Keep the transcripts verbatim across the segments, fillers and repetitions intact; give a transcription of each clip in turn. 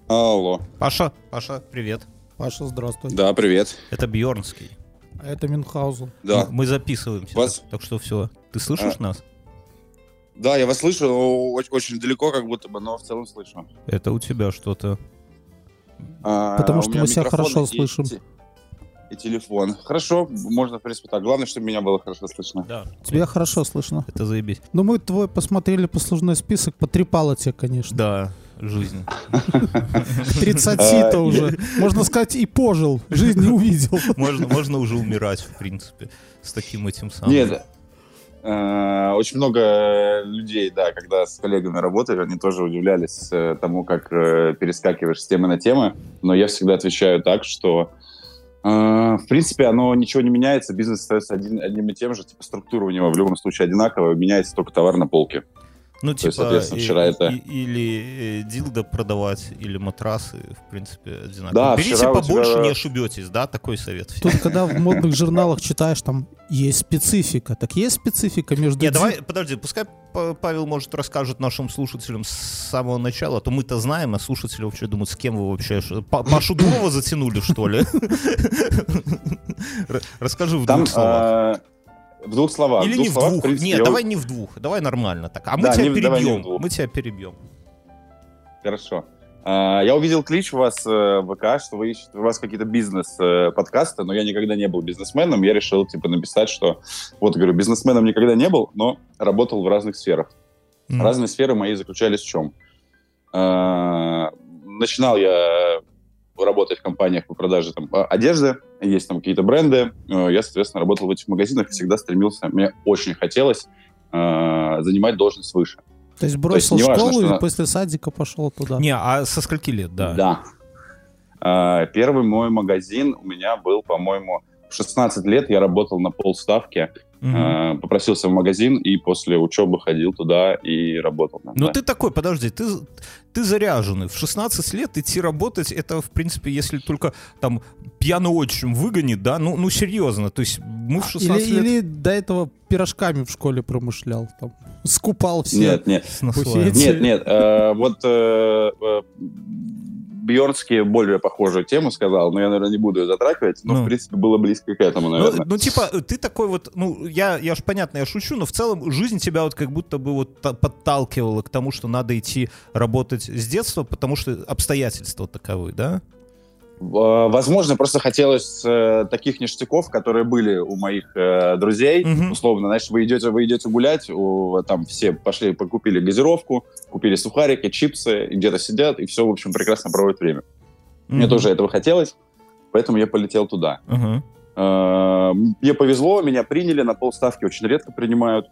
Алло. Паша, Паша, привет. Паша, здравствуй. Да, привет. Это Бьернский. А это Мюнхгаузен. Да. Мы записываемся, Вас... так, так что все. Ты слышишь а... нас? Да, я вас слышу, очень, очень далеко как будто бы, но в целом слышу. Это у тебя что-то. А, Потому что мы себя хорошо и, слышим. И, и телефон. Хорошо, можно, в принципе, так. Главное, чтобы меня было хорошо слышно. Да. Тебя хорошо слышно. Это заебись. Ну, мы твой посмотрели послужной список, потрепало тебе, конечно. Да, жизнь. К тридцати-то уже. Можно сказать, и пожил. Жизнь не увидел. Можно, можно уже умирать, в принципе, с таким этим самым. Нет, очень много людей, да, когда с коллегами работали, они тоже удивлялись тому, как перескакиваешь с темы на темы. Но я всегда отвечаю так, что в принципе, оно ничего не меняется, бизнес остается один, одним и тем же, типа структура у него в любом случае одинаковая, меняется только товар на полке. Ну, То типа, есть, вчера и, это... и, или э, дилдо продавать, или матрасы, в принципе, одинаковые. Да, берите побольше, тебя... не ошибетесь, да, такой совет. Тут, когда в модных журналах читаешь, там есть специфика. Так есть специфика между... Не, давай, подожди, пускай Павел, может, расскажет нашим слушателям с самого начала, а то мы-то знаем, а слушатели вообще думают, с кем вы вообще... Пашу Дрова затянули, что ли? Расскажи в двух словах. В двух словах. Или в не двух в двух. принципе, Нет, я... давай не в двух. Давай нормально так. А мы да, тебя не, перебьем. Мы тебя перебьем. Хорошо. Uh, я увидел клич у вас uh, в ВК, что вы ищете, у вас какие-то бизнес-подкасты, uh, но я никогда не был бизнесменом. Я решил, типа, написать, что, вот, говорю, бизнесменом никогда не был, но работал в разных сферах. Mm. Разные сферы мои заключались в чем? Uh, начинал я работать в компаниях по продаже там, одежды, есть там какие-то бренды. Я, соответственно, работал в этих магазинах и всегда стремился, мне очень хотелось э, занимать должность выше. То есть бросил То есть, школу неважно, и что... после садика пошел туда? Не, а со скольки лет, да? Да. Э, первый мой магазин у меня был, по-моему, в шестнадцать лет я работал на полставки. Uh-huh. Попросился в магазин и после учебы ходил туда и работал. Ну да. ты такой, подожди, ты, ты заряженный. В шестнадцать лет идти работать, это, в принципе, если только там пьяный отчим выгонит, да, ну, ну серьезно, то есть мы в шестнадцать или, лет... Или до этого пирожками в школе промышлял, там, скупал все. Нет, нет, нет, нет, э, вот э, э, Бьернский более похожую тему сказал, но я, наверное, не буду ее затрагивать, но, ну. в принципе, было близко к этому, наверное. Ну, ну типа, ты такой вот, ну, я, я ж понятно, я шучу, но в целом жизнь тебя вот как будто бы вот подталкивала к тому, что надо идти работать с детства, потому что обстоятельства таковы, да? Возможно, просто хотелось э, таких ништяков, которые были у моих э, друзей. Mm-hmm. Условно, значит, вы идете, вы идете гулять, у, там все пошли, покупили газировку, купили сухарики, чипсы, и где-то сидят, и все, в общем, прекрасно проводят время. Mm-hmm. Мне тоже этого хотелось, поэтому я полетел туда. Mm-hmm. Э, мне повезло, меня приняли, на полставки очень редко принимают.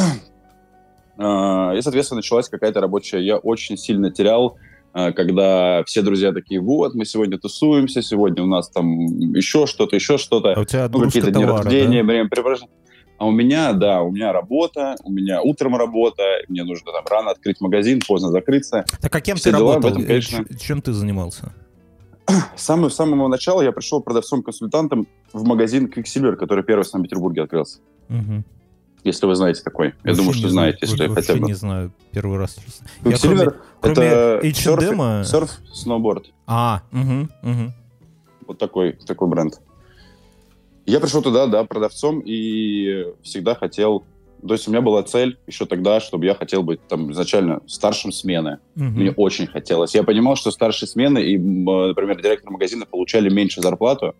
э, и, соответственно, началась какая-то рабочая... Я очень сильно терял, когда все друзья такие, вот, мы сегодня тусуемся, сегодня у нас там еще что-то, еще что-то. А у тебя ну, какие-то дни рождения, да? времяпрепровождения. А у меня, да, у меня работа, у меня утром работа, мне нужно там рано открыть магазин, поздно закрыться. Так а кем все ты дела, работал? Этом, конечно... Чем ты занимался? С самого, с самого начала я пришел продавцом-консультантом в магазин Quicksilver, который первый в Санкт-Петербурге открылся. Угу. Если вы знаете такой. Я вообще думаю, что знаете. Знаю, если вообще хотя бы... не знаю. Первый раз. Quicksilver — это эйч энд эм... серф, сноуборд. А, угу, угу. Вот такой, такой бренд. Я пришел туда, да, продавцом, и всегда хотел... То есть у меня была цель еще тогда, чтобы я хотел быть там изначально старшим смены. Угу. Мне очень хотелось. Я понимал, что старшие смены и, например, директор магазина получали меньше зарплату,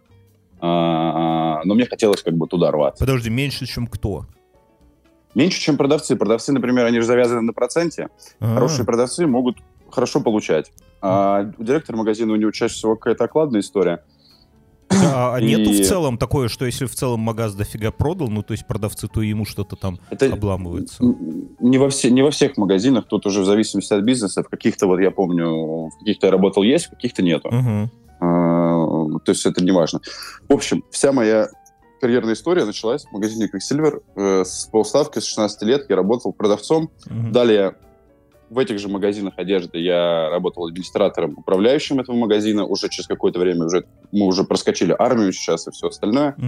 но мне хотелось как бы туда рваться. Подожди, меньше, чем кто? Меньше, чем продавцы. Продавцы, например, они же завязаны на проценте. А-а-а. Хорошие продавцы могут хорошо получать. А у директора магазина у него чаще всего какая-то окладная история. А, а и... нету в целом такое, что если в целом магаз дофига продал, ну то есть продавцы, то ему что-то там это обламывается? Не во, все, не во всех магазинах, тут уже в зависимости от бизнеса. В каких-то, вот я помню, в каких-то я работал есть, в каких-то нету. Uh-huh. А, то есть это не важно. В общем, вся моя... карьерная история началась в магазине Quicksilver. Э, с полставки, с шестнадцати лет я работал продавцом. Mm-hmm. Далее в этих же магазинах одежды я работал администратором, управляющим этого магазина. Уже через какое-то время уже, мы уже проскочили армию сейчас и все остальное.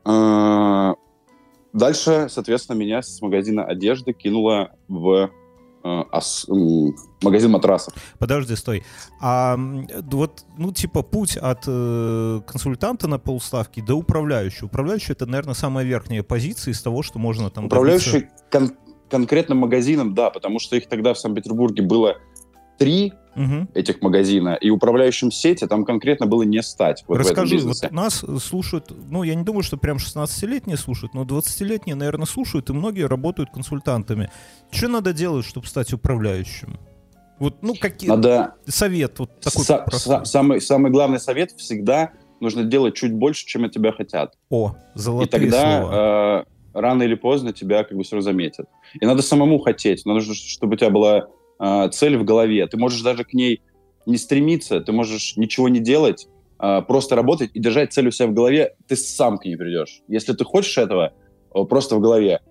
Mm-hmm. Э, дальше, соответственно, меня с магазина одежды кинуло в э, ос, э, магазин матрасов. Подожди, стой. А вот, ну, типа, путь от э, консультанта на полставки до управляющего. Управляющий — это, наверное, самая верхняя позиция из того, что можно там... Управляющий кон- конкретным магазином, да, потому что их тогда в Санкт-Петербурге было три угу. этих магазина, и управляющим сети там конкретно было не стать. Вот расскажи, вот нас слушают, ну, я не думаю, что прям шестнадцатилетние слушают, но двадцатилетние, наверное, слушают, и многие работают консультантами. Что надо делать, чтобы стать управляющим? Вот, ну, какие... Надо... Совет вот такой Са- са- самый, самый главный совет всегда нужно делать чуть больше, чем от тебя хотят. О, золотые и тогда, слова. Э, рано или поздно тебя как бы все равно заметят. И надо самому хотеть. Нужно, чтобы у тебя была э, цель в голове. Ты можешь даже к ней не стремиться, ты можешь ничего не делать, э, просто работать и держать цель у себя в голове. Ты сам к ней придешь. Если ты хочешь этого э, просто в голове,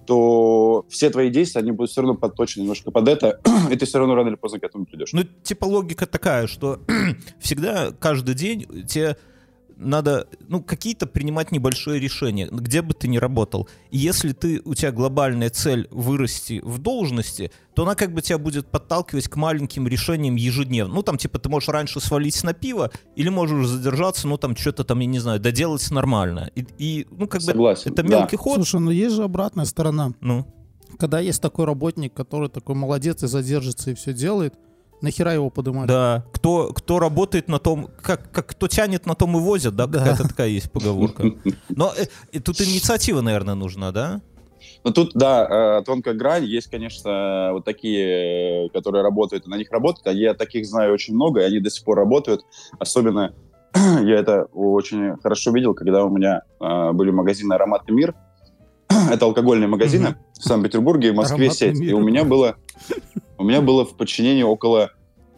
то все твои действия, они будут все равно подточены немножко под это, и ты все равно рано или поздно к этому придешь. Ну, типа логика такая, что всегда, каждый день тебе надо, ну, какие-то принимать небольшие решения, где бы ты ни работал. И если ты, у тебя глобальная цель вырасти в должности, то она как бы тебя будет подталкивать к маленьким решениям ежедневно. Ну, там, типа, ты можешь раньше свалить на пиво, или можешь задержаться, ну, там, что-то там, я не знаю, доделать нормально. И, и ну, как Согласен, бы, это мелкий да. ход. Слушай, ну, есть же обратная сторона. Ну? Когда есть такой работник, который такой молодец и задержится, и все делает, нахера его поднимать? Да. Кто, кто работает на том, как, как кто тянет, на том и возят, да? да. Какая-то такая есть поговорка. Но э, тут инициатива, наверное, нужна, да? Ну, тут, да, э, тонкая грань. Есть, конечно, вот такие, которые работают, и на них работают. А я таких знаю очень много, и они до сих пор работают. Особенно я это очень хорошо видел, когда у меня э, были магазины «Аромат и мир». Это алкогольные магазины mm-hmm. в Санкт-Петербурге и в Москве Аромат сеть. И у меня было... У меня было в подчинении около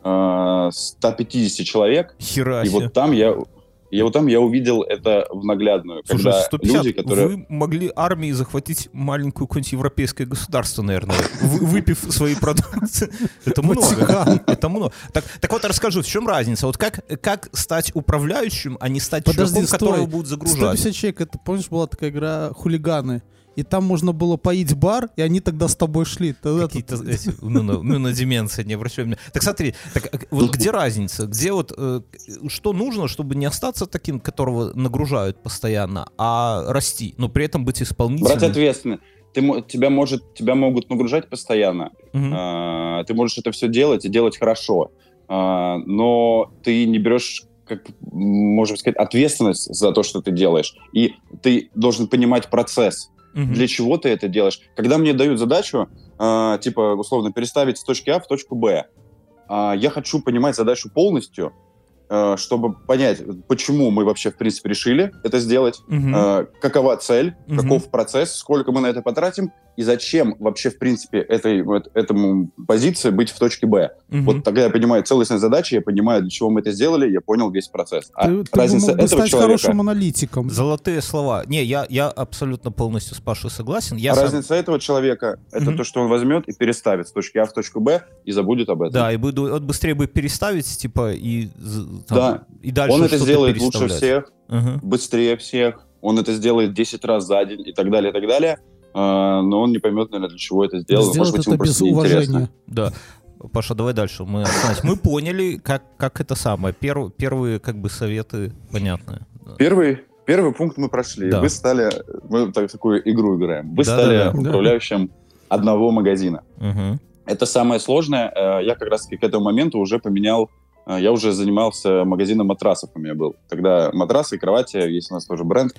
э, сто пятьдесят человек. Хера и себе. вот там я, и вот там я увидел это в наглядную. Слушай, когда сто пятьдесят, люди, которые... Вы могли армией захватить маленькую какое-нибудь европейское государство, наверное, выпив свои продукты. Это много. Это много. Так вот, расскажи, в чем разница? Вот как стать управляющим, а не стать чуваком, которого будут загружать? сто пятьдесят человек, это, помнишь, была такая игра «Хулиганы»? И там можно было поить бар, и они тогда с тобой шли. Тогда какие-то тут... эти, ну, ну, ну, на деменции, не обращай внимания. Так смотри, так, вот где разница? Где вот, э, что нужно, чтобы не остаться таким, которого нагружают постоянно, а расти, но при этом быть исполнительным? Брать ответственность. Ты, тебя, может, тебя могут нагружать постоянно. Угу. А, ты можешь это все делать и делать хорошо. А, но ты не берешь, как, можно сказать, ответственность за то, что ты делаешь. И ты должен понимать процесс. Uh-huh. Для чего ты это делаешь? Когда мне дают задачу, э, типа, условно, переставить с точки А в точку Б, э, я хочу понимать задачу полностью, э, чтобы понять, почему мы вообще, в принципе, решили это сделать, uh-huh. э, какова цель, uh-huh. каков процесс, сколько мы на это потратим, и зачем вообще, в принципе, этой, вот, этому позиции быть в точке Б. Uh-huh. Вот тогда я понимаю целостность задачи, я понимаю, для чего мы это сделали, я понял весь процесс. А ты, разница ты бы мог бы этого стать человека... хорошим аналитиком. Золотые слова. Не, я, я абсолютно полностью с Пашей согласен. Я а сам... разница этого человека — это uh-huh. то, что он возьмет и переставит с точки А в точку Б и забудет об этом. Да, и буду, вот быстрее бы переставить, типа, и, там, да. и дальше он это сделает лучше переставлять. всех, uh-huh. быстрее всех, он это сделает десять раз за день и так далее, и так далее. Uh, но он не поймет, наверное, для чего это сделал. Может быть, ему просто неинтересно. Да. Паша, давай дальше. Мы, значит, мы поняли, как, как это самое. Перв, первые как бы советы понятны. Первый, первый пункт мы прошли. Да. Вы стали... Мы так, такую игру играем. Вы да, стали да, да. управляющим да. одного магазина. Угу. Это самое сложное. Я как раз к этому моменту уже поменял... Я уже занимался магазином матрасов у меня был. Тогда матрасы и кровати, есть у нас тоже бренд,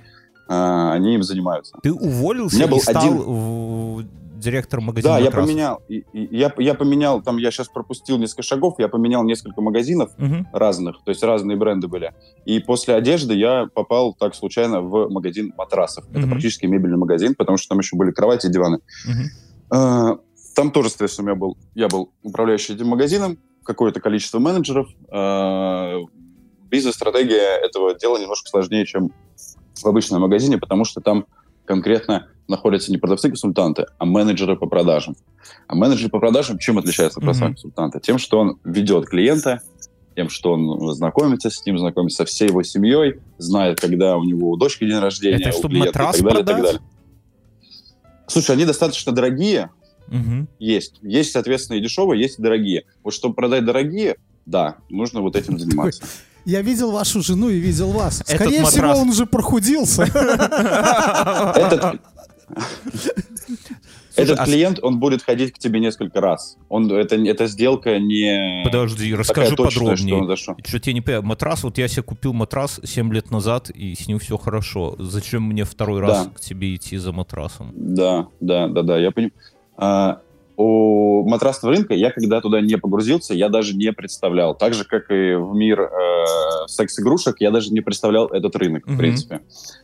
они им занимаются. Ты уволился и стал один... в... директором магазина Да, матрасов? я поменял. И, и, я, я поменял, там я сейчас пропустил несколько шагов, я поменял несколько магазинов uh-huh. разных, то есть разные бренды были. И после одежды я попал так случайно в магазин матрасов. Uh-huh. Это практически мебельный магазин, потому что там еще были кровати и диваны. Uh-huh. Там тоже, соответственно, у меня был, я был управляющий этим магазином, какое-то количество менеджеров. Бизнес-стратегия этого дела немножко сложнее, чем в обычном магазине, потому что там конкретно находятся не продавцы-консультанты, а менеджеры по продажам. А менеджер по продажам чем отличается от продавца-консультанта? Тем, что он ведет клиента, тем, что он знакомится с ним, знакомится со всей его семьей, знает, когда у него у дочки день рождения, это у чтобы клиента матрас и так далее, продать? и так далее. Слушай, они достаточно дорогие, Угу. Есть. Есть, соответственно, и дешевые, есть и дорогие. Вот чтобы продать дорогие, да, нужно вот этим заниматься. Я видел вашу жену и видел вас. Этот Скорее матрас. всего, он уже прохудился. Этот, этот а с- клиент, он будет ходить к тебе несколько раз. Он, это, эта сделка не Подожди, такая расскажи точная, что он подробнее. зашел. Что-то я не понимаю. Матрас, вот я себе купил матрас семь лет назад, и с ним все хорошо. Зачем мне второй раз Да. к тебе идти за матрасом? Да, да, да, да, я понимаю. А, у матрасного рынка я когда туда не погрузился, я даже не представлял. Так же, как и в мир э, секс-игрушек, я даже не представлял этот рынок, Мгм. в принципе.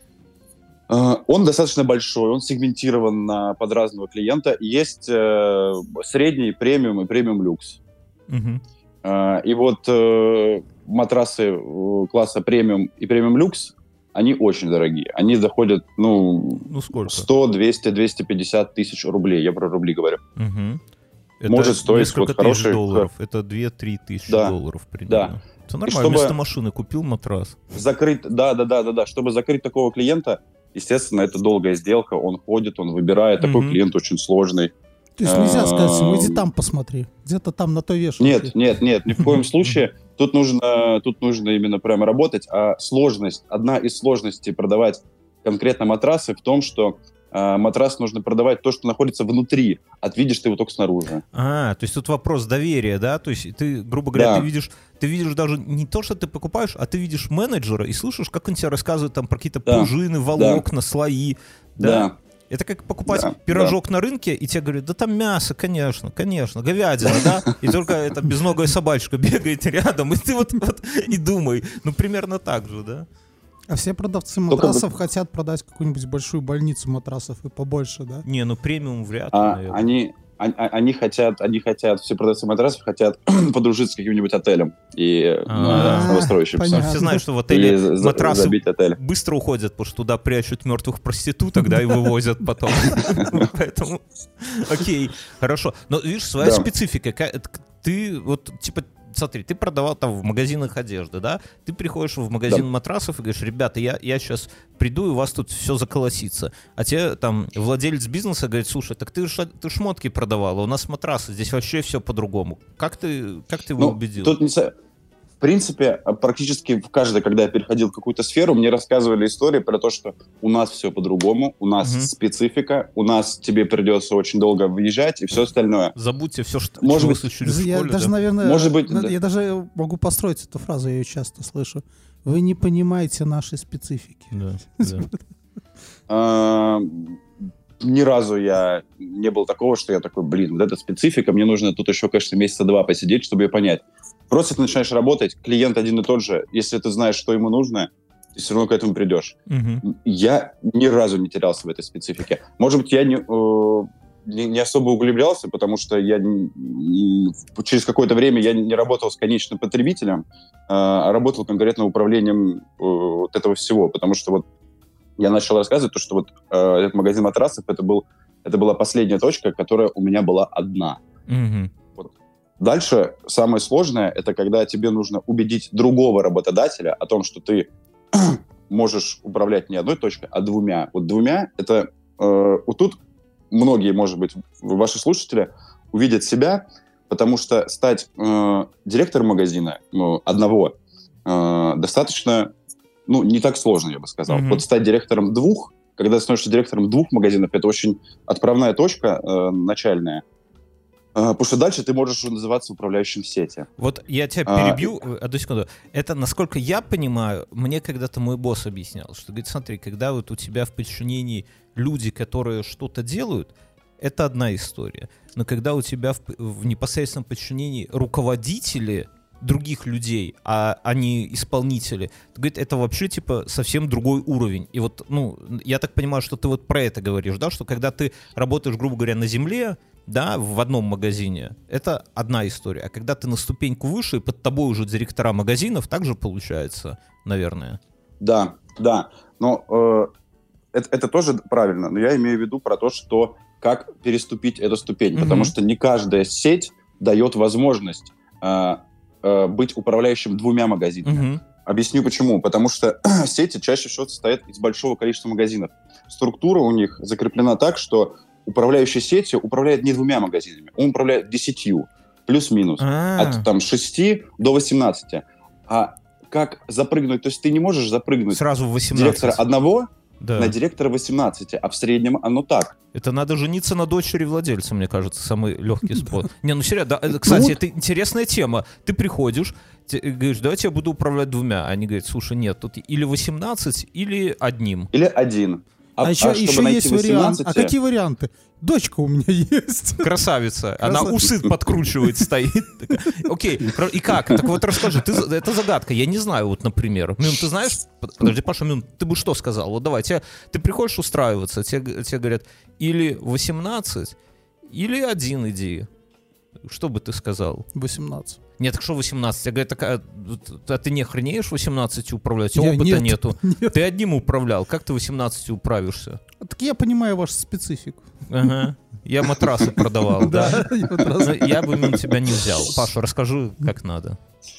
Э, он достаточно большой, он сегментирован на, под разного клиента. Есть э, средний, премиум и премиум-люкс. Мгм. Э, и вот э, матрасы э, класса премиум и премиум-люкс, они очень дорогие. Они доходят, ну, Ну сколько? сто, двести, двести пятьдесят тысяч рублей. Я про рубли говорю. Мгм. Это Может стоить несколько вот тысяч хороший- долларов. Это две-три тысячи Да. долларов примерно. Это нормально. чтобы- Вместо машины купил матрас. Закрыть, да, да, да, да, да. Чтобы закрыть такого клиента, естественно, это долгая сделка. Он ходит, он выбирает. Такой Мгм. клиент очень сложный. То есть нельзя сказать ему, иди Эм. там посмотри. Где-то там на той вешалке. Нет, нет, нет, ни в коем случае. Тут нужно, тут нужно именно прямо работать. А сложность, одна из сложностей продавать конкретно матрасы в том, что э, матрас нужно продавать то, что находится внутри. А видишь ты его только снаружи. А, то есть тут вопрос доверия, да? То есть ты, грубо говоря, Да. ты видишь, ты видишь даже не то, что ты покупаешь, а ты видишь менеджера и слышишь, как он тебе рассказывает там про какие-то Да. пружины, волокна, слои. Да. Да. Это как покупать Да, пирожок на рынке, и тебе говорят, да там мясо, конечно, конечно, говядина, да? И только эта безногая собачка бегает рядом, и ты вот, вот и думай. Ну, примерно так же, да? А все продавцы Только матрасов хотят продать какую-нибудь большую больницу матрасов и побольше, да? Не, ну премиум вряд ли, А, наверное. они, они, они хотят, они хотят, все продавцы матрасов хотят подружиться с каким-нибудь отелем и ну, А, с новостроящимся. понятно. Все знают, что в Или отеле за- за- матрасы забить отель. быстро уходят, потому что туда прячут мертвых проституток, да, и вывозят потом. Поэтому, окей, хорошо. Но видишь, своя Да. специфика. Ка- это Ты вот, типа, смотри, ты продавал там в магазинах одежды, да? Ты приходишь в магазин Да. матрасов и говоришь, ребята, я, я сейчас приду, и у вас тут все заколосится. А тебе там владелец бизнеса говорит, слушай, так ты, ш- ты шмотки продавал, а у нас матрасы, здесь вообще все по-другому. Как ты, как ты его Ну, убедил? тут не со- В принципе, практически в каждой, когда я переходил в какую-то сферу, мне рассказывали истории про то, что у нас все по-другому, у нас Мгм. специфика, у нас тебе придется очень долго выезжать и все остальное. Забудьте все, что, Может чего вы быть, слышали в Я школе, даже, да? наверное, Может быть, на- да. я даже могу построить эту фразу, я ее часто слышу. Вы не понимаете нашей специфики. Да, да. А, Ни разу я не был такого, что я такой, блин, вот эта специфика, мне нужно тут еще, конечно, месяца два посидеть, чтобы ее понять. Просто ты начинаешь работать, клиент один и тот же, если ты знаешь, что ему нужно, ты все равно к этому придешь. Мгм. Я ни разу не терялся в этой специфике. Может быть, я не, э, не, не особо углублялся, потому что я не- не- через какое-то время я не работал с конечным потребителем, э, а работал конкретно управлением э, вот этого всего, потому что вот я начал рассказывать, то, что вот э, этот магазин матрасов, это, был, это была последняя точка, которая у меня была одна. Мгм. Дальше самое сложное, это когда тебе нужно убедить другого работодателя о том, что ты можешь управлять не одной точкой, а двумя. Вот двумя, это э, вот тут многие, может быть, ваши слушатели увидят себя, потому что стать э, директором магазина ну, одного э, достаточно, ну, не так сложно, я бы сказал. Мгм. Вот стать директором двух, когда ты становишься директором двух магазинов, это очень отправная точка э, начальная. Э, потому что дальше ты можешь уже называться управляющим сети. Вот я тебя А, перебью, э, одну секунду. Это, насколько я понимаю, мне когда-то мой босс объяснял, что, говорит, смотри, когда вот у тебя в подчинении люди, которые что-то делают, это одна история. Но когда у тебя в, в непосредственном подчинении руководители других людей, а они исполнители, то, говорит, это вообще, типа, совсем другой уровень. И вот, ну, я так понимаю, что ты вот про это говоришь, да, что когда ты работаешь, грубо говоря, на земле, да, в одном магазине, это одна история. А когда ты на ступеньку выше, и под тобой уже директора магазинов, так же получается, наверное. Да, да. Но э, это, это тоже правильно. Но я имею в виду про то, что как переступить эту ступень. Мгм. Потому что не каждая сеть дает возможность э, э, быть управляющим двумя магазинами. Мгм. Объясню почему. Потому что сети чаще всего состоят из большого количества магазинов. Структура у них закреплена так, что управляющий сетью управляет не двумя магазинами, он управляет десятью, плюс-минус, А. от там шести до восемнадцати. А как запрыгнуть? То есть ты не можешь запрыгнуть Сразу в с восемнадцать. директора одного Да. на директора восемнадцати, а в среднем оно так. Это надо жениться на дочери владельца, мне кажется, самый легкий способ. Не, ну серьезно, да, это, кстати, вот. это интересная тема. Ты приходишь, ты говоришь, давайте я буду управлять двумя. Они говорят, слушай, нет, тут или восемнадцать, или одним. Или один. А, А, еще, а чтобы еще найти есть вариант. восемнадцать... А какие варианты? Дочка у меня есть. Красавица. Она Красавица. усы подкручивает, стоит. Такая, окей, хро- и как? Так вот расскажи, ты, за- это загадка, я не знаю, вот, например. Мюн, ты знаешь, подожди, Паша, Мюн, ты бы что сказал? Вот давай, тебе, ты приходишь устраиваться, тебе, тебе говорят, или восемнадцать, или один иди. Что бы ты сказал? восемнадцать. Нет, так что восемнадцать? Я говорю, так, а, а ты не охренеешь восемнадцать управлять? Я- Опыта нет, нету. нет. Ты одним управлял, как ты восемнадцать управишься? Так я понимаю вашу специфику. Ага. Я матрасы продавал, да? Да, вот раз. Ну, я бы на тебя не взял. Паша, расскажи, как надо.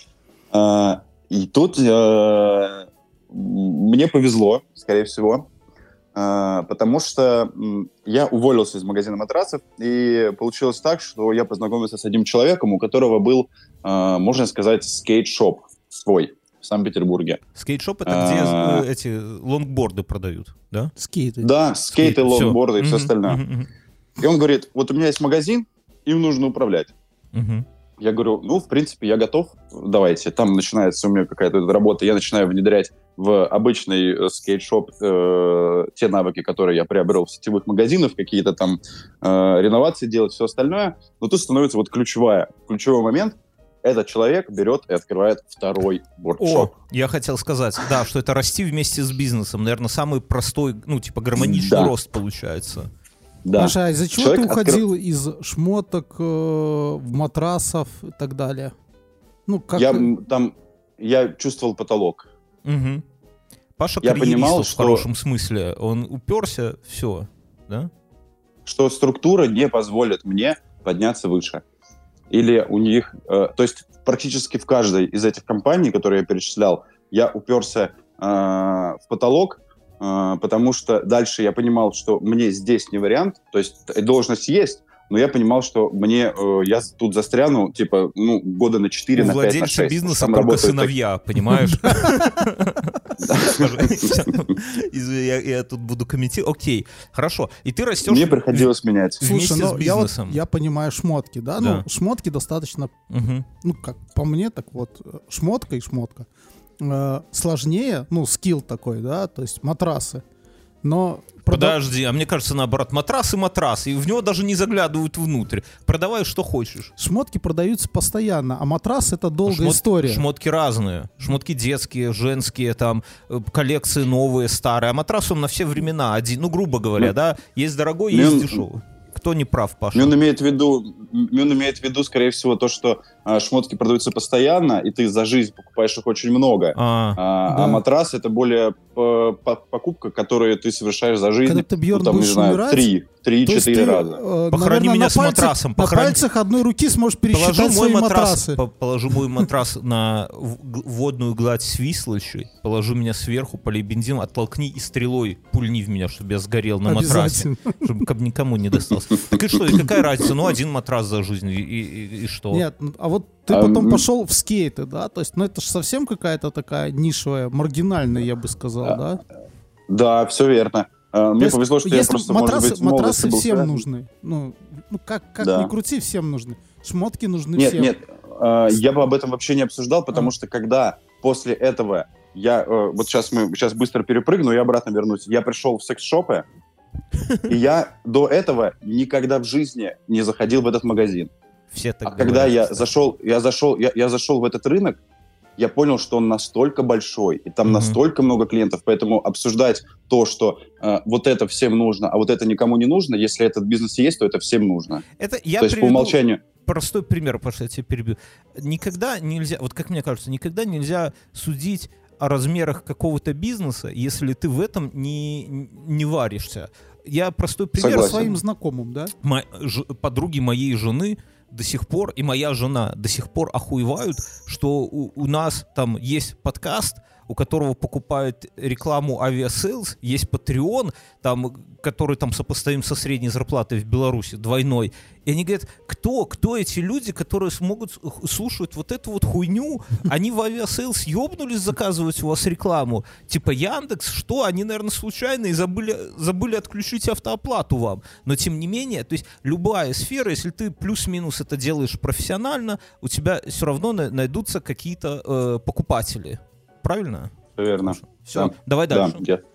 А, и тут э, мне повезло, скорее всего, а, потому что м, я уволился из магазина матрасов, и получилось так, что я познакомился с одним человеком, у которого был, а, можно сказать, скейт-шоп свой в Санкт-Петербурге. Скейтшоп — это А. где э, эти лонгборды продают, да? Скейты. Да, скейты, Всё. лонгборды и все Мгм, остальное. мгм, мгм. И он говорит, вот у меня есть магазин, им нужно управлять. Мгм. Я говорю, ну, в принципе, я готов, давайте. Там начинается у меня какая-то работа, я начинаю внедрять в обычный э, скейт-шоп э, те навыки, которые я приобрел в сетевых магазинах, какие-то там э, реновации делать, все остальное. Но тут становится вот ключевая, ключевой момент. Этот человек берет и открывает второй воркшоп. О, я хотел сказать, да, что это расти вместе с бизнесом. Наверное, самый простой, ну, типа, гармоничный Да. рост получается. Да. Паша, а из-за чего Человек ты уходил из шмоток, э, в матрасов и так далее? Ну, как... Я м, там, я чувствовал потолок. Мгм. Паша Я карьерист понимал, в что- хорошем смысле. Он уперся, все, да? Что структура не позволит мне подняться выше. Или у них... э, то есть практически в каждой из этих компаний, которые я перечислял, я уперся э, в потолок, э, потому что дальше я понимал, что мне здесь не вариант. То есть т- должность есть, но я понимал, что мне... э, я тут застряну, типа, ну, года на четыре, У на пять, на владельца шесть. бизнеса Там только работают сыновья, понимаешь? Извини, Я я тут буду комментировать. Окей, хорошо. И ты так- растешь... Мне приходилось менять. вместе Слушай, с ну, я, вот, бизнесом. я понимаю шмотки, да? Да. Ну, шмотки достаточно, Мгм. ну, как по мне, так вот, э, шмотка и шмотка. Э, сложнее, ну, скилл такой, да, то есть матрасы. Но... прода- Подожди, а мне кажется, наоборот, матрас и матрас, и в него даже не заглядывают внутрь. Продавай, что хочешь. Шмотки продаются постоянно, а матрас — это долгая Шмот- история. Шмотки разные. Шмотки детские, женские, там, э, коллекции новые, старые. А матрас он на все времена один. Ну, грубо говоря, Ну, да? Есть дорогой, ну, есть дешевый. Кто не прав, Паша? Мюн имеет в виду, Мюн имеет в виду, скорее всего, то, что а, шмотки продаются постоянно, и ты за жизнь покупаешь их очень много. А, А, Да. а матрас — это более по- по- покупка, которую ты совершаешь за жизнь, Когда ты, Бьерн, ну, там, не будешь знаю, умирать, три, То есть три-четыре ты, раза. э, Похорони наверное, меня на с пальцах- матрасом, На похорони- пальцах одной руки сможешь пересчитать Положу мой свои матрас, матрасы. по- положу мой матрас на в- г- водную гладь свислочи, положи меня сверху, полей бензин, оттолкни и стрелой пульни в меня, чтобы я сгорел на матрасе, Обязательно. чтобы ка- никому не достался. Так и что, и какая разница? Ну, один матрас за жизнь, и, и- и что? Нет, ну, а вот ты А, потом м. пошел в скейты, да? То есть, ну это же совсем какая-то такая нишевая, маргинальная, я бы сказал, А, да? Да, все верно. А, То Мне есть, повезло, что я если просто, матрасы, может быть, в молодости матрасы был всем связан. нужны. Ну, ну как, как Да. ни крути, всем нужны. Шмотки нужны Нет, всем. нет, э, я бы об этом вообще не обсуждал, потому А. что когда после этого я, э, вот сейчас мы сейчас быстро перепрыгну и обратно вернусь, я пришел в секс-шопы, и я до этого никогда в жизни не заходил в этот магазин. Все так А когда говорят, я кстати. зашел, я зашел, я, я зашел в этот рынок, я понял, что он настолько большой, и там Мгм. настолько много клиентов, поэтому обсуждать то, что э, вот это всем нужно, а вот это никому не нужно, если этот бизнес есть, то это всем нужно. Это я то есть по приведу умолчанию. простой пример, потому что я тебя перебью. Никогда нельзя, вот как мне кажется, никогда нельзя судить о размерах какого-то бизнеса, если ты в этом не, не варишься. Я простой пример. Согласен. Своим знакомым, да? Мо- ж- подруги моей жены до сих пор, и моя жена до сих пор охуевают, что у, у нас там есть подкаст, у которого покупают рекламу авиасейлс, есть Patreon, там, который там сопоставим со средней зарплатой в Беларуси, двойной. И они говорят, кто, кто эти люди, которые смогут слушать вот эту вот хуйню, они в авиасейлс ёбнулись заказывать у вас рекламу, типа Яндекс, что, они, наверное, случайно и забыли, забыли отключить автооплату вам. Но тем не менее, то есть любая сфера, если ты плюс-минус это делаешь профессионально, у тебя все равно на, найдутся какие-то э, покупатели. Правильно? Верно. Все, да. давай дальше. Да, я...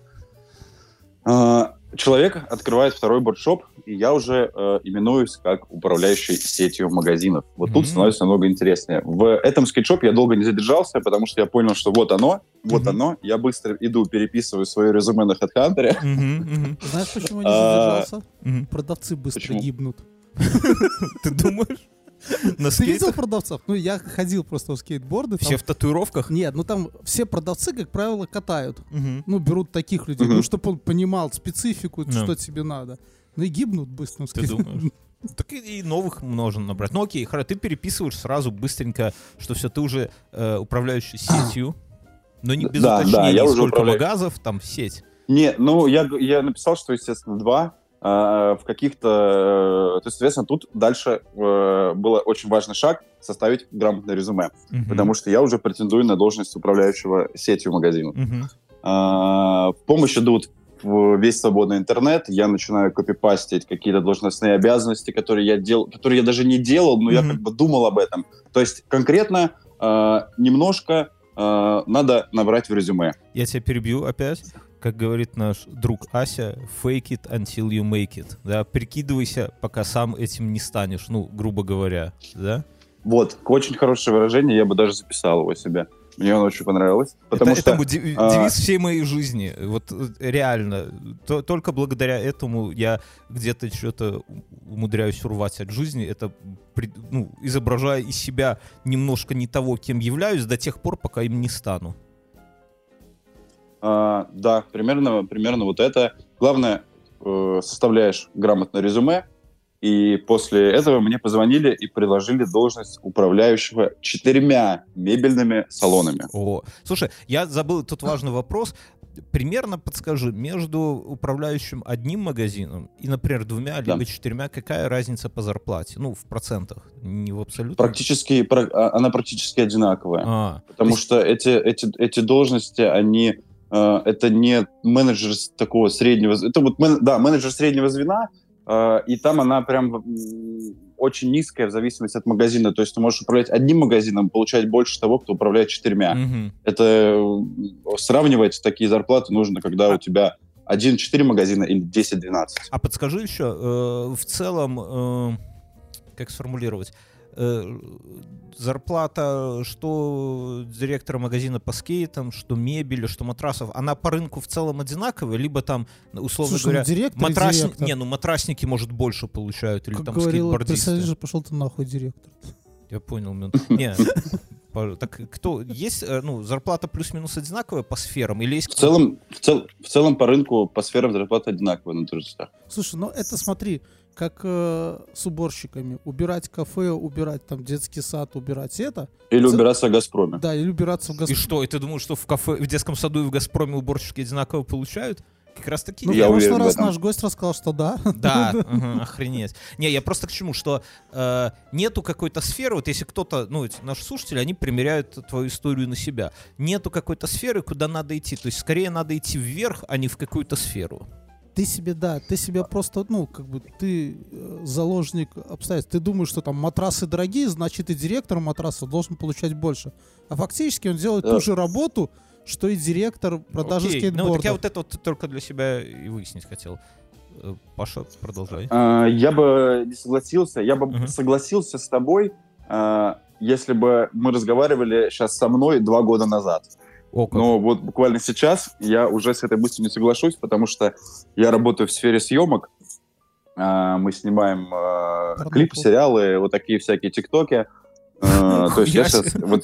а, человек открывает второй бордшоп, и я уже э, именуюсь как управляющий сетью магазинов. Вот mm-hmm. тут становится намного интереснее. В этом скетчопе я долго не задержался, потому что я понял, что вот оно, вот mm-hmm. оно. Я быстро иду, переписываю свое резюме на HeadHunter. Mm-hmm. Mm-hmm. Знаешь, почему не задержался? Mm-hmm. Продавцы быстро почему? гибнут. Ты думаешь? На Ты видел продавцов? Ну, я ходил просто в скейтборды. Все там... в татуировках? Нет, ну там все продавцы, как правило, катают. Угу. Ну, берут таких людей, угу. ну, чтобы он понимал специфику, no. что тебе надо. Ну и гибнут быстро. Ты думаешь? Так и, и новых можно набрать. Ну окей, хорошо, ты переписываешь сразу быстренько, что все, ты уже э, управляющий сетью, но не без да, уточнений, да, сколько управляю... магазов, там сеть. Не, ну я, я написал, что, естественно, два. В каких-то... То есть, соответственно, тут дальше э, был очень важный шаг составить грамотное резюме, uh-huh. потому что я уже претендую на должность управляющего сетью магазинов. Uh-huh. А, в помощь идут весь свободный интернет, я начинаю копипастить какие-то должностные обязанности, которые я, дел... которые я даже не делал, но uh-huh. я как бы думал об этом. То есть конкретно э, немножко э, надо набрать в резюме. Я тебя перебью опять. Как говорит наш друг Ася, fake it until you make it. Да? Прикидывайся, пока сам этим не станешь, ну, грубо говоря. Да? Вот, очень хорошее выражение, я бы даже записал его себе. Мне оно очень понравилось. Потому это, что, это девиз а... всей моей жизни. Вот реально. То, только благодаря этому я где-то что-то умудряюсь урвать от жизни. Это ну, изображая из себя немножко не того, кем являюсь, до тех пор, пока им не стану. Uh, да, примерно, примерно вот это. Главное, э, составляешь грамотное резюме, и после этого мне позвонили и предложили должность управляющего четырьмя мебельными салонами. О, слушай, я забыл тут важный вопрос. Примерно подскажи, между управляющим одним магазином и, например, двумя да. либо четырьмя, какая разница по зарплате? Ну, в процентах, не в абсолютно. Практически, она практически одинаковая. А, потому есть... что эти, эти, эти должности, они... Это не менеджер такого среднего... Это вот, да, менеджер среднего звена, и там она прям очень низкая в зависимости от магазина. То есть ты можешь управлять одним магазином, получать больше того, кто управляет четырьмя. Mm-hmm. Это сравнивать такие зарплаты нужно, когда а... у тебя один-четыре магазина или десять-двенадцать. А подскажи еще, э, в целом, э, как сформулировать, э, зарплата, что директора магазина по скейтам, что мебели, что матрасов, она по рынку в целом одинаковая, либо там, условно Слушай, говоря, ну, матрасни... не, ну матрасники, может, больше получают, или как там говорила, скейтбордисты. Представляешь же, пошел ты нахуй, директор. Я понял. Не, так кто есть, ну, зарплата плюс-минус одинаковая по сферам, или есть... В целом, в, цел, в целом по рынку по сферам зарплата одинаковая на должностях. Слушай, ну это смотри, как э, с уборщиками. Убирать кафе, убирать там детский сад, убирать это. Или убираться в «Газпроме». Да, или убираться в «Газпроме». И что, и ты думаешь, что в кафе, в детском саду и в «Газпроме» уборщики одинаково получают? Как раз таки... Ну, я в прошлый раз наш гость рассказал, что да. Да, угу, охренеть. Не, я просто к чему, что э, нету какой-то сферы, вот если кто-то, ну, эти наши слушатели, они примеряют твою историю на себя. Нету какой-то сферы, куда надо идти. То есть скорее надо идти вверх, а не в какую-то сферу. Ты себе, да, ты себе просто, ну, как бы, ты э, заложник обстоятельств. Ты думаешь, что там матрасы дорогие, значит, и директор матрасов должен получать больше. А фактически он делает ту же работу, что и директор продажи Окей. скейтбордов. Ну, так я вот это вот только для себя и выяснить хотел. Паша, продолжай. А, я бы не согласился. Я бы uh-huh. согласился с тобой, а, если бы мы разговаривали сейчас со мной два года назад. О, Но вот буквально сейчас я уже с этой мыслью не соглашусь, потому что я работаю в сфере съемок. А, мы снимаем а, клипы, сериалы, вот такие всякие тиктоки. А, то есть я сейчас... Вот,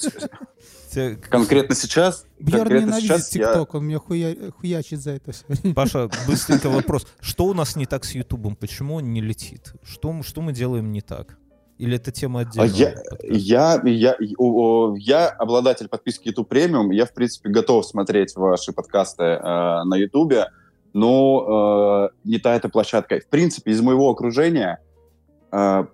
конкретно сейчас... Бьерн ненавидит ТикТок, я... он меня хуя... хуячит за это все. Паша, быстренько вопрос. Что у нас не так с Ютубом? Почему он не летит? Что, что мы делаем не так? Или это тема А отдельная? Я, я, я, о, я обладатель подписки YouTube Premium. Я, в принципе, готов смотреть ваши подкасты э, на YouTube, но э, не та эта площадка. В принципе, из моего окружения э,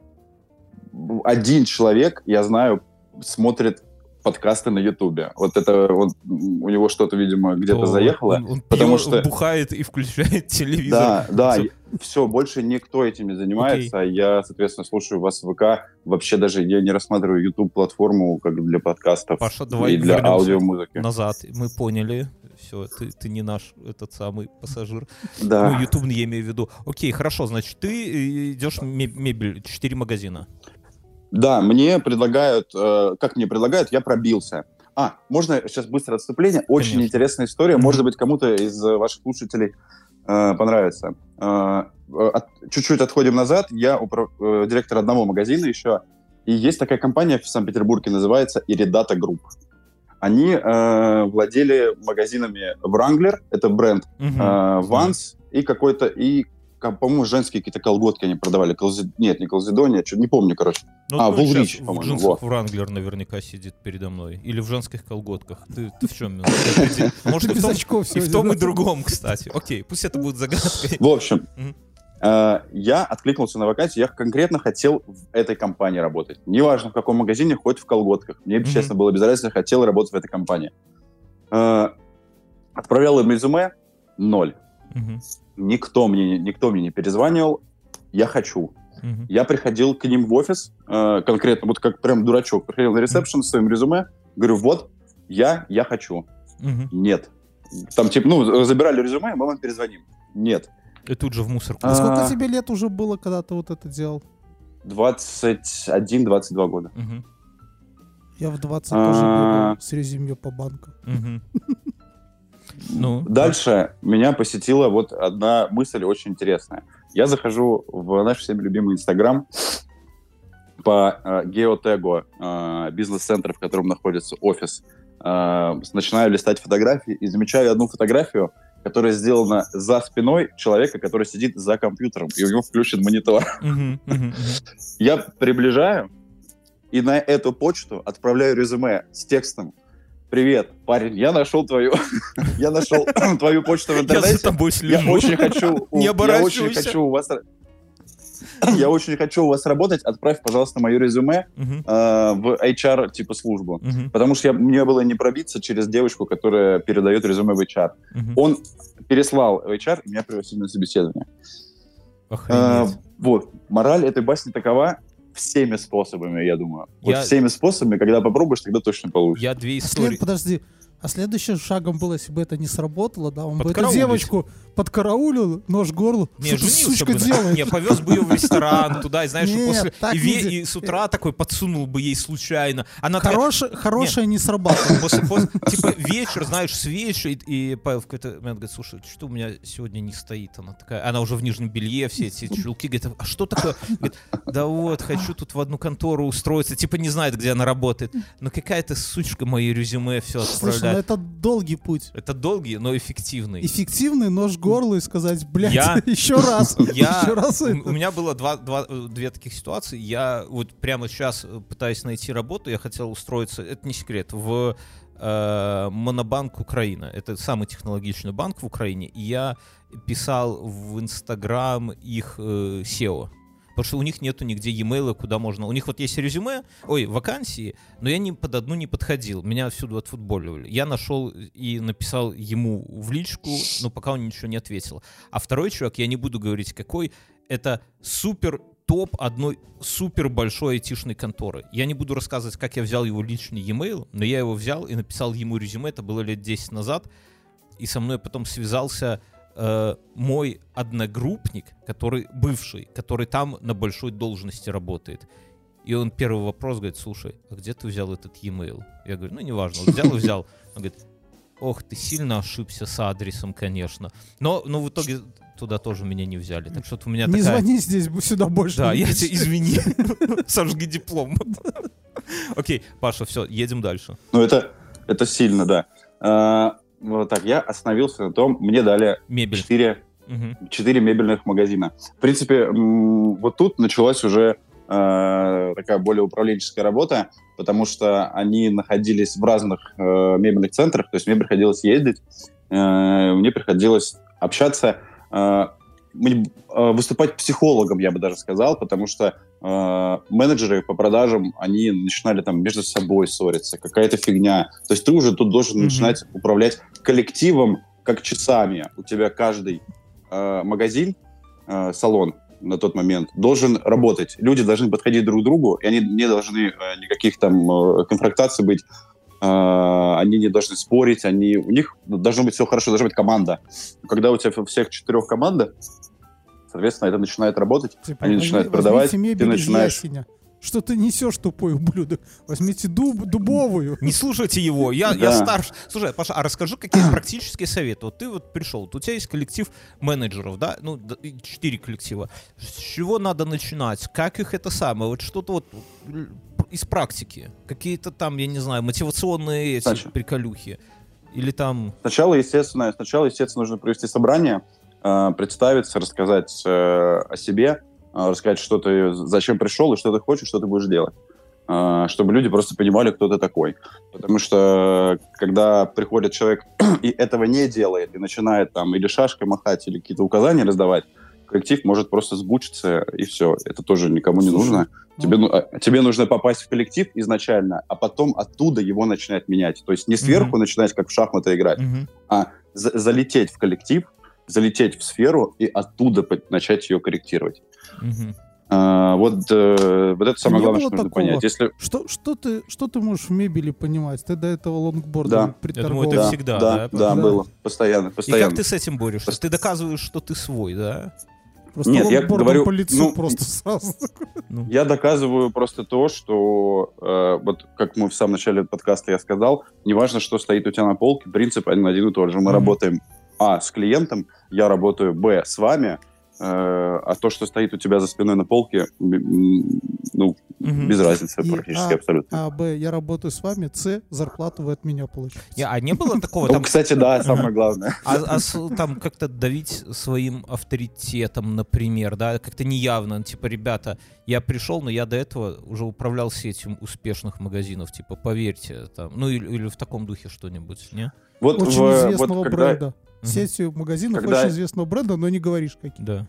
один человек, я знаю, смотрит подкасты на Ютубе. Вот это вот у него что-то, видимо, где-то То заехало. Он, он потому пьет, что бухает и включает телевизор. Да, да, Всё. я- все, больше никто этим не занимается. Я, соответственно, слушаю вас в ВК. Вообще даже я не рассматриваю YouTube-платформу как для подкастов Паша, давай и для вернемся аудиомузыки. назад. Мы поняли. Все, ты, ты не наш этот самый пассажир. Да. Ну, ютубный я имею в виду. Окей, хорошо, значит, ты идешь ме- мебель, четыре магазина. Да, мне предлагают, э, как мне предлагают, я пробился. А, можно сейчас быстрое отступление? Очень Конечно. интересная история. Мгм. Может быть, кому-то из э, ваших слушателей э, понравится. Э, э, от- чуть-чуть отходим назад. Я упра- э, директор одного магазина еще. И есть такая компания в Санкт-Петербурге, называется Iridata Group. Они э, владели магазинами Wrangler, это бренд, Мгм. э, Vans и какой-то, и, как, по-моему, женские какие-то колготки они продавали. Колзи- Нет, не Колзидония, что-то не помню, короче. Ну, А, ну, Woolrich, щас в по-моему, джинсах во. Wrangler наверняка сидит передо мной. Или в женских колготках. Ты, ты в чем? Может, и в Без том, очков и сегодня, в том, и да? другом, кстати. Окей, пусть это будет загадкой. В общем, Мгм. э, я откликнулся на вакансию, я конкретно хотел в этой компании работать. Неважно, в каком магазине, хоть в колготках. Мне, Мгм. честно, было без разницы, хотел работать в этой компании. Э, Отправлял им резюме, ноль. Мгм. Никто мне, никто мне не перезванивал. Я хочу. Мгм. Я приходил к ним в офис, э, конкретно, вот как прям дурачок, приходил на ресепшн с своим резюме, говорю, вот, я, я хочу. Мгм. Нет. Там, типа, ну, забирали резюме, мы вам перезвоним. Нет. И тут же в мусорку. А, Сколько тебе лет уже было, когда ты вот это делал? двадцать один - двадцать два года. Мгм. Я в двадцать А. тоже бегал с резюме по банкам. Мгм. Ну, Дальше меня посетила вот одна мысль очень интересная. Я захожу в наш всем любимый Инстаграм по э, геотегу э, бизнес-центра, в котором находится офис. Э, начинаю листать фотографии и замечаю одну фотографию, которая сделана за спиной человека, который сидит за компьютером, и у него включен монитор. Мгм. Мгм. Мгм. Я приближаю и на эту почту отправляю резюме с текстом: «Привет, парень, я нашел твою, я нашел твою почту в Я интернете. за тобой Я слежу. очень хочу, Не я очень оборачивайся. хочу у вас, я очень хочу у вас работать. Отправь, пожалуйста, мое резюме Мгм. э, в эйч ар типа службу». Мгм. Потому что я, мне было не пробиться через девушку, которая передает резюме в эйч ар. Мгм. Он переслал в эйч ар, и меня пригласили на собеседование. Э, Охренеть. вот, мораль этой басни такова: всеми способами, я думаю. Вот Я- всеми способами, когда попробуешь, тогда точно получишь. Я две А след- истории. Подожди, а следующим шагом было, если бы это не сработало, да, он бы эту Подкараулить. девочку подкараулил, нож к горлу. Не, Что ты, женился сучка, бы. делаешь? Не, повез бы ее в ресторан туда, и знаешь, и Нет, после... так И, ве- не де- и с утра такой подсунул бы ей случайно. Она такая, Хорошее, хорошее не срабатывает. после, после- типа вечер, знаешь, с вечера, и, и по- в какой-то момент говорит: слушай, что у меня сегодня не стоит? Она такая, она уже в нижнем белье, все эти чулки, говорит: а что такое? Говорит: да вот, хочу тут в одну контору устроиться, типа не знает, где она работает. Но какая-то сучка мои резюме все Слушай, ну отправляет. это долгий путь. Это долгий, но эффективный. Эффективный нож к горлу и сказать, блядь, Я- еще раз, Я, еще раз у, это. у меня было два, два, э, две таких ситуации. Я вот прямо сейчас э, пытаюсь найти работу. Я хотел устроиться, это не секрет, в э, Монобанк Украина. Это самый технологичный банк в Украине. И я писал в Инстаграм их э, сео. Потому что у них нету нигде e-mail, куда можно... У них вот есть резюме, ой, вакансии, но я ни под одну не подходил. Меня всюду отфутболивали. Я нашел и написал ему в личку, но пока он ничего не ответил. А второй чувак, я не буду говорить какой, это супер топ одной супер большой айтишной конторы. Я не буду рассказывать, как я взял его личный e-mail, но я его взял и написал ему резюме, это было лет десять назад, и со мной потом связался э, мой одногруппник, который бывший, который там на большой должности работает. И он первый вопрос говорит: слушай, а где ты взял этот e-mail? Я говорю: ну, неважно, вот взял и взял. Он говорит: ох, ты сильно ошибся с адресом, конечно. Но, но в итоге туда тоже меня не взяли. Так что вот у меня Не такая... звони здесь, сюда больше. Да, не я пиши. тебя извини. Сожги диплом. Окей, Паша, все, едем дальше. Ну, это, это сильно, да. А, вот так, я остановился на том, мне дали Мебель. четыре, Мгм. четыре мебельных магазина. В принципе, м, вот тут началась уже э, такая более управленческая работа, потому что они находились в разных э, мебельных центрах, то есть мне приходилось ездить, э, мне приходилось общаться, э, мне, э, выступать психологом, я бы даже сказал, потому что э, менеджеры по продажам, они начинали там между собой ссориться, какая-то фигня. То есть ты уже тут должен mm-hmm. начинать управлять коллективом, как часами. У тебя каждый э, магазин, э, салон на тот момент должен работать. Люди должны подходить друг к другу, и они не должны э, никаких там э, конфронтаций быть, э, они не должны спорить, они, у них должно быть все хорошо, должна быть команда. Когда у тебя у всех четырех команда, соответственно, это начинает работать, типа, они возьми, начинают продавать, ты начинаешь... Ясеня. Что ты несешь, тупой ублюдок? Возьмите дуб, дубовую. Не слушайте его, я, да. я старше. Слушай, Паша, а расскажи, какие практические советы. Вот ты вот пришел, вот у тебя есть коллектив менеджеров, да? Ну, четыре коллектива. С чего надо начинать? Как их это самое? Вот что-то вот из практики. Какие-то там, я не знаю, мотивационные эти Значит, приколюхи. Или там... Сначала, естественно, сначала, естественно, нужно провести собрание, э, представиться, рассказать э, о себе, рассказать, что ты, зачем пришел и что ты хочешь, что ты будешь делать. Чтобы люди просто понимали, кто ты такой. Потому что, когда приходит человек и этого не делает, и начинает там или шашкой махать, или какие-то указания раздавать, коллектив может просто сбучиться, и все. Это тоже никому не нужно. Тебе, тебе нужно попасть в коллектив изначально, а потом оттуда его начинать менять. То есть не сверху mm-hmm. начинать, как в шахматы играть, mm-hmm. а за- залететь в коллектив, залететь в сферу и оттуда начать ее корректировать. Угу. А, вот, э, вот это самое главное, что нужно такого? понять. Если... Что, что, ты, что ты можешь в мебели понимать? Ты до этого лонгборда да. приторговал. Я думаю, это всегда, да? Да, да, да, было. Постоянно, постоянно. И как ты с этим борешься? Пост... Ты доказываешь, что ты свой, да? Просто Нет, я говорю, по лицу ну, просто сразу. Я доказываю просто то, что, э, вот как мы в самом начале подкаста я сказал, неважно, что стоит у тебя на полке, принцип один и тот же. Мы mm-hmm. работаем, а, с клиентом, я работаю, б, с вами, а то, что стоит у тебя за спиной на полке, ну, mm-hmm. без разницы и, практически а, абсолютно. А, Б, я работаю с вами, С, зарплату вы от меня получаете. Не, а не было такого там... там... Ну, кстати, да, самое главное. А, а с, там как-то давить своим авторитетом, например, да, как-то неявно, типа, ребята, я пришел, но я до этого уже управлял сетью успешных магазинов, типа, поверьте, там, ну, или, или в таком духе что-нибудь, не? Вот очень в, известного вот когда... бренда. Uh-huh. Сетью магазинов когда... очень известного бренда, но не говоришь, какие. Да.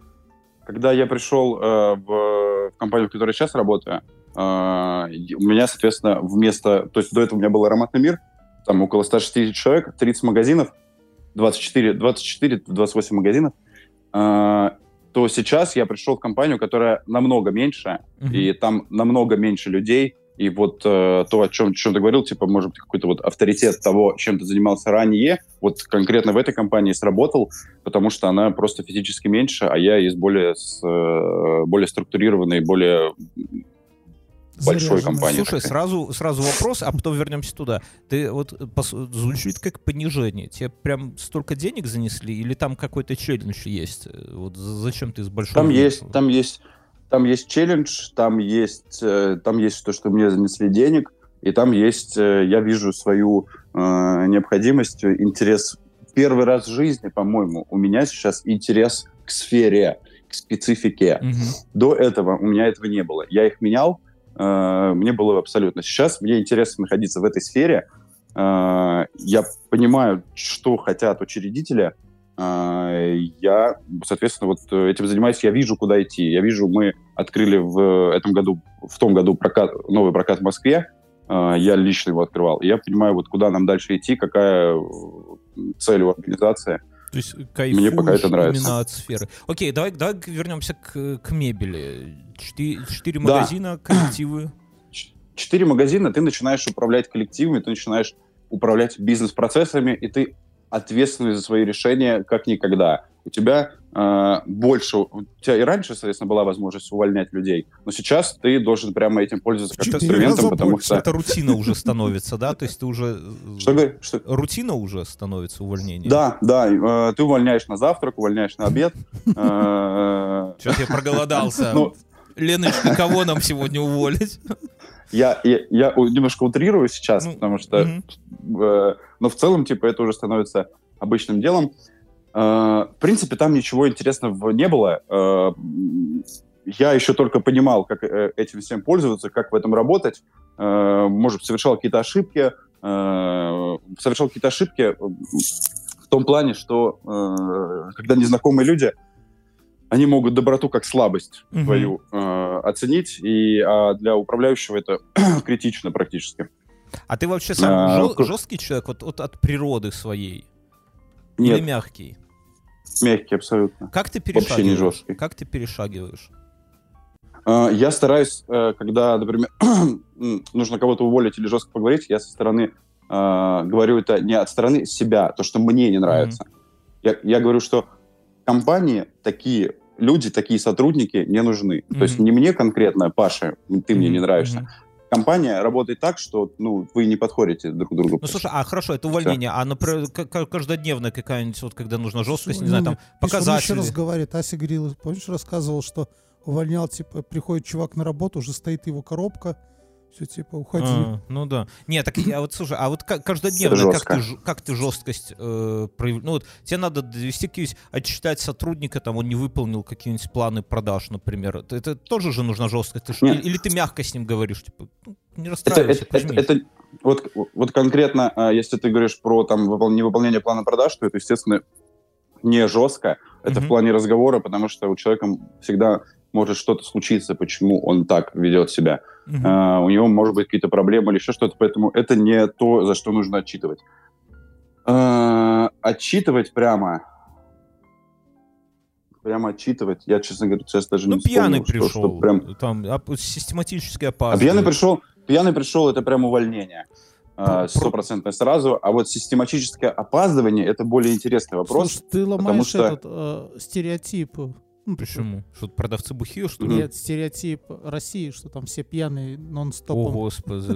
Когда я пришел э, в, в компанию, в которой я сейчас работаю, э, у меня, соответственно, вместо... То есть до этого у меня был «Ароматный мир», там около сто шестьдесят человек, тридцать магазинов, двадцать четыре, двадцать четыре, двадцать восемь магазинов, э, то сейчас я пришел в компанию, которая намного меньше, uh-huh. и там намного меньше людей. И вот э, то, о чем, чем ты говорил, типа, может быть, какой-то вот авторитет того, чем ты занимался ранее, вот конкретно в этой компании сработал, потому что она просто физически меньше, а я из более, с, э, более структурированной, более большой компании. Слушай, сразу, сразу вопрос, а потом вернемся туда. Ты вот пос- звучит как понижение. Тебе прям столько денег занесли, или там какой-то челлендж есть? Вот зачем ты из большого... Там есть, там есть... Там есть челлендж, там есть, э, там есть то, что мне занесли денег, и там есть, э, я вижу свою э, необходимость, интерес. Первый раз в жизни, по-моему, у меня сейчас интерес к сфере, к специфике. Mm-hmm. До этого у меня этого не было. Я их менял, э, мне было абсолютно. Сейчас мне интересно находиться в этой сфере. Э, я понимаю, что хотят учредители. Я, соответственно, вот этим занимаюсь, я вижу, куда идти. Я вижу, мы открыли в этом году, в том году прокат, новый прокат в Москве, я лично его открывал. И я понимаю, вот куда нам дальше идти, какая цель у организации. То есть кайфуешь Мне пока это нравится. Именно от сферы. Окей, давай, давай вернемся к, к мебели. Четыре, четыре магазина, да. Коллективы. Четыре магазина, ты начинаешь управлять коллективами, ты начинаешь управлять бизнес-процессами, и ты ответственный за свои решения как никогда. У тебя э, больше... У тебя и раньше, соответственно, была возможность увольнять людей, но сейчас ты должен прямо этим пользоваться как инструментом, потому что... Это рутина уже становится, да? То есть ты уже... Что говоришь? Что? Рутина уже становится увольнение. Да, да. Э, ты увольняешь на завтрак, увольняешь на обед. Что-то я проголодался. Леночка, кого нам сегодня уволить? Я, я, я немножко утрирую сейчас, ну, потому что... Mm-hmm. Э, но в целом, типа, это уже становится обычным делом. Э, в принципе, там ничего интересного не было. Э, я еще только понимал, как э, этим всем пользоваться, как в этом работать. Э, может, совершал какие-то ошибки. Э, совершал какие-то ошибки в том плане, что э, когда незнакомые люди, они могут доброту как слабость mm-hmm. твою э, оценить, и а для управляющего это критично практически. А ты вообще сам а, жё- жесткий человек вот, вот от природы своей? Нет. Или мягкий? Мягкий, абсолютно. Как ты перешагиваешь? Вообще не жесткий. Как ты перешагиваешь? А, я стараюсь, когда, например, нужно кого-то уволить или жестко поговорить, я со стороны а, говорю это не от стороны себя, то, что мне не нравится. Mm-hmm. Я, я говорю, что компании такие люди, такие сотрудники не нужны. Mm-hmm. То есть не мне конкретно, Паша, ты mm-hmm. мне не нравишься. Mm-hmm. Компания работает так, что ну, вы не подходите друг к другу. Ну, слушай, а хорошо, это увольнение, Все. А, например, каждодневная какая-нибудь, вот, когда нужна жесткость, не знаю, там, показатели. Он еще раз говорит, Ася говорила, помнишь, рассказывал, что увольнял, типа, приходит чувак на работу, уже стоит его коробка, все, типа, уходи. А, ну да. Нет, так я вот, слушай, а вот каждодневно как ты, как ты жесткость э, проявляешь? Ну вот тебе надо довести какие-нибудь, отчитать сотрудника, там, он не выполнил какие-нибудь планы продаж, например. Это, это тоже же нужна жесткость? Ты, или, или ты мягко с ним говоришь, типа, ну, не расстраивайся, это, это, это, это вот, вот конкретно, если ты говоришь про там невыполнение плана продаж, то это, естественно, не жестко. Это mm-hmm. в плане разговора, потому что у человека всегда может что-то случиться, почему он так ведет себя. Uh-huh. Uh, у него может быть какие-то проблемы или еще что-то, поэтому это не то, за что нужно отчитывать. Uh, отчитывать прямо... Прямо отчитывать, я, честно говоря, сейчас даже ну, не вспомнил. Ну, пьяный пришел, что, что прям... там, систематически опаздывает. А пьяный пришел, пьяный пришел, это прям увольнение. Стопроцентное uh, сразу. А вот систематическое опаздывание, это более интересный вопрос. Слушай, ты ломаешь что... этот э, стереотип. Почему? Что продавцы бухие, что ли? Нет, стереотип России, что там все пьяные нон-стопом. О, господи.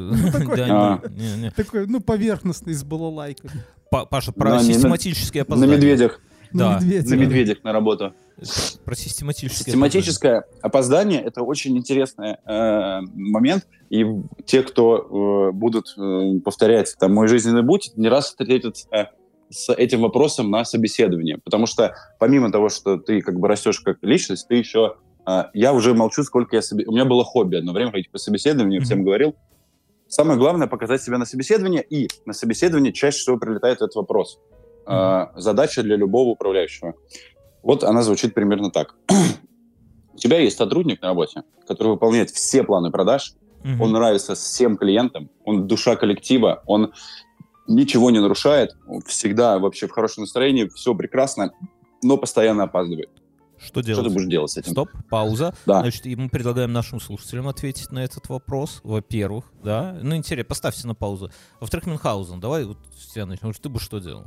Такой, ну, поверхностный, с балалайками. Паша, про систематические опоздания. На медведях. Да. На медведях на работу. Про систематическое Систематическое опоздание — это очень интересный момент. И те, кто будут повторять там мой жизненный путь, не раз встретятся с этим вопросом на собеседовании. Потому что помимо того, что ты как бы растешь как личность, ты еще... Э, я уже молчу, сколько я... Себе... У меня было хобби одно время ходить по собеседованию, mm-hmm. всем говорил. Самое главное — показать себя на собеседовании, и на собеседовании чаще всего прилетает этот вопрос. Mm-hmm. Э, задача для любого управляющего. Вот она звучит примерно так. У тебя есть сотрудник на работе, который выполняет все планы продаж, mm-hmm. он нравится всем клиентам, он душа коллектива, он... ничего не нарушает, всегда вообще в хорошем настроении, все прекрасно, но постоянно опаздывает. Что делать? Что ты будешь делать с этим? Стоп, пауза. Да. Значит, и мы предлагаем нашим слушателям ответить на этот вопрос, во-первых, да. Ну, интересно, поставьте на паузу. Во-вторых, Мюнхгаузен, давай вот с тебя начнем. Ты бы что делал?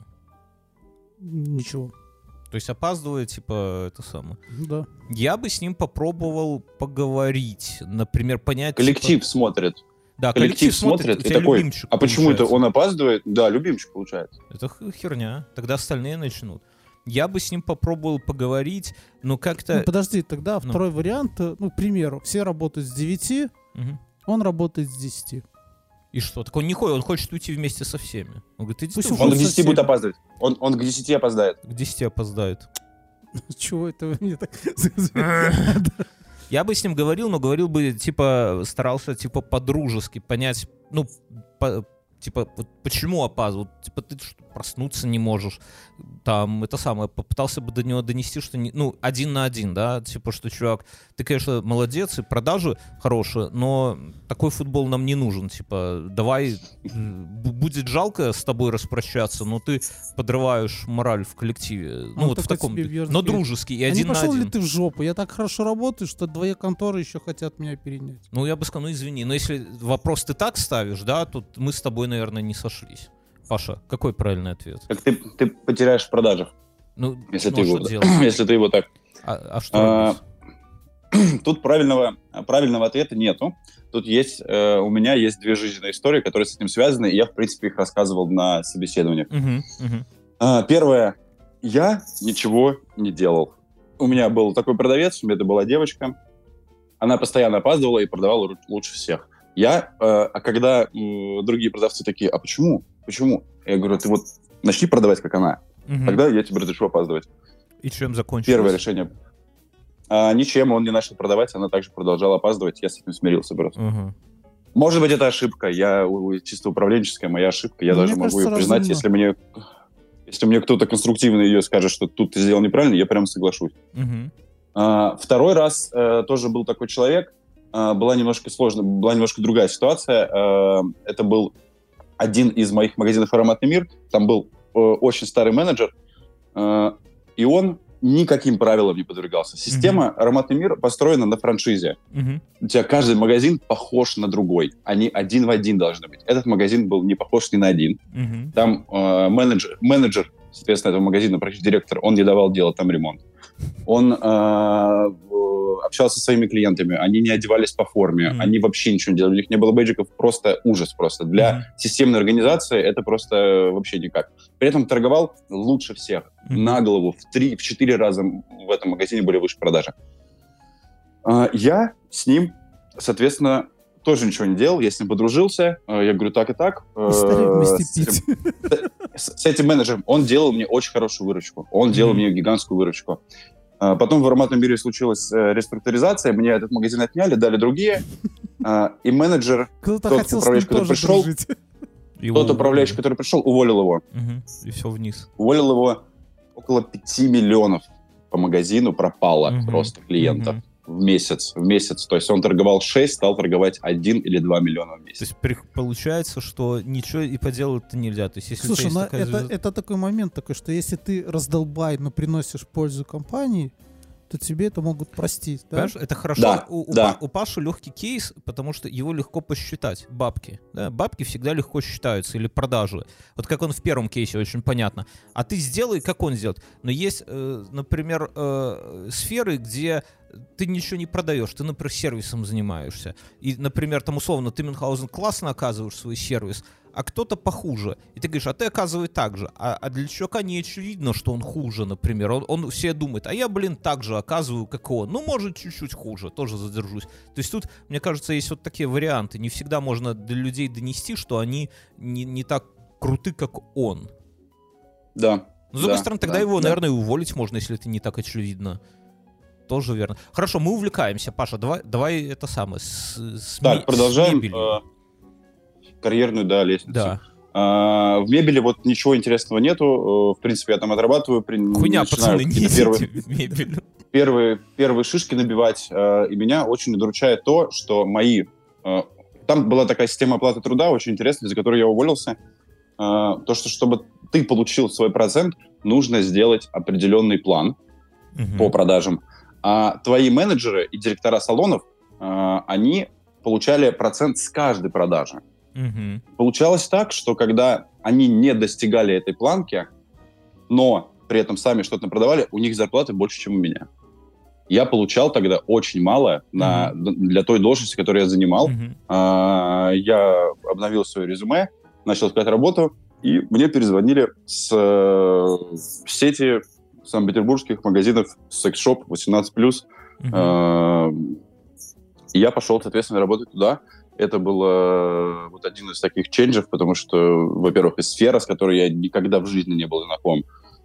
Ничего. То есть опаздывает, типа, это самое. Да. Я бы с ним попробовал поговорить, например, понять... Коллектив типа... смотрит. Да, коллектив, коллектив смотрит, смотрит и такой, а почему это он опаздывает? Да, любимчик получается. Это херня. Тогда остальные начнут. Я бы с ним попробовал поговорить, но как-то... Ну, подожди, тогда ну. второй вариант, ну, к примеру, все работают с девяти, угу. он работает с десяти. И что? Так он не ходит, он хочет уйти вместе со всеми. Он говорит, иди. Он к десяти будет опаздывать. Он, он к десяти опоздает. К десяти опоздает. Чего это вы мне так... Я бы с ним говорил, но говорил бы, типа, старался, типа, по-дружески понять, ну, по, типа, вот почему опаздывал? Типа, ты что, проснуться не можешь. Там, это самое, попытался бы до него донести, что, не, ну, один на один, да, типа, что, чувак, ты, конечно, молодец, и продажи хорошие, но такой футбол нам не нужен, типа, давай, будет жалко с тобой распрощаться, но ты подрываешь мораль в коллективе, ну, он вот в таком, но дружеский, и а один на один. А не пошел ли ты в жопу? Я так хорошо работаю, что две конторы еще хотят меня перенять. Ну, я бы сказал, ну, извини, но если вопрос ты так ставишь, да, то мы с тобой, наверное, не сошлись. Паша, какой правильный ответ? Так ты, ты потеряешь в продажах, ну, если, ну, ты его, если ты его так... А, а что а, Тут правильного, правильного ответа нету. Тут есть, э, у меня есть две жизненные истории, которые с этим связаны, и я, в принципе, их рассказывал на собеседованиях. Uh-huh, uh-huh. А, первое. Я ничего не делал. У меня был такой продавец, у меня это была девочка. Она постоянно опаздывала и продавала лучше всех. Я, э, а когда э, другие продавцы такие, а почему? Почему? Я говорю, ты вот начни продавать, как она. Угу. Тогда я тебе разрешу опаздывать. И чем закончилось? Первое решение. А, ничем он не начал продавать, она также продолжала опаздывать, я с этим смирился просто. Угу. Может быть, это ошибка, я чисто управленческая моя ошибка, я Мне даже могу кажется, ее признать, разумно. если мне, если мне кто-то конструктивно ее скажет, что тут ты сделал неправильно, я прям соглашусь. Угу. А, второй раз а, тоже был такой человек, а, была немножко сложная, была немножко другая ситуация, а, это был один из моих магазинов «Ароматный мир», там был а, очень старый менеджер, а, и он никаким правилам не подвергался. Система mm-hmm. «Ароматный мир» построена на франшизе. Mm-hmm. У тебя каждый магазин похож на другой. Они один в один должны быть. Этот магазин был не похож ни на один. Mm-hmm. Там э, менеджер, менеджер, соответственно, этого магазина, практически директор, он не давал делать там ремонт. Он э, общался со своими клиентами, они не одевались по форме, mm-hmm. они вообще ничего не делали, у них не было бейджиков, просто ужас просто. Для mm-hmm. системной организации это просто вообще никак. При этом торговал лучше всех, mm-hmm. на голову, в три, в четыре раза в этом магазине были выше продажи. Э, я с ним, соответственно, тоже ничего не делал, я с ним подружился, э, я говорю так и так. Э, с, этим, с, с этим менеджером он делал мне очень хорошую выручку, он mm-hmm. делал мне гигантскую выручку. Потом в «Ароматном мире» случилась э, реструктуризация, мне этот магазин отняли, дали другие, э, и менеджер, Кто-то тот управляющий, который пришел, дружить. тот управляющий, который пришел, уволил его. Угу. И все вниз. Уволил его, около пяти миллионов по магазину пропало угу. просто клиентов. Угу. В месяц, в месяц. То есть он торговал шесть, стал торговать один или два миллиона в месяц. То есть при, получается, что ничего и поделать-то нельзя. То есть, если Слушай, есть ну такая это, звезда... это такой момент такой, что если ты раздолбай, но приносишь пользу компании, то тебе это могут простить. Да? Понимаешь, это хорошо. Да, у, да. у, у Паши легкий кейс, потому что его легко посчитать. Бабки. Да? Бабки всегда легко считаются, или продажи. Вот как он в первом кейсе, очень понятно. А ты сделай, как он сделает. Но есть, э, например, э, сферы, где ты ничего не продаешь, ты, например, сервисом занимаешься. И, например, там условно ты, Мюнхгаузен, классно оказываешь свой сервис, а кто-то похуже. И ты говоришь, а ты оказывай так же. А, а для чувака не очевидно, что он хуже, например. Он, он все думает, а я, блин, так же оказываю, как он. Ну, может, чуть-чуть хуже, тоже задержусь. То есть тут, мне кажется, есть вот такие варианты. Не всегда можно для людей донести, что они не, не так круты, как он. Да. Но, с другой да, стороны, тогда да, его, да. наверное, и уволить можно, если это не так очевидно. Тоже верно. Хорошо, мы увлекаемся. Паша, давай, давай это самое. С, с так, ме- продолжаем. С мебелью. Карьерную, да, лестницу. Да. А, в мебели вот ничего интересного нету. В принципе, я там отрабатываю. При... Хуйня, начинаю пацаны, не идите первые, в мебель. Первые, первые шишки набивать. И меня очень удручает то, что мои... Там была такая система оплаты труда, очень интересная, за которую я уволился. То, что чтобы ты получил свой процент, нужно сделать определенный план угу. по продажам. А твои менеджеры и директора салонов, они получали процент с каждой продажи. Угу. Получалось так, что когда они не достигали этой планки, но при этом сами что-то продавали, у них зарплаты больше, чем у меня. Я получал тогда очень мало на, mm-hmm. для той должности, которую я занимал. Mm-hmm. А, я обновил свое резюме, начал искать работу, и мне перезвонили с, с сети санкт-петербургских магазинов секс-шоп восемнадцать плюс. Mm-hmm. А, и я пошел, соответственно, работать туда. Это был э, вот один из таких ченджев, потому что, во-первых, из сферы, с которой я никогда в жизни не был знаком.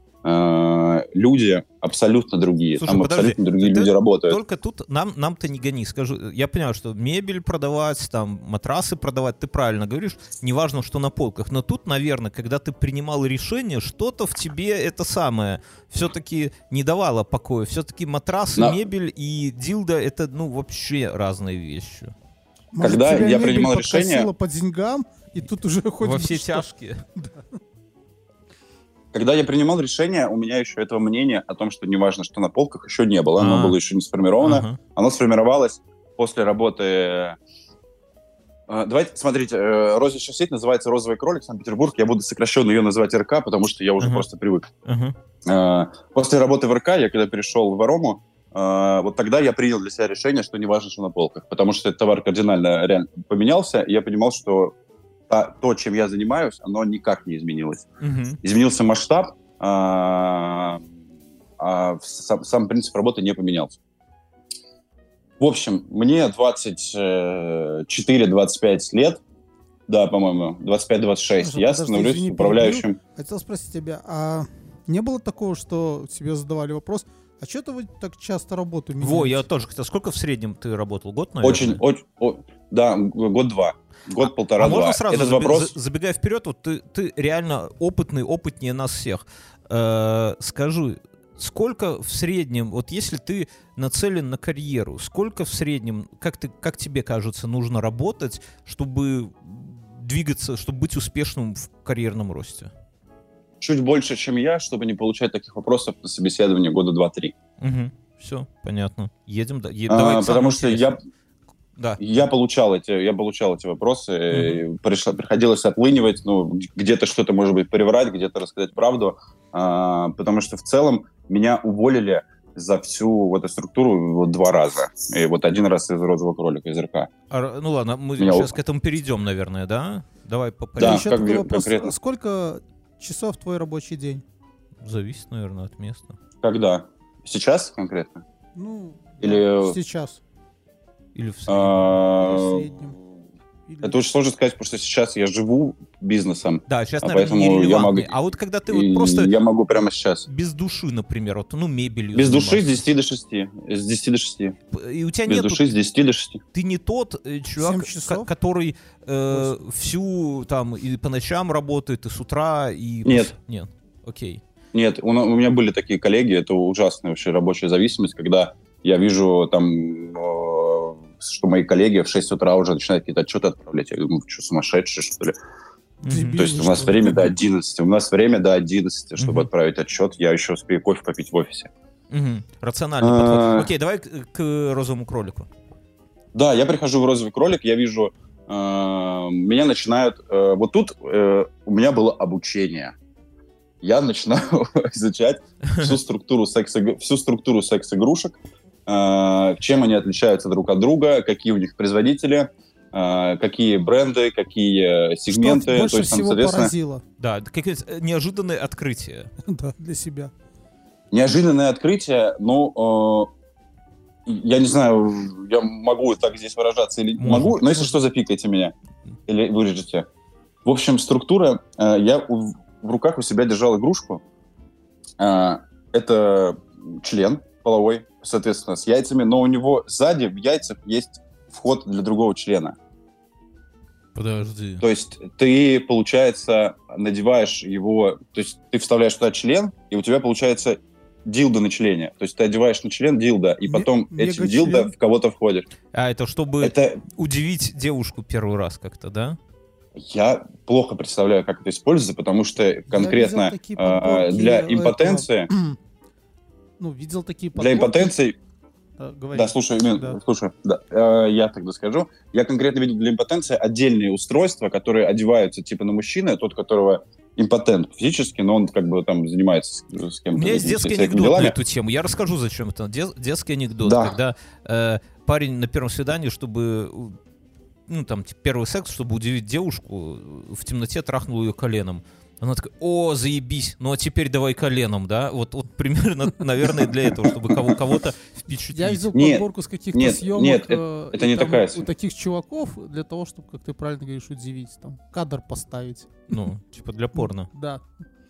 Э, люди абсолютно другие. Слушай, там подожди, абсолютно другие ты, люди работают. Только тут нам, нам-то не гони. Скажу, я понимаю, что мебель продавать, там, матрасы продавать, ты правильно говоришь, неважно, что на полках. Но тут, наверное, когда ты принимал решение, что-то в тебе это самое все-таки не давало покоя. Все-таки матрасы, Но... мебель и дилдо — это, ну, вообще разные вещи. Может, когда я принимал решение... по деньгам, и тут уже хоть во бы все что. тяжкие. Когда я принимал решение, у меня еще этого мнения о том, что неважно, что на полках, еще не было. Оно А-а-а. было еще не сформировано. Ага. Оно сформировалось после работы... Давайте, смотрите, розничная сеть называется «Розовый кролик» Санкт-Петербург. Я буду сокращенно ее называть эр ка, потому что я уже uh-huh. просто привык. Uh-huh. После работы в эр ка, я когда перешел в Арому, Uh, вот тогда я принял для себя решение, что не важно, что на полках, потому что этот товар кардинально реально поменялся, и я понимал, что та, то, чем я занимаюсь, оно никак не изменилось. Uh-huh. Изменился масштаб, а, а сам, сам принцип работы не поменялся. В общем, мне двадцать четыре - двадцать пять лет, да, по-моему, двадцать пять - двадцать шесть, Слушай, я подожди, становлюсь извини, управляющим. Перебью. Хотел спросить тебя, а не было такого, что тебе задавали вопрос, А что-то вы так часто работу меняете? Во, я тоже хотел. Сколько в среднем ты работал? Год, наверное? Очень, очень, о, да, год-два. Год-полтора-два. А можно сразу, Этот заби- вопрос... за- забегая вперед, вот ты, ты реально опытный, опытнее нас всех. Э, скажи, сколько в среднем, вот если ты нацелен на карьеру, сколько в среднем, как, ты, как тебе кажется, нужно работать, чтобы двигаться, чтобы быть успешным в карьерном росте? Чуть больше, чем я, чтобы не получать таких вопросов на собеседовании года два-три. Угу. Все, понятно. Едем. Да, е- А, давай к потому самому что я, интересному. Да. я, получал эти, я получал эти вопросы, Мгм. и пришло- приходилось отлынивать, ну, где-то что-то, может быть, приврать, где-то рассказать правду, а, потому что в целом меня уволили за всю вот эту структуру вот два раза. И вот один раз из розового кролика, из РК. А, ну ладно, мы Меня сейчас у- к этому перейдем, наверное, да? Давай по Да, порядку. Еще как такой бы вопрос. конкретно. Сколько часов твой рабочий день? Зависит, наверное, от места. Когда? Сейчас конкретно? Ну, Или- да, сейчас. Или в среднем. А, в среднем. Или- Это очень сложно сказать, потому что сейчас я живу бизнесом, Да, сейчас, а наверное, поэтому я нерелевантный. могу- А вот когда ты и вот просто я могу прямо сейчас. без души, например, вот, ну, мебелью Без души с занимаешься, десяти до шести. С десяти до шести. и у тебя Без нет, души с десяти до шести. ты не тот э, чувак, Семь часов? ко- который э, всю там и по ночам работает, и с утра, и... Нет. Нет, окей. Нет, у, на- у меня были такие коллеги, это ужасная вообще рабочая зависимость, когда я вижу там, э, что мои коллеги в шесть утра уже начинают какие-то отчеты отправлять. Я думаю, что, сумасшедшие, что ли? Мгм. Дебил. То есть у нас что ли? время до одиннадцати. У нас время до одиннадцати, чтобы Мгм. отправить отчет. Я еще успею кофе попить в офисе. Мгм. Рациональный А. подход. Окей, давай к, к розовому кролику. Да, я прихожу в розовый кролик, я вижу, э, меня начинают... э, вот тут э, у меня было обучение. Я начинаю изучать всю структуру секс всю структуру секс-игрушек, э, чем они отличаются друг от друга, какие у них производители, э, какие бренды, какие сегменты. Что больше То есть, там, всего соответственно, поразило Да, это какие-то э, неожиданные открытия. да, для себя? неожиданное открытие, ну, э, я не знаю, я могу так здесь выражаться или не Можно. могу, но если что, запикайте меня или вырежете. В общем, структура, э, я у- в руках у себя держал игрушку. Э, это член половой, соответственно, с яйцами, но у него сзади в яйцах есть вход для другого члена. Подожди. То есть ты, получается, надеваешь его, то есть ты вставляешь туда член, и у тебя получается дилдо на члене. То есть ты одеваешь на член дилдо, и Ме- потом этим мега-член. дилдо в кого-то входит. А это чтобы Это удивить девушку первый раз как-то, да? я плохо представляю, как это используется, потому что конкретно Я видел такие э, подборки, для э, импотенции, этого, Ну, видел такие для подборки. импотенции, Да, говори. да, слушай, Мин, Да. слушай, да, э, я тогда скажу, я конкретно видел для импотенции отдельные устройства, которые одеваются типа на мужчину, тот, которого импотент физически, но он как бы там занимается с, с кем-то. У меня есть с- детский всякими анекдот делами. на эту тему. Я расскажу, зачем это. Дет- детский анекдот, Да. когда э, парень на первом свидании, чтобы, у- ну, там, типа, первый секс, чтобы удивить девушку, в темноте трахнул ее коленом. Она такая: о, заебись, ну а теперь давай коленом, да? Вот, вот примерно, наверное, для этого, чтобы кого- кого-то впечатлить. Я видел Нет, подборку с каких-то нет, съемок. нет, э, это и не там такая У съемка. таких чуваков, для того, чтобы, как ты правильно говоришь, удивить, там, кадр поставить. Ну, типа для порно. Да.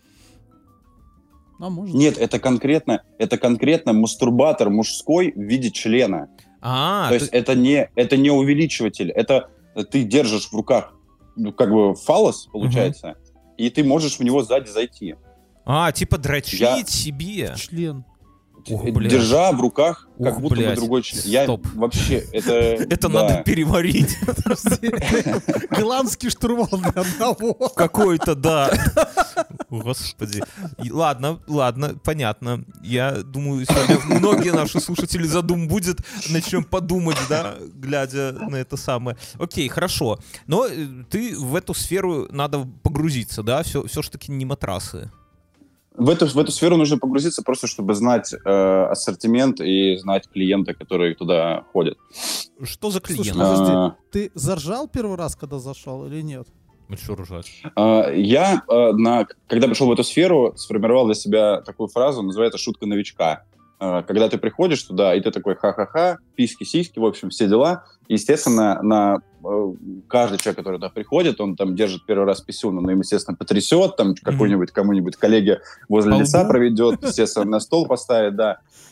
А может. Нет, это конкретно, это конкретно мастурбатор мужской в виде члена. А, То ты- есть это не, это не увеличиватель, это ты держишь в руках, ну, как бы фалос, получается, и ты можешь в него сзади зайти. а, типа дрочить Я- себе. Член. Ох, Э, блядь. Держа в руках, как Ох, будто блядь. бы другой член. Я Стоп. вообще, это... Это да. надо переварить. Голландский штурвал для одного. Какой-то, да. Господи. И ладно, ладно, понятно. Я думаю, сегодня многие наши слушатели задум будет, начнем подумать, да, глядя на это самое. Окей, хорошо. Но э, ты в эту сферу надо погрузиться, да? Все, все ж таки не матрасы. В эту, в эту сферу нужно погрузиться просто, чтобы знать э, ассортимент и знать клиента, которые туда ходят. Что за Слушай, клиент? ну, Подожди. А, Ты заржал первый раз, когда зашел, или нет? Ну что ржать? а, я, э, на, когда пришел в эту сферу, сформировал для себя такую фразу, называется «шутка новичка». Э, когда ты приходишь туда, и ты такой ха-ха-ха, письки-сиськи, в общем, все дела. Естественно, на э, каждый человек, который туда приходит, он там держит первый раз писюн, он им, естественно, потрясет, там какой-нибудь, кому-нибудь коллеге возле По лица лбу? проведет, естественно, на стол поставит, да.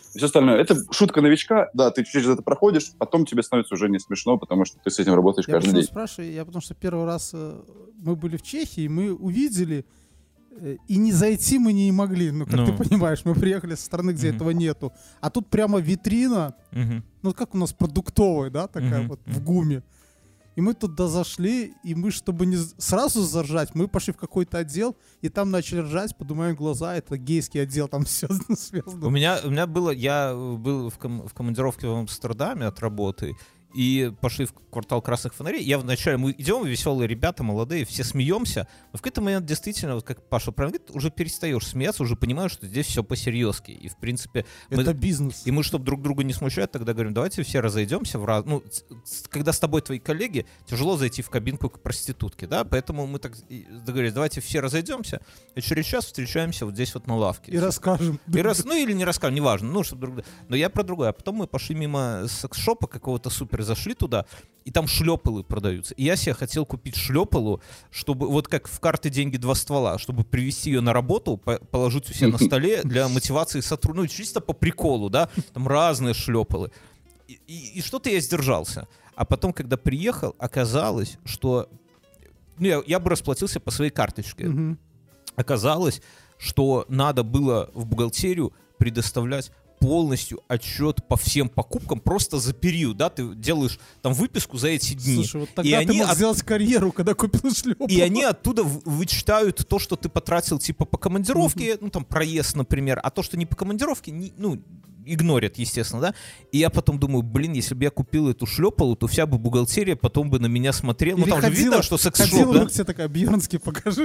Все остальное. Это шутка новичка, да, ты через это проходишь, потом тебе становится уже не смешно, потому что ты с этим работаешь я каждый день. Спрашиваю, я потому что первый раз э, мы были в Чехии, мы увидели, э, и не зайти мы не могли. Ну, как ну. ты понимаешь, мы приехали со страны, где mm-hmm. этого нету. А тут прямо витрина, mm-hmm. ну, как у нас продуктовая, да, такая mm-hmm. вот в ГУМе. И мы туда зашли, и мы, чтобы не сразу заржать, мы пошли в какой-то отдел, и там начали ржать, поднимаем глаза, это гейский отдел, там все связано. У меня, у меня было, я был в, ком, в командировке в Амстердаме от работы, и пошли в квартал красных фонарей. Я вначале, мы идем, веселые ребята, молодые, все смеемся, но в какой-то момент действительно, вот как Паша правильно говорит, уже перестаешь смеяться, уже понимаешь, что здесь все по-серьезки. И в принципе... Это мы, бизнес. И мы, чтобы друг друга не смущать, тогда говорим, давайте все разойдемся в раз... Ну, когда с тобой твои коллеги, тяжело зайти в кабинку к проститутке, да, поэтому мы так договорились, давайте все разойдемся, и через час встречаемся вот здесь вот на лавке. И все. Расскажем. И рас... Ну или не расскажем, неважно, ну, чтобы друг... Но я про другое. А потом мы пошли мимо секс-шопа какого-то супер, зашли туда, и там шлепалы продаются. И я себе хотел купить шлепалу, чтобы, вот как в карты деньги два ствола, чтобы привезти ее на работу, по- положить у себя на столе для мотивации сотрудников, ну, чисто по приколу, да, там разные шлепалы. И, и, и что-то я сдержался. А потом, когда приехал, оказалось, что... Ну, я, я бы расплатился по своей карточке. Mm-hmm. Оказалось, что надо было в бухгалтерию предоставлять полностью отчет по всем покупкам просто за период, да, ты делаешь там выписку за эти дни. Слушай, вот тогда и ты они мог от... сделать карьеру, когда купил шлепу. И они оттуда вычитают то, что ты потратил типа по командировке, mm-hmm. ну там проезд, например, а то, что не по командировке, не, ну, игнорят, естественно, да. И я потом думаю, блин, если бы я купил эту шлепалу, то вся бы бухгалтерия потом бы на меня смотрела. Или ну там ходила, же видно, что секс-шоп, ходила да? бы к тебе такая, Бьернский, покажи.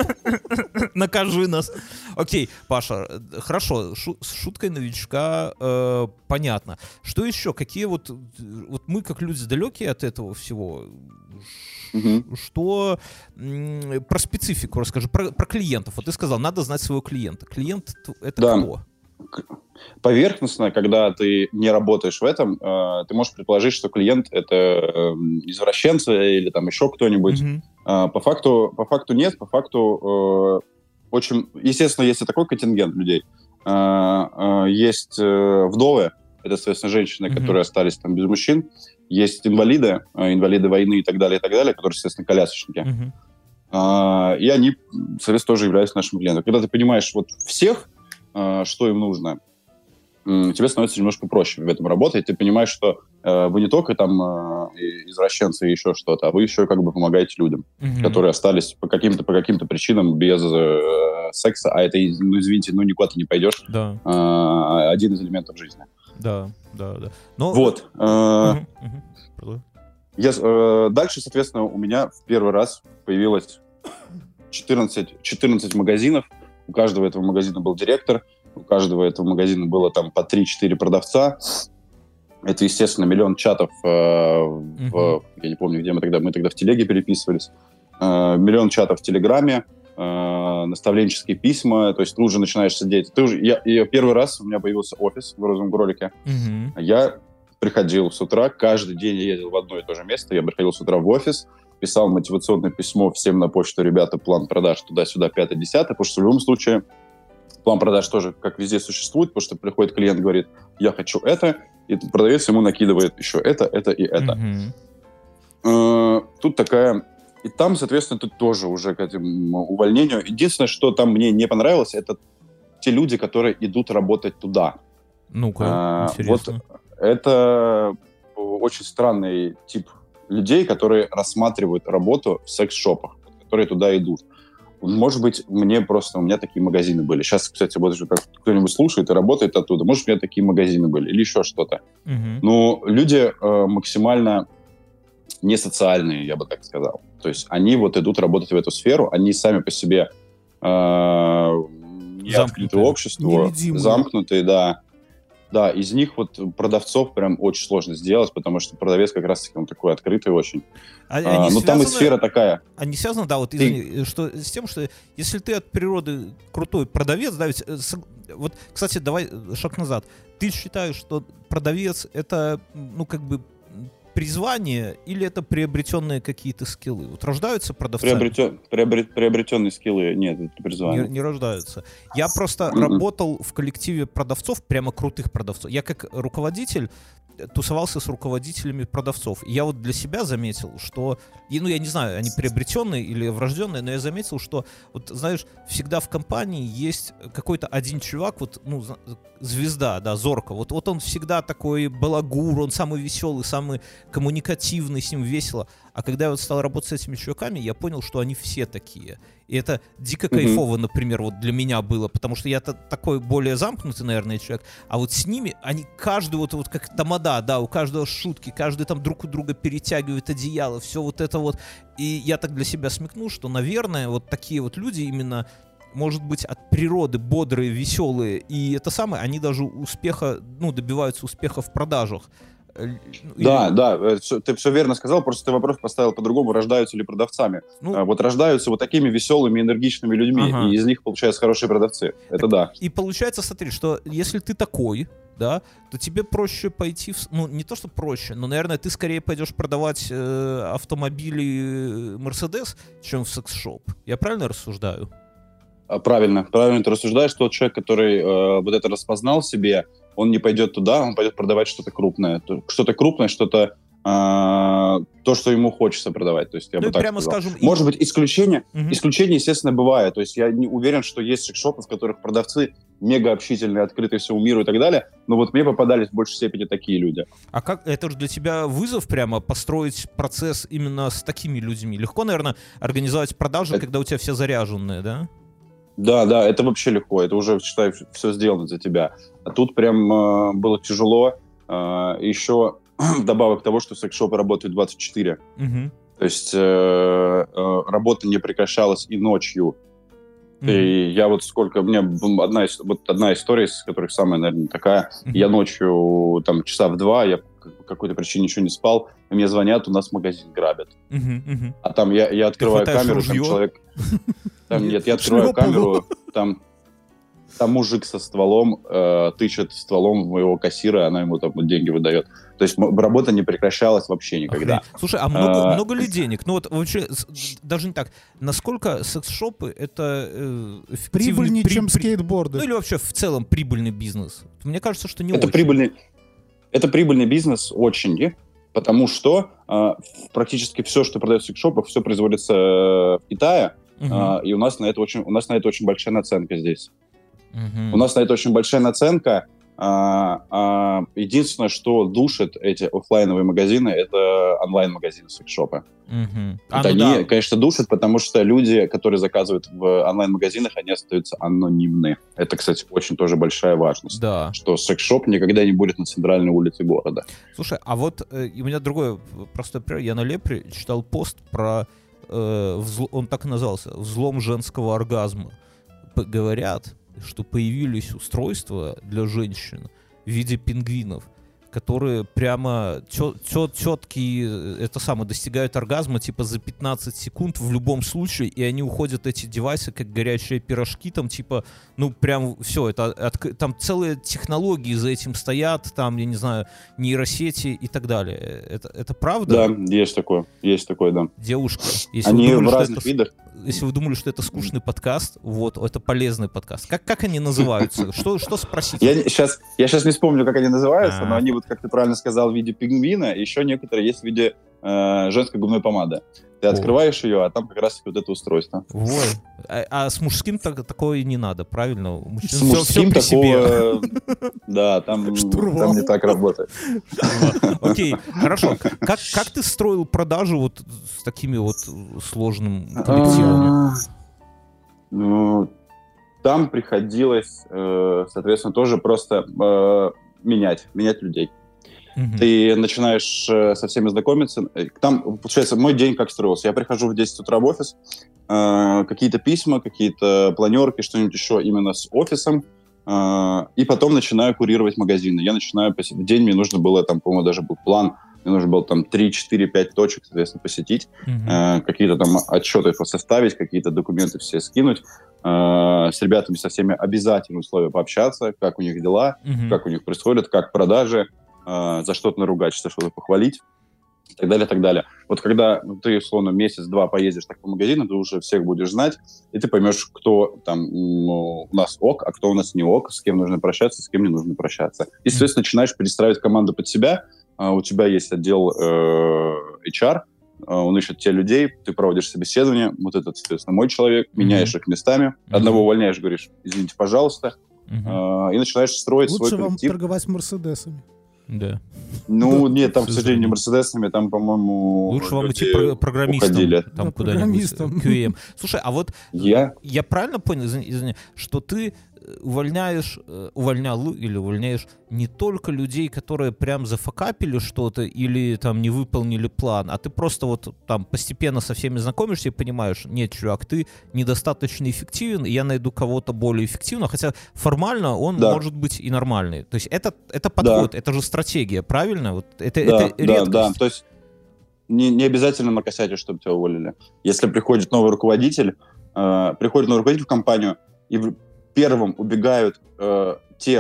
Накажи нас. Окей, Паша, хорошо, шу- с шуткой новичка э, понятно. Что еще? Какие вот... Вот мы, как люди далекие от этого всего, угу. что... М- про специфику расскажи, про, про клиентов. Вот ты сказал, надо знать своего клиента. Клиент — это да. кто? Поверхностно, когда ты не работаешь в этом, э, ты можешь предположить, что клиент — это э, извращенцы или там еще кто-нибудь. Mm-hmm. Э, по факту, по факту нет, по факту э, очень... Естественно, есть и такой контингент людей. Э, э, есть э, вдовы, это, соответственно, женщины, mm-hmm. которые остались там без мужчин. Есть инвалиды, э, инвалиды войны и так далее, и так далее, которые, естественно, колясочники. Mm-hmm. Э, и они, соответственно, тоже являются нашим клиентом. Когда ты понимаешь вот всех, что им нужно, тебе становится немножко проще в этом работать. Ты понимаешь, что э, вы не только там э, извращенцы и еще что-то, а вы еще как бы помогаете людям, mm-hmm. которые остались по каким-то, по каким-то причинам без э, секса, а это, ну, извините, ну, никуда ты не пойдешь. Да. Э, один из элементов жизни. Да, да, да. Но... Вот. Э, mm-hmm. Mm-hmm. Я, э, дальше, соответственно, у меня в первый раз появилось четырнадцать, четырнадцать магазинов. У каждого этого магазина был директор, у каждого этого магазина было там по три-четыре продавца. Это, естественно, миллион чатов, э, mm-hmm. в, я не помню, где мы тогда, мы тогда в телеге переписывались, э, миллион чатов в Телеграме, э, наставленческие письма, то есть ты уже начинаешь сидеть. Ты уже, я, я, первый раз у меня появился офис в розовом кролике. Mm-hmm. Я приходил с утра, каждый день я ездил в одно и то же место, я приходил с утра в офис, писал мотивационное письмо всем на почту: ребята, план продаж туда-сюда, пятое-десятое, потому что в любом случае план продаж тоже, как везде, существует, потому что приходит клиент, говорит, я хочу это, и продавец ему накидывает еще это, это и это. Mm-hmm. Тут такая... И там, соответственно, тут тоже уже к этому увольнению. Единственное, что там мне не понравилось, это те люди, которые идут работать туда. Ну-ка, а, интересно. Вот это очень странный тип людей, которые рассматривают работу в секс-шопах, которые туда идут. Может быть, мне просто... У меня такие магазины были. Сейчас, кстати, вот как кто-нибудь слушает и работает оттуда. Может, у меня такие магазины были. Или еще что-то. Uh-huh. Но люди э, максимально не социальные, я бы так сказал. То есть они вот идут работать в эту сферу. Они сами по себе э, не открыты обществу. Замкнутые, да. Да, из них вот продавцов прям очень сложно сделать, потому что продавец как раз-таки он такой открытый очень. А, а, ну, там и сфера такая. Они связаны, да, вот извини, что, с тем, что если ты от природы крутой продавец, да, ведь, вот, кстати, давай шаг назад. Ты считаешь, что продавец — это, ну, как бы призвание или это приобретенные какие-то скиллы? Вот рождаются продавцами? Приобретен, приобрет, приобретенные скиллы, нет, это призвание. Не, не рождаются. Я просто Mm-mm. работал в коллективе продавцов, прямо крутых продавцов. Я как руководитель тусовался с руководителями продавцов. И я вот для себя заметил, что, и, ну, я не знаю, они приобретенные или врожденные, но я заметил, что, вот, знаешь, всегда в компании есть какой-то один чувак, вот, ну, звезда, да, зорка. Вот, вот он всегда такой балагур, он самый веселый, самый коммуникативный, с ним весело. А когда я вот стал работать с этими чуваками, я понял, что они все такие. И это дико кайфово, mm-hmm. например, вот для меня было, потому что я такой более замкнутый, наверное, человек, а вот с ними, они каждый вот, вот как тамада, да, у каждого шутки, каждый там друг у друга перетягивает одеяло, все вот это вот. И я так для себя смекнул, что, наверное, вот такие вот люди именно, может быть, от природы бодрые, веселые, и это самое, они даже успеха, ну, добиваются успеха в продажах. Да, Или... да, ты все верно сказал, просто ты вопрос поставил по-другому, рождаются ли продавцами. Ну, вот рождаются вот такими веселыми, энергичными людьми, ага. и из них получаются хорошие продавцы. Это так, да. И получается, смотри, что если ты такой, да, то тебе проще пойти, в, ну, не то, что проще, но, наверное, ты скорее пойдешь продавать э, автомобили Mercedes, чем в секс-шоп. Я правильно рассуждаю? Правильно, правильно ты рассуждаешь. Тот человек, который э, вот это распознал в себе, он не пойдет туда, он пойдет продавать что-то крупное. Что-то крупное, что-то э, то, что ему хочется продавать. То есть, я ну бы так прямо сказал. скажем, Может и... быть, исключения, угу. исключения, естественно, бывают. То есть я не уверен, что есть секс-шопы, в которых продавцы мега общительные, открытые всему миру и так далее. Но вот мне попадались в большей степени такие люди. А как это же для тебя вызов прямо построить процесс именно с такими людьми? Легко, наверное, организовать продажи, это... когда у тебя все заряженные, да? Да, да, это вообще легко, это уже, считай, все сделано за тебя. А тут прям э, было тяжело. Э, еще вдобавок того, что секс-шопы работают двадцать четыре. Угу. То есть э, э, работа не прекращалась и ночью. Угу. И я вот сколько... У меня одна, вот одна история, из которых самая, наверное, такая. Угу. Я ночью, там, часа в два, я по какой-то причине еще не спал, и мне звонят, у нас магазин грабят. Угу, угу. А там я, я открываю камеру, там человек... Там, нет, я открываю камеру, там, там мужик со стволом э, тычет стволом в моего кассира, она ему там деньги выдает. То есть работа не прекращалась вообще никогда. Охренеть. Слушай, а много, а... много ли денег? Ну вот вообще, даже не так. Насколько секс-шопы это э, прибыльнее, при... чем при... скейтборды? Ну или вообще в целом прибыльный бизнес? Мне кажется, что не это очень. Прибыльный, это прибыльный бизнес очень, потому что э, практически все, что продается в секс-шопах, все производится в Китае. Uh-huh. Uh, и у нас на это очень, у нас на это очень большая наценка здесь. Uh-huh. У нас на это очень большая наценка. Uh, uh, единственное, что душит эти офлайновые магазины, это онлайн-магазины секс-шопа. Uh-huh. А, ну они, да. конечно, душат, потому что люди, которые заказывают в онлайн-магазинах, они остаются анонимны. Это, кстати, очень тоже большая важность. Да. Что секс-шоп никогда не будет на центральной улице города. Слушай, а вот э, у меня другой простой пример. Я на Лепре читал пост про он так и назывался, взлом женского оргазма. Говорят, что появились устройства для женщин в виде пингвинов, которые прямо тет, тет, теткие, это самое, достигают оргазма типа за пятнадцать секунд в любом случае, и они уходят, эти девайсы, как горячие пирожки, там типа, ну прям все, это от, там целые технологии за этим стоят, там, я не знаю, нейросети и так далее. Это, это правда? Да, есть такое, есть такое, да. Девушка, если они вы думали, в разных это, видах. Если вы думали, что это скучный подкаст, вот, это полезный подкаст. Как, как они называются? Что, что спросить? Я сейчас, я сейчас не вспомню, как они называются, А-а-а. но они, вот, как ты правильно сказал, в виде пингвина, еще некоторые есть в виде э, женской губной помады. Ты О. открываешь ее, а там как раз вот это устройство. Ой. А, а с мужским так, такое не надо, правильно? У мужчин с мужским все, все такого... Да, там, там не так работает. Окей, хорошо. Как, как ты строил продажу вот с такими вот сложными коллективами? Ну, там приходилось, соответственно, тоже просто менять, менять людей. Uh-huh. Ты начинаешь э, со всеми знакомиться. Там, получается, мой день как строился. Я прихожу в десять утра в офис, э, какие-то письма, какие-то планерки, что-нибудь еще именно с офисом, э, и потом начинаю курировать магазины. Я начинаю посетить. В день мне нужно было, там, по-моему, даже был план, мне нужно было там три, четыре, пять точек, соответственно, посетить, uh-huh. э, какие-то там отчеты составить, какие-то документы все скинуть, э, с ребятами со всеми обязательно условия пообщаться, как у них дела, uh-huh. как у них происходит, как продажи, за что-то наругать, за что-то похвалить. и так далее, и так далее. Вот когда ну, ты, условно, месяц-два поездишь так по магазину, ты уже всех будешь знать, и ты поймешь, кто там ну, у нас ок, а кто у нас не ок, с кем нужно прощаться, с кем не нужно прощаться. И, соответственно, начинаешь перестраивать команду под себя. Uh, у тебя есть отдел uh, эйч ар, uh, он ищет те людей, ты проводишь собеседование, вот этот, соответственно, мой человек, mm-hmm. меняешь их местами, mm-hmm. одного увольняешь, говоришь, извините, пожалуйста, mm-hmm. uh, и начинаешь строить Лучше свой коллектив. Лучше вам торговать Мерседесами. Да. Ну, нет, там, к сожалению, не Мерседесами, там, по-моему, лучше вам идти про- программистом. Уходили. Там да, куда-нибудь. кью эм. Слушай, а вот я, я правильно понял, извини, извини, что ты увольняешь, увольнял или увольняешь не только людей, которые прям зафакапили что-то или там не выполнили план, а ты просто вот там постепенно со всеми знакомишься и понимаешь, нет, чувак, ты недостаточно эффективен, и я найду кого-то более эффективного, хотя формально он да. может быть и нормальный. То есть это, это подход, да. это же стратегия, правильно? Вот это, да, это да, редкость. Да, то есть не, не обязательно накосячить, чтобы тебя уволили. Если приходит новый руководитель, э, приходит новый руководитель в компанию, и первым убегают э, те,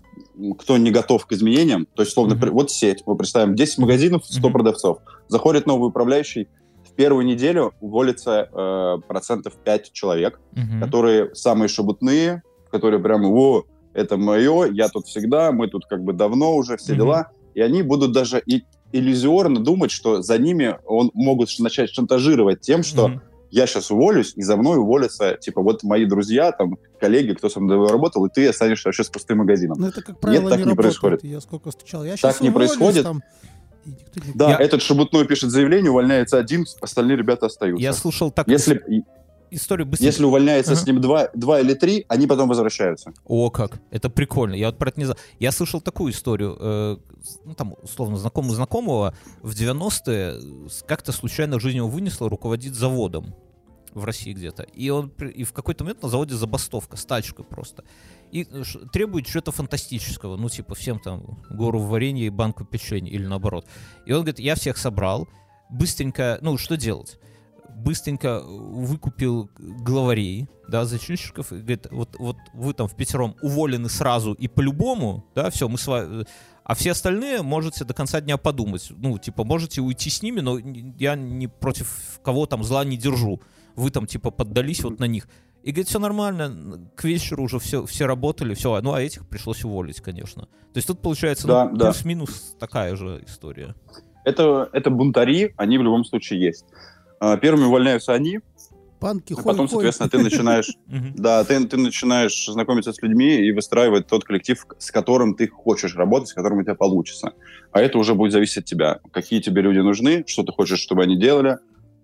кто не готов к изменениям. То есть, словно, mm-hmm. вот сеть, мы представим, десять магазинов, сто mm-hmm. продавцов. Заходит новый управляющий, в первую неделю уволится э, процентов пять человек, mm-hmm. которые самые шебутные, которые прямо, о, это мое, я тут всегда, мы тут как бы давно уже, все mm-hmm. дела. И они будут даже и иллюзорно думать, что за ними он могут начать шантажировать тем, что mm-hmm. я сейчас уволюсь, и за мной уволятся, типа, вот мои друзья, там, коллеги, кто со мной работал, и ты останешься вообще с пустым магазином. Ну, это, как правило, Нет, так не, не происходит. Я сколько встречал. Я так не уволюсь, происходит. Там, не... Да, я... этот шебутной пишет заявление, увольняется один, остальные ребята остаются. Я слушал так... Если... Историю быстрее. Если увольняется ага. с ним два, два или три, они потом возвращаются. О, как. Это прикольно. Я вот про это не знал. Я слышал такую историю. Э, ну, там, условно, знакомый знакомого в девяностые как-то случайно в жизни его вынесло руководить заводом в России где-то. И он и в какой-то момент на заводе забастовка с тачкой просто. И ш, требует чего-то фантастического. Ну, типа, всем там гору варенья и банку печенья или наоборот. И он говорит, я всех собрал, быстренько, ну, что делать? Быстренько выкупил главарей, да, зачинщиков, и говорит, вот, вот вы там в пятером уволены сразу и по-любому, да, все, мы с вами, а все остальные можете до конца дня подумать, ну, типа, можете уйти с ними, но я не против кого там зла не держу, вы там, типа, поддались вот на них. И говорит, все нормально, к вечеру уже все, все работали, все, ну, а этих пришлось уволить, конечно. То есть тут, получается, да, ну, да. плюс-минус такая же история. Это, это бунтари, они в любом случае есть. Первыми увольняются они, Панки, а потом, соответственно, ты начинаешь, да, ты, ты начинаешь знакомиться с людьми и выстраивать тот коллектив, с которым ты хочешь работать, с которым у тебя получится. А это уже будет зависеть от тебя. Какие тебе люди нужны, что ты хочешь, чтобы они делали.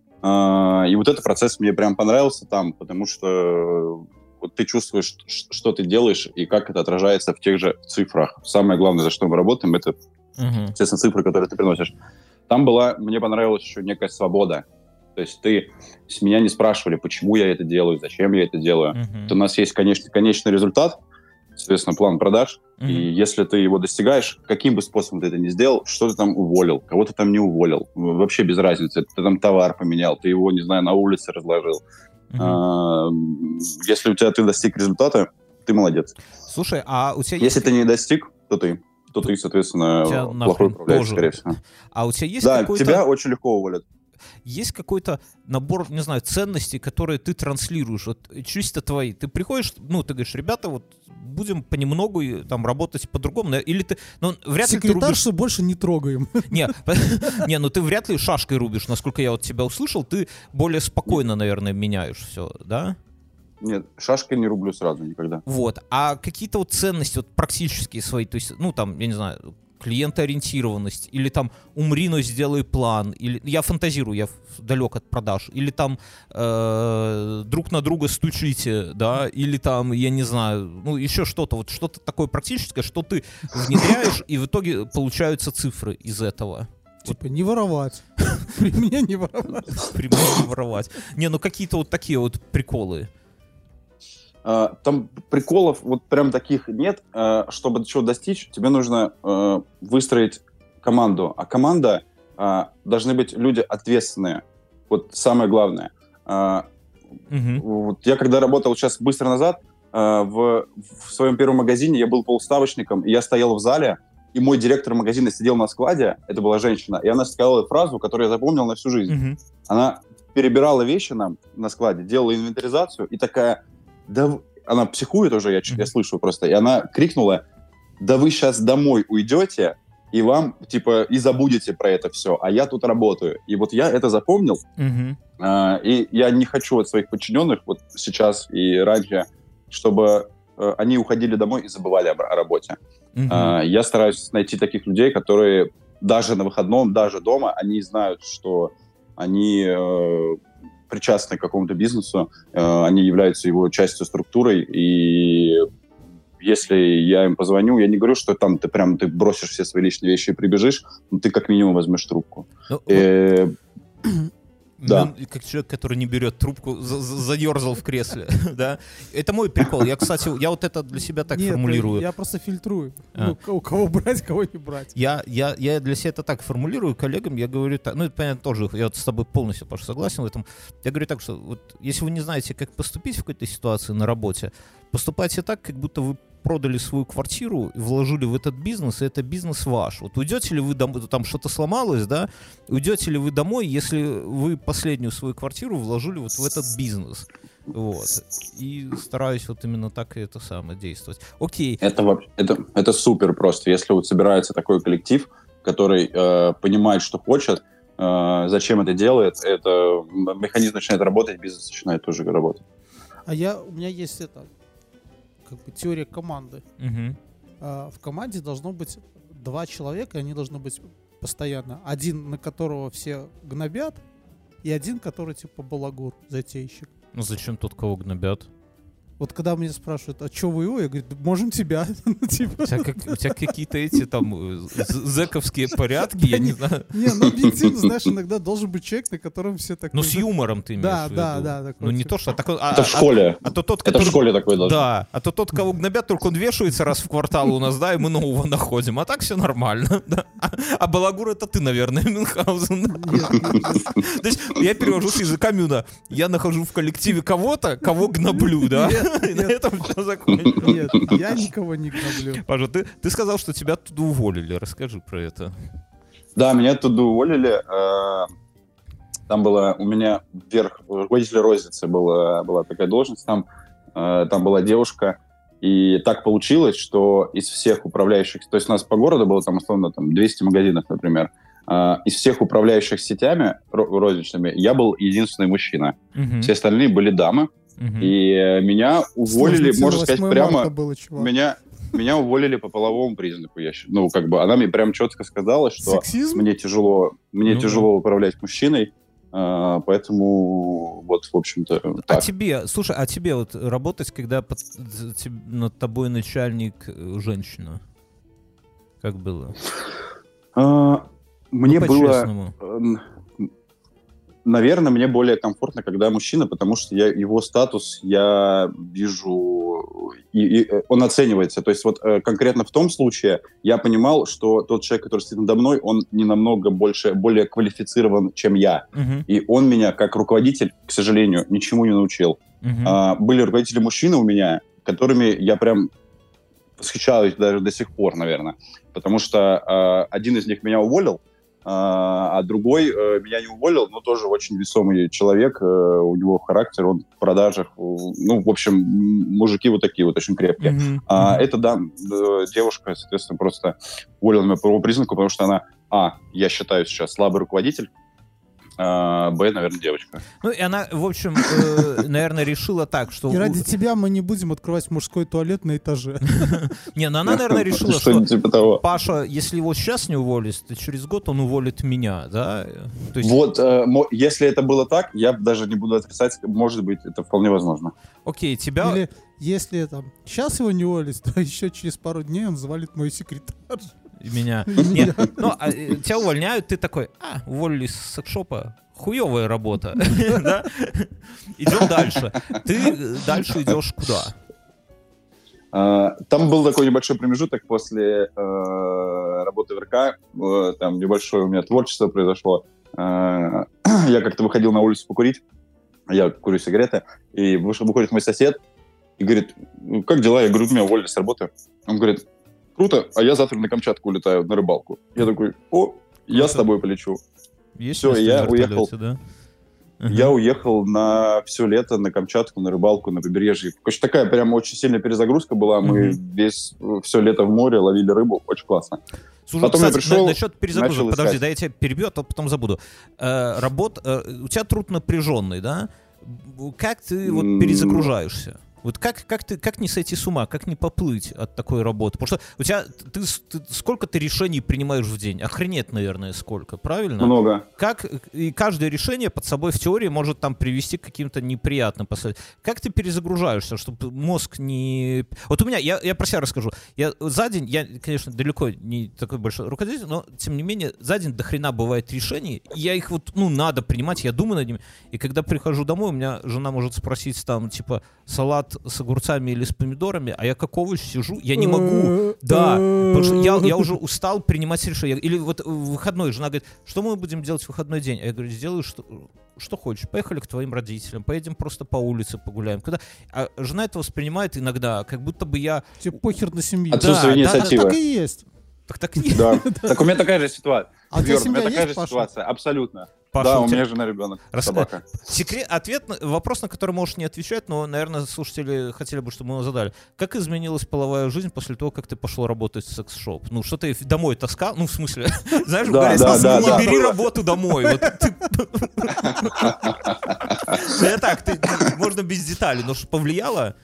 И вот этот процесс мне прям понравился там, потому что вот ты чувствуешь, что ты делаешь и как это отражается в тех же цифрах. Самое главное, за что мы работаем, это, естественно, цифры, которые ты приносишь. Там была, мне понравилась еще некая свобода. То есть ты с меня не спрашивали, почему я это делаю, зачем я это делаю. Uh-huh. То у нас есть, конечно, конечный результат, соответственно, план продаж. Uh-huh. И если ты его достигаешь, каким бы способом ты это ни сделал, что ты там уволил, кого ты там не уволил, вообще без разницы. Ты там товар поменял, ты его, не знаю, на улице разложил. Uh-huh. А, если у тебя ты достиг результата, ты молодец. Слушай, а у тебя Если есть... ты не достиг, то ты, то ты, соответственно, плохой управляющий, скорее всего. А у тебя есть да, какой-то... тебя очень легко уволят. Есть какой-то набор, не знаю, ценностей, которые ты транслируешь, вот чисто твои. Ты приходишь, ну, ты говоришь, ребята, вот будем понемногу там работать по-другому, или ты, ну, вряд ли ты рубишь... Секретаршу больше не трогаем. Не, не, ну ты вряд ли шашкой рубишь, насколько я вот тебя услышал, ты более спокойно, наверное, меняешь все, да? Нет, шашкой не рублю сразу никогда. Вот, а какие-то вот ценности вот практические свои, то есть, ну, там, я не знаю... клиентоориентированность, или там умри, но сделай план, или я фантазирую, я далек от продаж, или там э, друг на друга стучите, да, или там, я не знаю, ну еще что-то, вот что-то такое практическое, что ты внедряешь, и в итоге получаются цифры из этого. Типа не воровать. При мне не воровать. При мне не воровать. Не, ну какие-то вот такие вот приколы. Uh, там приколов вот прям таких нет. Uh, чтобы чего достичь, тебе нужно uh, выстроить команду. А команда uh, должны быть люди ответственные. Вот самое главное. Uh, uh-huh. Вот я когда работал сейчас быстро назад, uh, в, в своем первом магазине я был полуставочником, и я стоял в зале, и мой директор магазина сидел на складе, это была женщина, и она сказала фразу, которую я запомнил на всю жизнь. Mm-hmm. Она перебирала вещи нам на складе, делала инвентаризацию, и такая, да, она психует уже, я, mm-hmm. я слышу просто, и она крикнула, да вы сейчас домой уйдете, и вам, типа, и забудете про это все, а я тут работаю. И вот я это запомнил, mm-hmm. э, и я не хочу от своих подчиненных вот сейчас и раньше, чтобы э, они уходили домой и забывали об, о работе. Mm-hmm. Э, я стараюсь найти таких людей, которые даже на выходном, даже дома, они знают, что они э, причастны к какому-то бизнесу, э, они являются его частью, структурой, и если я им позвоню, я не говорю, что там ты прям ты бросишь все свои личные вещи и прибежишь, но ты как минимум возьмешь трубку. Ну, э, да. Как человек, который не берет трубку, заерзал в кресле, да. Это мой прикол. Я, кстати, я вот это для себя так Нет, формулирую. Я просто фильтрую. А. Ну, у кого брать, кого не брать. Я, я, я для себя это так формулирую коллегам. Я говорю так, ну это понятно тоже. Я вот с тобой полностью, Паша, согласен в этом. Я говорю так, что вот если вы не знаете, как поступить в какой-то ситуации на работе, поступайте так, как будто вы продали свою квартиру, вложили в этот бизнес, и это бизнес ваш. Вот уйдете ли вы домой, там что-то сломалось, да, уйдете ли вы домой, если вы последнюю свою квартиру вложили вот в этот бизнес. Вот. И стараюсь вот именно так и это самое действовать. Окей. Это, это, это супер просто. Если вот собирается такой коллектив, который э, понимает, что хочет, э, зачем это делает, это механизм начинает работать, бизнес начинает тоже работать. А я, у меня есть это... как бы теория команды. Uh-huh. А, в команде должно быть два человека, и они должны быть постоянно. Один, на которого все гнобят, и один, который типа балагур, затейщик. Ну зачем тот, кого гнобят? Вот когда меня спрашивают, а что вы его? Я говорю, можем тебя. У тебя какие-то эти там зэковские порядки, я не знаю. Не, ну объективно, знаешь, иногда должен быть человек, на котором все так... Ну с юмором ты имеешь в виду. Да, да, да. Ну не то, что... Это в школе. Это в школе такое должно. Да, а то тот, кого гнобят, только он вешается раз в квартал у нас, да, и мы нового находим. А так все нормально. А балагур это ты, наверное, Мюнхгаузен. То есть я перевожу с языка Мюна. Я нахожу в коллективе кого-то, кого гноблю, да? И на этом все закончилось. Нет, я никого не гноблю. Паша, ты, ты сказал, что тебя оттуда уволили. Расскажи про это. Да, меня оттуда уволили. Там была у меня вверх, руководитель розницы была, была такая должность. Там, там была девушка. И так получилось, что из всех управляющих... То есть у нас по городу было там, условно, там, двести магазинов, например. Из всех управляющих сетями розничными я был единственный мужчина. Угу. Все остальные были дамы. Uh-huh. И меня уволили, Сложно, можно сказать, прямо... Было, меня, меня уволили по половому признаку. Я, ну, как бы, она мне прям четко сказала, что Сексизм? мне тяжело, мне ну, тяжело управлять мужчиной, а, поэтому вот, в общем-то, так. А тебе, слушай, а тебе вот работать, когда под, над тобой начальник женщина? Как было? А, мне ну, было... Наверное, мне более комфортно, когда мужчина, потому что я, его статус я вижу, и, и он оценивается. То есть вот э, конкретно в том случае я понимал, что тот человек, который стоит надо мной, он не намного больше, более квалифицирован, чем я. Uh-huh. И он меня, как руководитель, к сожалению, ничему не научил. Uh-huh. А, были руководители мужчины у меня, которыми я прям восхищаюсь даже до сих пор, наверное. Потому что а, один из них меня уволил, а другой э, меня не уволил, но тоже очень весомый человек, э, у него характер, он в продажах, ну, в общем, мужики вот такие вот, очень крепкие. Mm-hmm. А эта, да, девушка, соответственно, просто уволила меня по признаку, потому что она, а, я считаю сейчас слабый руководитель, а, б, наверное, девочка. Ну, и она, в общем, э, наверное, решила так, что... И ради тебя мы не будем открывать мужской туалет на этаже. Не, ну она, наверное, решила, что Паша, если его сейчас не уволить, то через год он уволит меня, да? Вот, если это было так, я даже не буду отрицать, может быть, это вполне возможно. Окей, тебя... Или если там сейчас его не уволить, то еще через пару дней он завалит мою секретарь. Меня. Нет, ну, а, тебя увольняют, ты такой, а, уволили с секшопа, хуевая работа. Идем дальше. Ты дальше идешь куда? Там был такой небольшой промежуток после работы в РК, там небольшое у меня творчество произошло. Я как-то выходил на улицу покурить, я курю сигареты, и вышел, выходит мой сосед и говорит, как дела? Я говорю, меня уволили с работы. Он говорит, круто, а я завтра на Камчатку улетаю на рыбалку. Я такой, о, я с тобой полечу. Есть Все, я уехал. Да? Я uh-huh. уехал на все лето на Камчатку, на рыбалку, на побережье. Короче, такая прям очень сильная перезагрузка была. Мы uh-huh. весь, все лето в море ловили рыбу. Очень классно. Слушай, потом кстати, я пришел, насчет перезагрузки, подожди, да, я тебя перебью, а то потом забуду. Э, работ, э, у тебя труд напряженный, да? Как ты вот перезагружаешься? Вот как, как, ты, как не сойти с ума, как не поплыть от такой работы? Потому что у тебя, ты, ты, сколько ты решений принимаешь в день? Охренеть, наверное, сколько, правильно? Много. Как, и каждое решение под собой в теории может там привести к каким-то неприятным последствиям. Как ты перезагружаешься, чтобы мозг не... Вот у меня, я, я про себя расскажу. Я за день, я, конечно, далеко не такой большой руководитель, но, тем не менее, за день до хрена бывает решений, и я их вот, ну, надо принимать, я думаю над ними. И когда прихожу домой, у меня жена может спросить там, типа, салат с огурцами или с помидорами, а я как овощ сижу, я не могу, да, потому что я, я уже устал принимать решения. Или вот в выходной жена говорит, что мы будем делать в выходной день? А я говорю, сделаю что, что хочешь, поехали к твоим родителям, поедем просто по улице погуляем. Когда... А жена это воспринимает иногда, как будто бы я... Тебе похер на семью. Отсутствие да, инициативы. Да, так и есть. Так, так, нет. Да. Так у меня такая же ситуация. А у тебя семья у меня такая есть, же Паша? ситуация, абсолютно. Паша, да, у у тебя- меня жена, ребенок, Рас- собака. Секрет, ответ, на- вопрос, на который можешь не отвечать, но, наверное, слушатели хотели бы, чтобы мы его задали. Как изменилась половая жизнь после того, как ты пошел работать в секс-шоп? Ну, что ты домой таскал? Ну, в смысле, знаешь, Да, говорят, да, да, не да. бери работу домой. Вот ты- Я так, ты- можно без деталей, но что повлияло?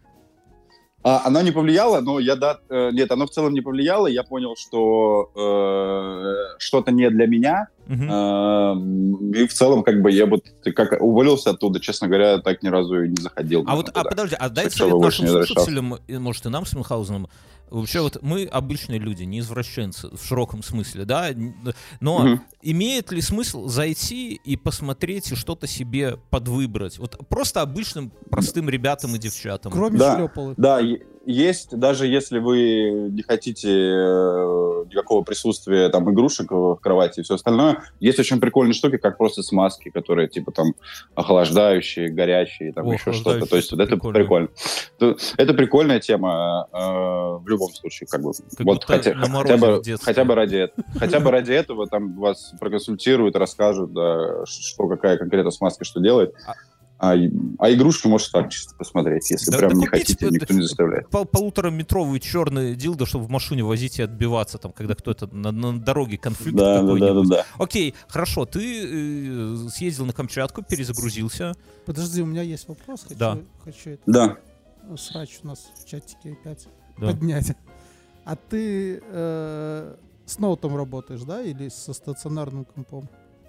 А, оно не повлияло, но я да, э, нет, оно в целом не повлияло. Я понял, что э, что-то не для меня. Мгм. Э, и в целом, как бы я вот как уволился оттуда, честно говоря, так ни разу и не заходил. А вот, а туда. подожди, а дай Секс-шопы совет больше нашим не возвращался. слушателям, и, может, и нам с Мюнхгаузеном. Вообще, вот мы обычные люди, не извращенцы в широком смысле, да, н- но Мгм. имеет ли смысл зайти и посмотреть и что-то себе подвыбрать? Вот просто обычным простым ребятам и девчатам. Кроме Да. шлепалок. Да, е- есть, даже если вы не хотите э, никакого присутствия там игрушек в кровати и все остальное, есть очень прикольные штуки, как просто смазки, которые типа там охлаждающие, горячие, там О, еще что-то. То есть вот это прикольно. прикольно. То- Это прикольная тема э, в любом случае, как бы. Как вот будто хотя, на хотя морозе бы в детстве. хотя бы ради этого, хотя бы ради этого там вас проконсультируют, расскажут, да, что какая конкретно смазка что делает. А, а игрушки можешь так чисто посмотреть, если Да- прям да не купить, хотите, э, никто не заставляет. Пол- полутораметровый черный дилдо, чтобы в машине возить и отбиваться, там, когда кто-то на, на дороге конфликт Да, да, да, да, какой-нибудь. да. Окей, хорошо, ты э, съездил на Камчатку, перезагрузился. Подожди, у меня есть вопрос. Хочу, Да. хочу это, Да. э, срач у нас в чатике опять Да. поднять. А ты э, с ноутом работаешь, да? Или со стационарным компом?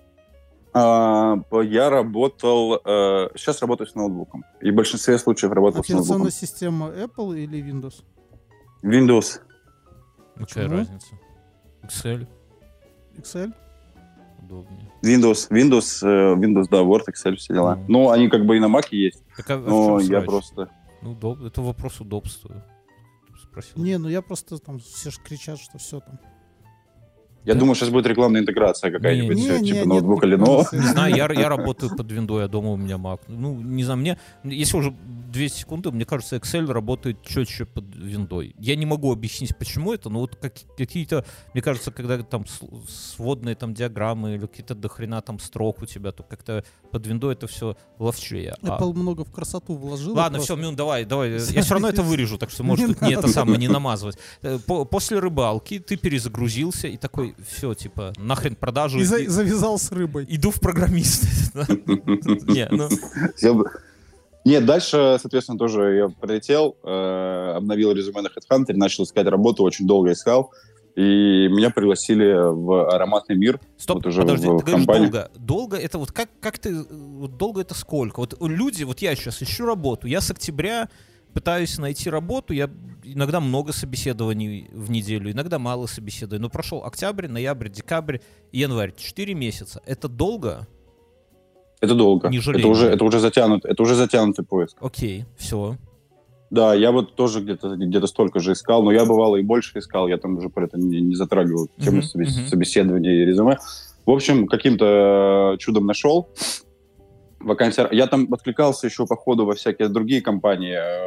А, по- я работал... э, сейчас работаю с ноутбуком. И в большинстве случаев работал с Операционная ноутбуком. система Apple или Windows? Windows. Какая Почему? разница? Excel Excel? удобнее. Windows, Windows, э, Windows, да, Word, Excel, все дела. Ну. Ну, они как бы и на Mac есть, Так, а, а в но чем я срач? просто... Ну, удоб- это вопрос удобства. Спросил. Не, ну я просто там все же кричат, что все там. Я Да? думаю, сейчас будет рекламная интеграция какая-нибудь, Не, э, не, типа нет ноутбука никакого Lenovo. связи. Не знаю, я, я работаю под виндой, а дома у меня Mac. Ну, не знаю, мне, если уже две секунды, мне кажется, Excel работает четче под виндой. Я не могу объяснить, почему это, но вот как, какие-то, мне кажется, когда там с- сводные там диаграммы или какие-то дохрена там строк у тебя, то как-то под виндой это все ловчее. А- Apple много в красоту вложил. Ладно, все, Мюн, давай, давай. Я все равно это вырежу, так что можешь Не тут не это надо. самое, не намазывать. Э, по- После рыбалки ты перезагрузился и такой, все, типа, нахрен продажу. И за- и- завязал с рыбой. Иду в программисты. Не, ну, Я бы- Нет, дальше, соответственно, тоже я прилетел, э, обновил резюме на HeadHunter, начал искать работу, очень долго искал, и меня пригласили в ароматный мир. стоп, Вот уже подожди, в ты говоришь компании. долго. Долго это вот как, как ты, вот долго это сколько? Вот люди, вот я сейчас ищу работу, я с октября пытаюсь найти работу, я иногда много собеседований в неделю, иногда мало собеседований, но прошел октябрь, ноябрь, декабрь и январь, четыре месяца. Это долго? Это долго. Не жалей это уже, меня. это уже затянут, это уже затянутый поиск. Окей, все. Да, я вот тоже где-то где-то столько же искал, но я бывало и больше искал, я там уже про это не, не затрагивал тему Мгм, собес- мгм. собеседования и резюме. В общем, каким-то чудом нашел вакансию. Я там откликался еще по ходу во всякие другие компании, э,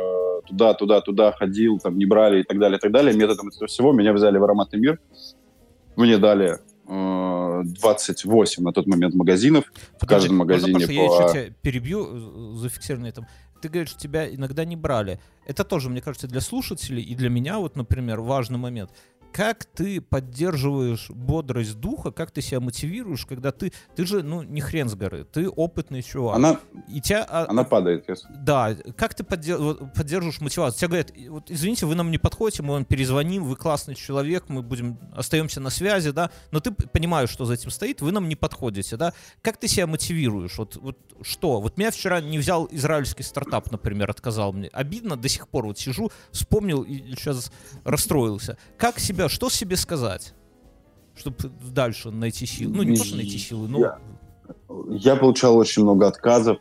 туда, туда, туда ходил, там, не брали и так далее, и так далее. Методом этого всего меня взяли в «Ароматный мир». Мне дали э, двадцать восемь на тот момент магазинов. Подожди, в каждом магазине можно, по... я еще тебя перебью, зафиксирую на этом. Ты говоришь, тебя иногда не брали. Это тоже, мне кажется, для слушателей и для меня, вот, например, важный момент. Как ты поддерживаешь бодрость духа, как ты себя мотивируешь, когда ты, ты же, ну, не хрен с горы, ты опытный чувак. Она, и тебя, она падает. Если... Да, как ты поддерж, поддерживаешь мотивацию? Тебе говорят, вот, извините, вы нам не подходите, мы вам перезвоним, вы классный человек, мы будем, остаемся на связи, да, но ты понимаешь, что за этим стоит, вы нам не подходите, да. Как ты себя мотивируешь? Вот, вот что? Вот меня вчера не взял израильский стартап, например, отказал мне. Обидно, до сих пор вот сижу, вспомнил и сейчас расстроился. Как себя, что себе сказать, чтобы дальше найти силы? Ну, не то, что найти силы, но... Я, я получал очень много отказов,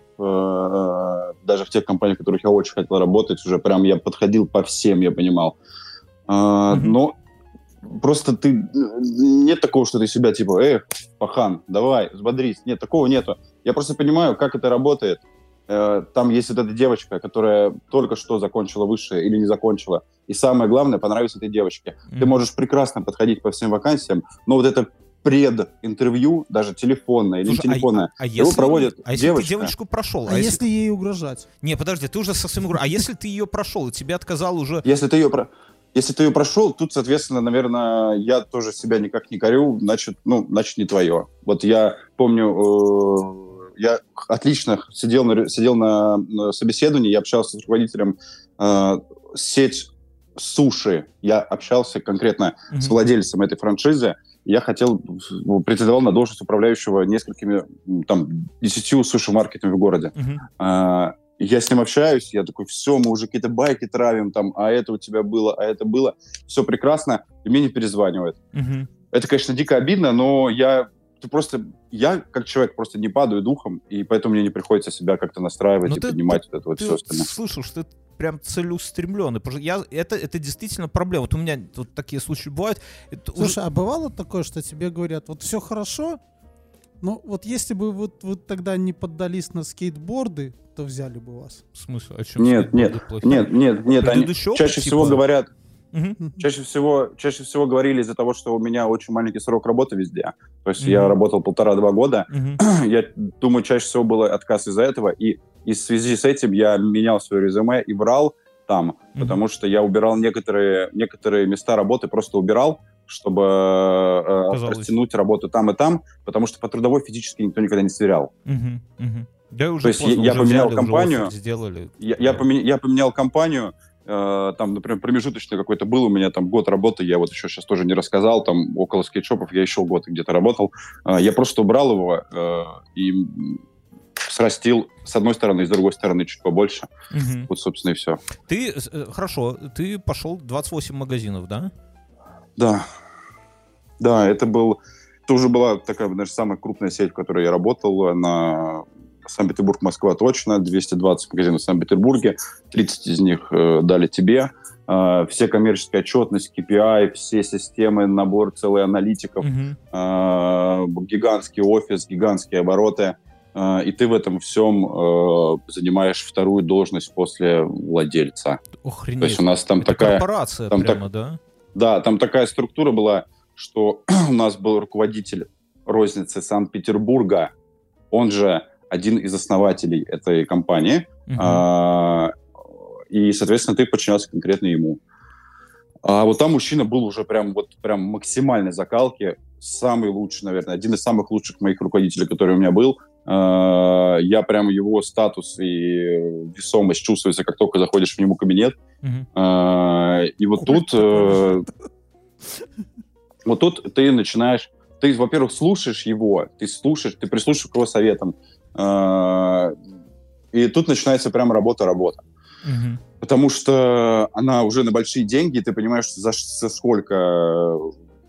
э, даже в тех компаниях, в которых я очень хотел работать, уже прям я подходил по всем, я понимал. Э, mm-hmm. Но просто ты... Нет такого, что ты себя типа, эх, пахан, давай, взбодрись. Нет, такого нету. Я просто понимаю, как это работает. Там есть вот эта девочка, которая только что закончила высшее или не закончила. И самое главное, понравится этой девочке. Mm-hmm. Ты можешь прекрасно подходить по всем вакансиям, но вот это прединтервью, даже телефонное или не телефонное, а, а его если, проводит а если девочка. ты девочку прошел? А, а если... если ей угрожать? Не, подожди, ты уже совсем угрожал. А если ты ее прошел, и тебе отказал уже... Если ты ее... Про... Если ты ее прошел, тут, соответственно, наверное, я тоже себя никак не корю, значит, ну, значит, не твое. Вот я помню... Э- Я отлично сидел на, сидел на, на собеседовании, я общался с руководителем э, сеть суши. Я общался конкретно mm-hmm. с владельцем этой франшизы. Я хотел, претендовал на должность управляющего несколькими, там, десятью суши-маркетами в городе. Mm-hmm. Э, я с ним общаюсь, я такой, все, мы уже какие-то байки травим, там, а это у тебя было, а это было. Все прекрасно, и мне не перезванивают. Mm-hmm. Это, конечно, дико обидно, но я... Ты просто, я как человек просто не падаю духом, и поэтому мне не приходится себя как-то настраивать но и ты, поднимать ты, вот это вот ты все остальное. Ты слышал, что ты прям целеустремленный. Я, это, это действительно проблема. Вот у меня вот такие случаи бывают. Это Слушай, уже... а бывало такое, что тебе говорят, вот все хорошо, но вот если бы вот вы тогда не поддались на скейтборды, то взяли бы вас. В смысле? О чем нет, нет, нет, нет, нет, они чаще всего типа... говорят, Uh-huh. Чаще всего, чаще всего говорили из-за того, что у меня очень маленький срок работы везде. То есть uh-huh. я работал полтора-два года. Uh-huh. Я думаю, чаще всего был отказ из-за этого. И, и в связи с этим я менял свое резюме и брал там, uh-huh. потому что я убирал некоторые, некоторые места работы, просто убирал, чтобы э, растянуть работу там и там, потому что по трудовой физически никто никогда не сверял. Uh-huh. Uh-huh. Да, уже То есть поздно, я, уже поменял взяли, компанию, уже сделали. Я, я, поменял, я поменял компанию. Там, например, промежуточный какой-то был у меня там год работы, я вот еще сейчас тоже не рассказал, там около скейтшопов я еще год где-то работал. Я просто убрал его и срастил с одной стороны и с другой стороны чуть побольше. Угу. Вот, собственно, и все. Ты, хорошо, ты пошел двадцать восемь магазинов, да? Да. Да, это был... Это уже была такая, даже самая крупная сеть, в которой я работал, на... Санкт-Петербург, Москва точно, двести двадцать магазинов в Санкт-Петербурге, тридцать из них э, дали тебе. Э, все коммерческая отчетность, кей пи ай, все системы, набор целых аналитиков, mm-hmm. э, гигантский офис, гигантские обороты. Э, и ты в этом всем э, занимаешь вторую должность после владельца. Охренеть. То есть у нас там это такая... корпорация там прямо, так, да? Да, там такая структура была, что у нас был руководитель розницы Санкт-Петербурга, он же один из основателей этой компании, uh-huh. а, и, соответственно, ты подчинялся конкретно ему. А вот там мужчина был уже прям, вот, прям максимальной закалки, самый лучший, наверное, один из самых лучших моих руководителей, который у меня был. А, я прям его статус и весомость чувствуется, как только заходишь в него кабинет. Uh-huh. А, и вот тут... Э, вот тут ты начинаешь... Ты, во-первых, слушаешь его, ты слушаешь, ты прислушиваешь к его советам. И тут начинается прям работа-работа. Угу. Потому что она уже на большие деньги, и ты понимаешь, за, за сколько,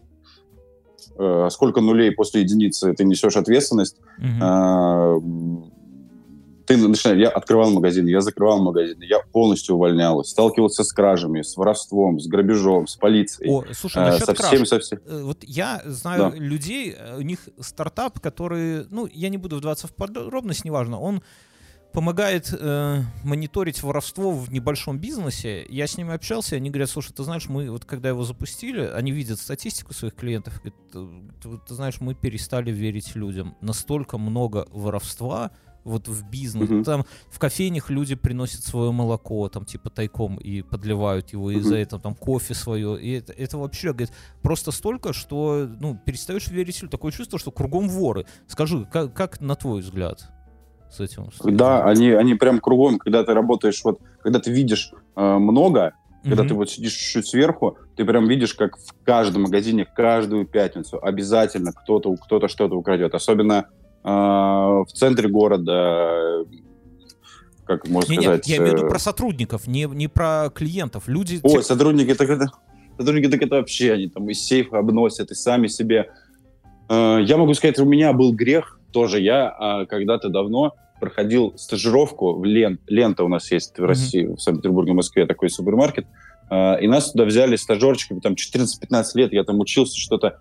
э, сколько нулей после единицы ты несешь ответственность. Угу. Э, ты начинаешь, я открывал магазин, я закрывал магазин, я полностью увольнялся, сталкивался с кражами, с воровством, с грабежом, с полицией. О, слушай, насчет со краж. всеми, со всеми. Вот я знаю да. людей, у них стартап, который, ну, я не буду вдаваться в подробность, неважно, он помогает э, мониторить воровство в небольшом бизнесе. Я с ними общался, и они говорят, слушай, ты знаешь, мы вот когда его запустили, они видят статистику своих клиентов, говорят, ты, ты, ты знаешь, мы перестали верить людям. Настолько много воровства вот в бизнес. Uh-huh. Там в кофейнях люди приносят свое молоко, там типа тайком и подливают его, uh-huh. и за это там кофе свое. И это, это вообще, говорит, просто столько, что ну, перестаешь верить людям. Такое чувство, что кругом воры. Скажи, как, как на твой взгляд с этим? Да, они, они прям кругом, когда ты работаешь, вот, когда ты видишь э, много, uh-huh. когда ты вот сидишь чуть-чуть сверху, ты прям видишь, как в каждом магазине, каждую пятницу обязательно кто-то, кто-то что-то украдет. Особенно в центре города, как можно не, сказать... Нет, я имею в виду про сотрудников, не, не про клиентов. Люди... Ой, сотрудники, так это, сотрудники, так это вообще, они там из сейфа обносят, и сами себе... Я могу сказать, у меня был грех тоже. Я когда-то давно проходил стажировку в Лен... Лента у нас есть в России, mm-hmm. в Санкт-Петербурге, в Москве такой супермаркет. И нас туда взяли стажерчиками, там четырнадцать-пятнадцать лет, я там учился что-то...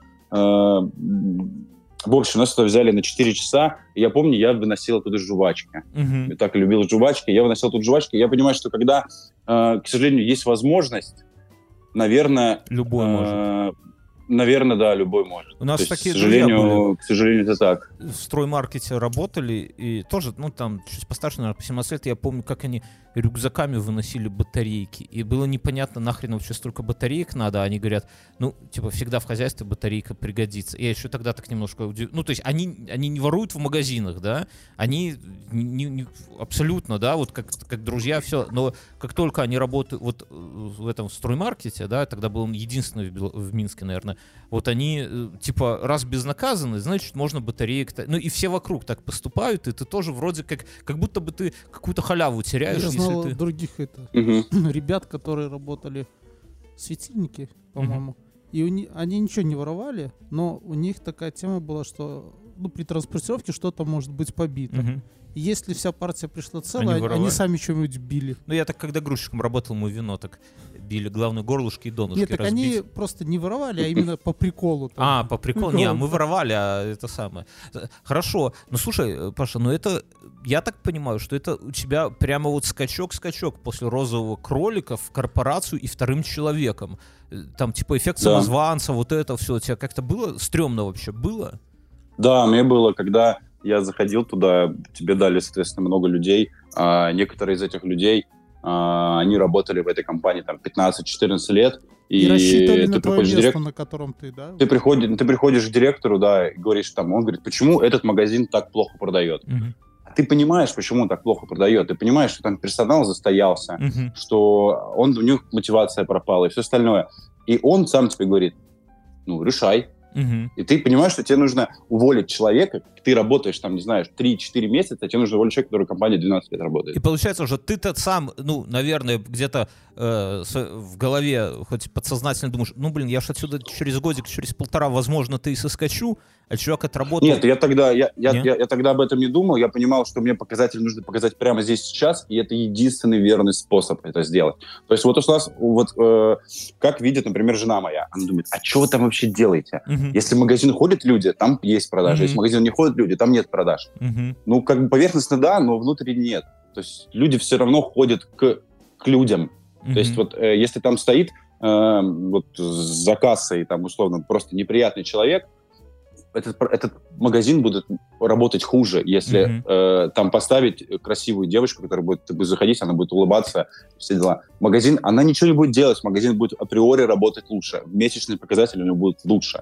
В общем, нас туда взяли на четыре часа, и я помню, я выносил оттуда жвачки. Uh-huh. Я так любил жвачки, я выносил тут жвачки. Я понимаю, что когда, э, к сожалению, есть возможность, наверное... Любой э, может. Наверное, да, любой может. У нас есть, такие к сожалению, друзья были. К сожалению, это так. В строймаркете работали, и тоже, ну, там, чуть постарше, наверное, по семнадцать лет, я помню, как они рюкзаками выносили батарейки, и было непонятно, нахрен вообще столько батареек надо, они говорят, ну, типа, всегда в хозяйстве батарейка пригодится. Я еще тогда так немножко удив... Ну, то есть они, они не воруют в магазинах, да, они не, не, абсолютно, да, вот как, как друзья, все, но как только они работают вот в этом строймаркете, да, тогда был он единственный в, в Минске, наверное, вот они, типа, раз безнаказаны, значит, можно батареек... Ну, и все вокруг так поступают, и ты тоже вроде как... Как будто бы ты какую-то халяву теряешь, Я если знал ты... других это, угу. ребят, которые работали в светильнике, по-моему, угу. и у них, они ничего не воровали, но у них такая тема была, что ну, при транспортировке что-то может быть побито. Угу. И если вся партия пришла целая, они, они сами что-нибудь били. Ну, я так, когда грузчиком работал, мы вино так били. Главное, горлышки и донышки Нет, так разбить. они просто не воровали, а именно по приколу. Там. А, по приколу? Не, мы воровали, а это самое. Хорошо. Ну, слушай, Паша, ну это... Я так понимаю, что это у тебя прямо вот скачок-скачок после розового кролика в корпорацию и вторым человеком. Там типа эффект да. самозванца, вот это все. У тебя как-то было стрёмно вообще? Было? Да, мне было, когда я заходил туда, тебе дали, соответственно, много людей. А некоторые из этих людей, а, они работали в этой компании там пятнадцать-четырнадцать лет. И, и рассчитывали на твое место, директ... на котором ты, да? Ты приходишь, ты приходишь к директору, да, и говоришь там, он говорит, почему этот магазин так плохо продает? Uh-huh. Ты понимаешь, почему он так плохо продает, ты понимаешь, что там персонал застоялся, uh-huh. что он, у них мотивация пропала и все остальное. И он сам тебе говорит, ну, решай. Uh-huh. И ты понимаешь, что тебе нужно уволить человека, ты работаешь там, не знаю, три-четыре месяца, а тебе нужно уволить человека, который в компании двенадцать лет работает. И получается уже ты-то сам, ну, наверное, где-то э, в голове хоть подсознательно думаешь, ну, блин, я ж отсюда через годик, через полтора, возможно, ты и соскочу, а чувак отработал... Нет, я тогда, я, я, я, я тогда об этом не думал, я понимал, что мне показатель нужно показать прямо здесь сейчас, и это единственный верный способ это сделать. То есть вот у нас, вот э, как видит, например, жена моя, она думает, а что вы там вообще делаете? Uh-huh. Если в магазин ходят люди, там есть продажи, uh-huh. если в магазин не ходят люди, там нет продаж. Uh-huh. Ну, как бы поверхностно да, но внутри нет. То есть люди все равно ходят к, к людям. Uh-huh. То есть вот э, если там стоит э, вот за кассой, там условно просто неприятный человек, Этот, этот магазин будет работать хуже, если mm-hmm. э, там поставить красивую девочку, которая будет, будет заходить, она будет улыбаться, все дела. Магазин, она ничего не будет делать, магазин будет априори работать лучше, месячные показатели у него будут лучше.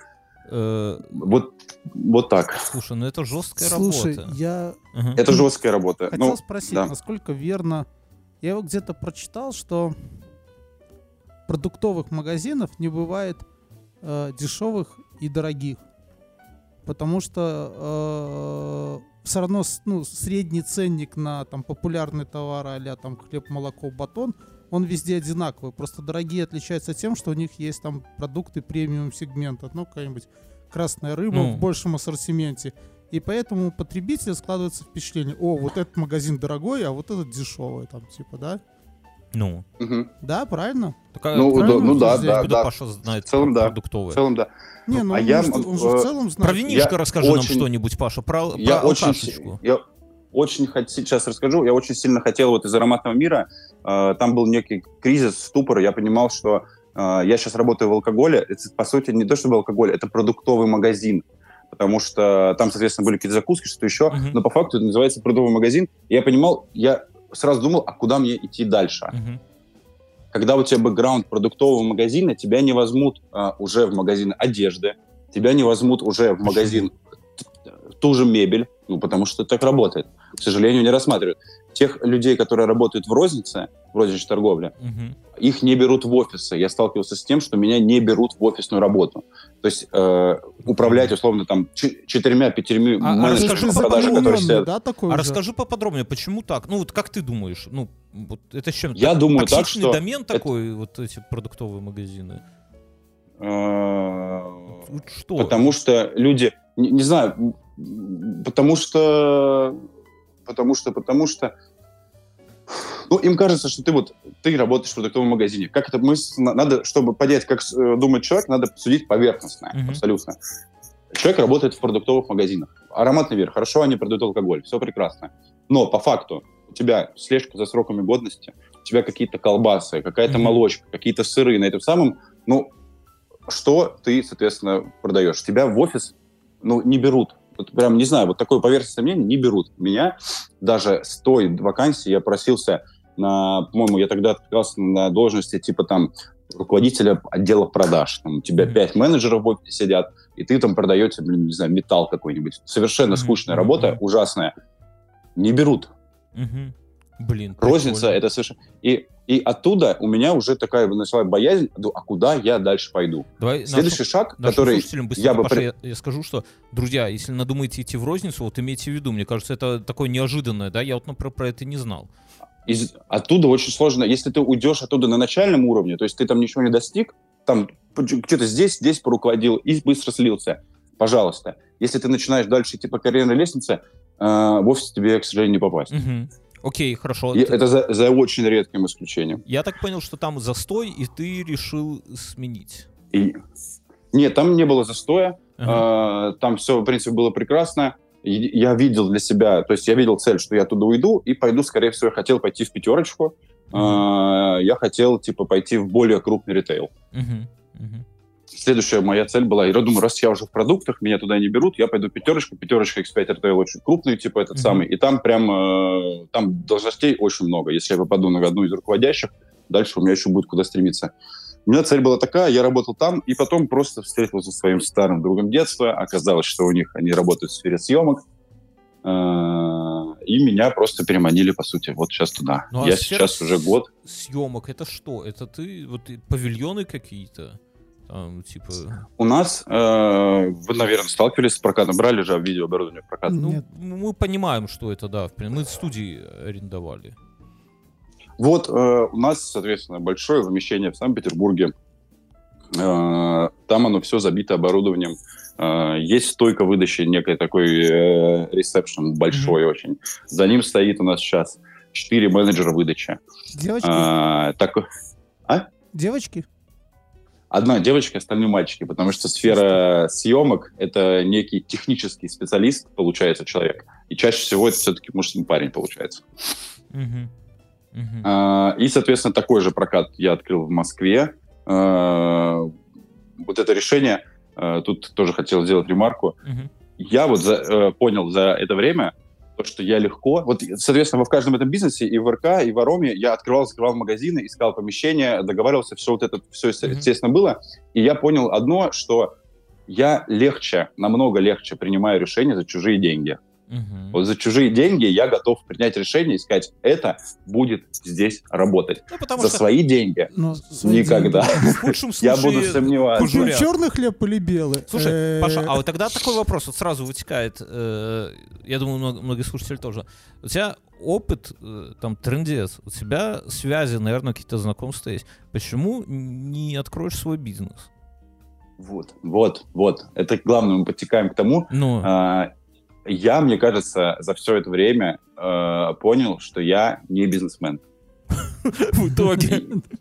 Uh, вот, вот так. Слушай, ну это жесткая Слушай, работа. я... Uh-huh. Это жесткая работа. Хотел ну, спросить, да. насколько верно... Я его где-то прочитал, что продуктовых магазинов не бывает э, дешевых и дорогих. Потому что э, все равно ну, средний ценник на там, популярный товар, а-ля там, хлеб, молоко, батон, он везде одинаковый. Просто дорогие отличаются тем, что у них есть там продукты премиум-сегмента. Ну, какая-нибудь красная рыба ну. в большем ассортименте. И поэтому у потребителя складывается впечатление, о, вот этот магазин дорогой, а вот этот дешевый, там, типа, да? Ну. Угу. Да, правильно? Так, ну, правильно? Да, ну да, да, да. Паша знает в целом, да. продуктовые. В целом, да. Не, ну а он, я, же, он же в целом знает. Про винишко я расскажи очень, нам что-нибудь, Паша, про, я про очень, алкашечку. Я, очень хотел, сейчас расскажу, я очень сильно хотел вот из ароматного мира, э, там был некий кризис, ступор, я понимал, что э, я сейчас работаю в алкоголе, это, по сути, не то чтобы алкоголь, это продуктовый магазин, потому что там, соответственно, были какие-то закуски, что-то еще, uh-huh. но по факту это называется продуктовый магазин, и я понимал, я сразу думал, а куда мне идти дальше? Uh-huh. Когда у тебя бэкграунд продуктового магазина, тебя не возьмут э, уже в магазин одежды, тебя не возьмут уже в магазин ту же мебель, ну, потому что так работает. К сожалению, не рассматривают. Тех людей, которые работают в рознице, в розничной торговле, угу. их не берут в офисы. Я сталкивался с тем, что меня не берут в офисную работу. То есть э, управлять, условно, там, четырьмя-пятерьмя а, менеджерами по продажам, которые сидят... Да, а уже? Расскажи поподробнее, почему так? Ну, вот как ты думаешь? Ну, вот это с чем? Я так, думаю так, что... домен это... такой, вот эти продуктовые магазины? Что? Потому что люди... Не, не знаю... Потому что, потому что, потому что, ну, им кажется, что ты вот, ты работаешь в продуктовом магазине. Как это мысль, надо, чтобы понять, как думает человек, надо судить поверхностно, mm-hmm. абсолютно. Человек работает в продуктовых магазинах. Ароматный мир, хорошо, они продают алкоголь, все прекрасно. Но по факту у тебя слежка за сроками годности, у тебя какие-то колбасы, какая-то mm-hmm. молочка, какие-то сыры на этом самом, ну, что ты, соответственно, продаешь? Тебя в офис, ну, не берут. Вот прям, не знаю, вот такое поверхностное мнение не берут. Меня даже с той вакансии я просился на, по-моему, я тогда откликался на должности типа там руководителя отдела продаж. Там у тебя mm-hmm. пять менеджеров в офисе сидят, и ты там продаете, блин, не знаю, металл какой-нибудь. Совершенно mm-hmm. скучная mm-hmm. работа, ужасная. Не берут. Mm-hmm. Блин, розница прикольно. Это совершенно... И, и оттуда у меня уже такая начала боязнь, а куда я дальше пойду? Давай Следующий нашим, шаг, который я бы... Паша, я, я скажу, что, друзья, если надумаете идти в розницу, вот имейте в виду, мне кажется, это такое неожиданное, да, я вот, например, про это не знал. Из, оттуда очень сложно, если ты уйдешь оттуда на начальном уровне, то есть ты там ничего не достиг, там что-то здесь, здесь поруководил и быстро слился, пожалуйста. Если ты начинаешь дальше идти по карьерной лестнице, э, в офис тебе, к сожалению, не попасть. Угу. Окей, хорошо. И это за, за очень редким исключением. Я так понял, что там застой, и ты решил сменить. И... Нет, там не было застоя. Uh-huh. Э, там все, в принципе, было прекрасно. И я видел для себя, то есть я видел цель, что я оттуда уйду и пойду, скорее всего, я хотел пойти в пятерочку. Uh-huh. Э, я хотел, типа, пойти в более крупный ритейл. Uh-huh. Uh-huh. Следующая моя цель была, я думаю, раз я уже в продуктах, меня туда не берут, я пойду в пятерочку, пятерочка икс пять ритейл очень крупный, типа этот mm-hmm. самый, и там прям, э, там должностей очень много. Если я попаду на одну из руководящих, дальше у меня еще будет куда стремиться. У меня цель была такая, я работал там, и потом просто встретился со своим старым другом детства, оказалось, что у них, они работают в сфере съемок, э, и меня просто переманили, по сути, вот сейчас туда. Ну, а я сейчас уже год. Съемок, это что? Это ты, вот павильоны какие-то? Там, типа... У нас, э, вы, наверное, сталкивались с прокатом, брали же видеооборудование в прокат? Ну, мы понимаем, что это, да. Мы студии арендовали. Вот э, у нас, соответственно, большое помещение в Санкт-Петербурге. Э, там оно все забито оборудованием. Э, есть стойка выдачи, некий такой э, ресепшн большой mm-hmm. очень. За ним стоит у нас сейчас четыре менеджера выдачи. Девочки? Э, так... А? Девочки? Одна девочка, остальные мальчики, потому что сфера съемок — это некий технический специалист, получается, человек. И чаще всего это все-таки мужской парень, получается. Uh-huh. Uh-huh. А, и, соответственно, такой же прокат я открыл в Москве. А, вот это решение, а, тут тоже хотел сделать ремарку. Uh-huh. Я вот за, а, понял за это время, то, что я легко... Вот, соответственно, в каждом этом бизнесе, и в РК, и в Ароме, я открывал, закрывал магазины, искал помещения, договаривался, все вот это, все, mm-hmm. естественно, было. И я понял одно, что я легче, намного легче принимаю решения за чужие деньги. Uh-huh. Вот за чужие деньги я готов принять решение и сказать, это будет здесь работать. Ну, за что... свои деньги ну, свои никогда. Деньги. В худшем случае я буду сомневаться. Черный хлеб или белый? Слушай, Паша, а вот тогда такой вопрос вот сразу вытекает. Я думаю, многие слушатели тоже. У тебя опыт, там, трындец, у тебя связи, наверное, какие-то знакомства есть. Почему не откроешь свой бизнес? Вот, вот, вот. Это главное, мы подтекаем к тому. Ну... Я, мне кажется, за все это время э, понял, что я не бизнесмен. В итоге.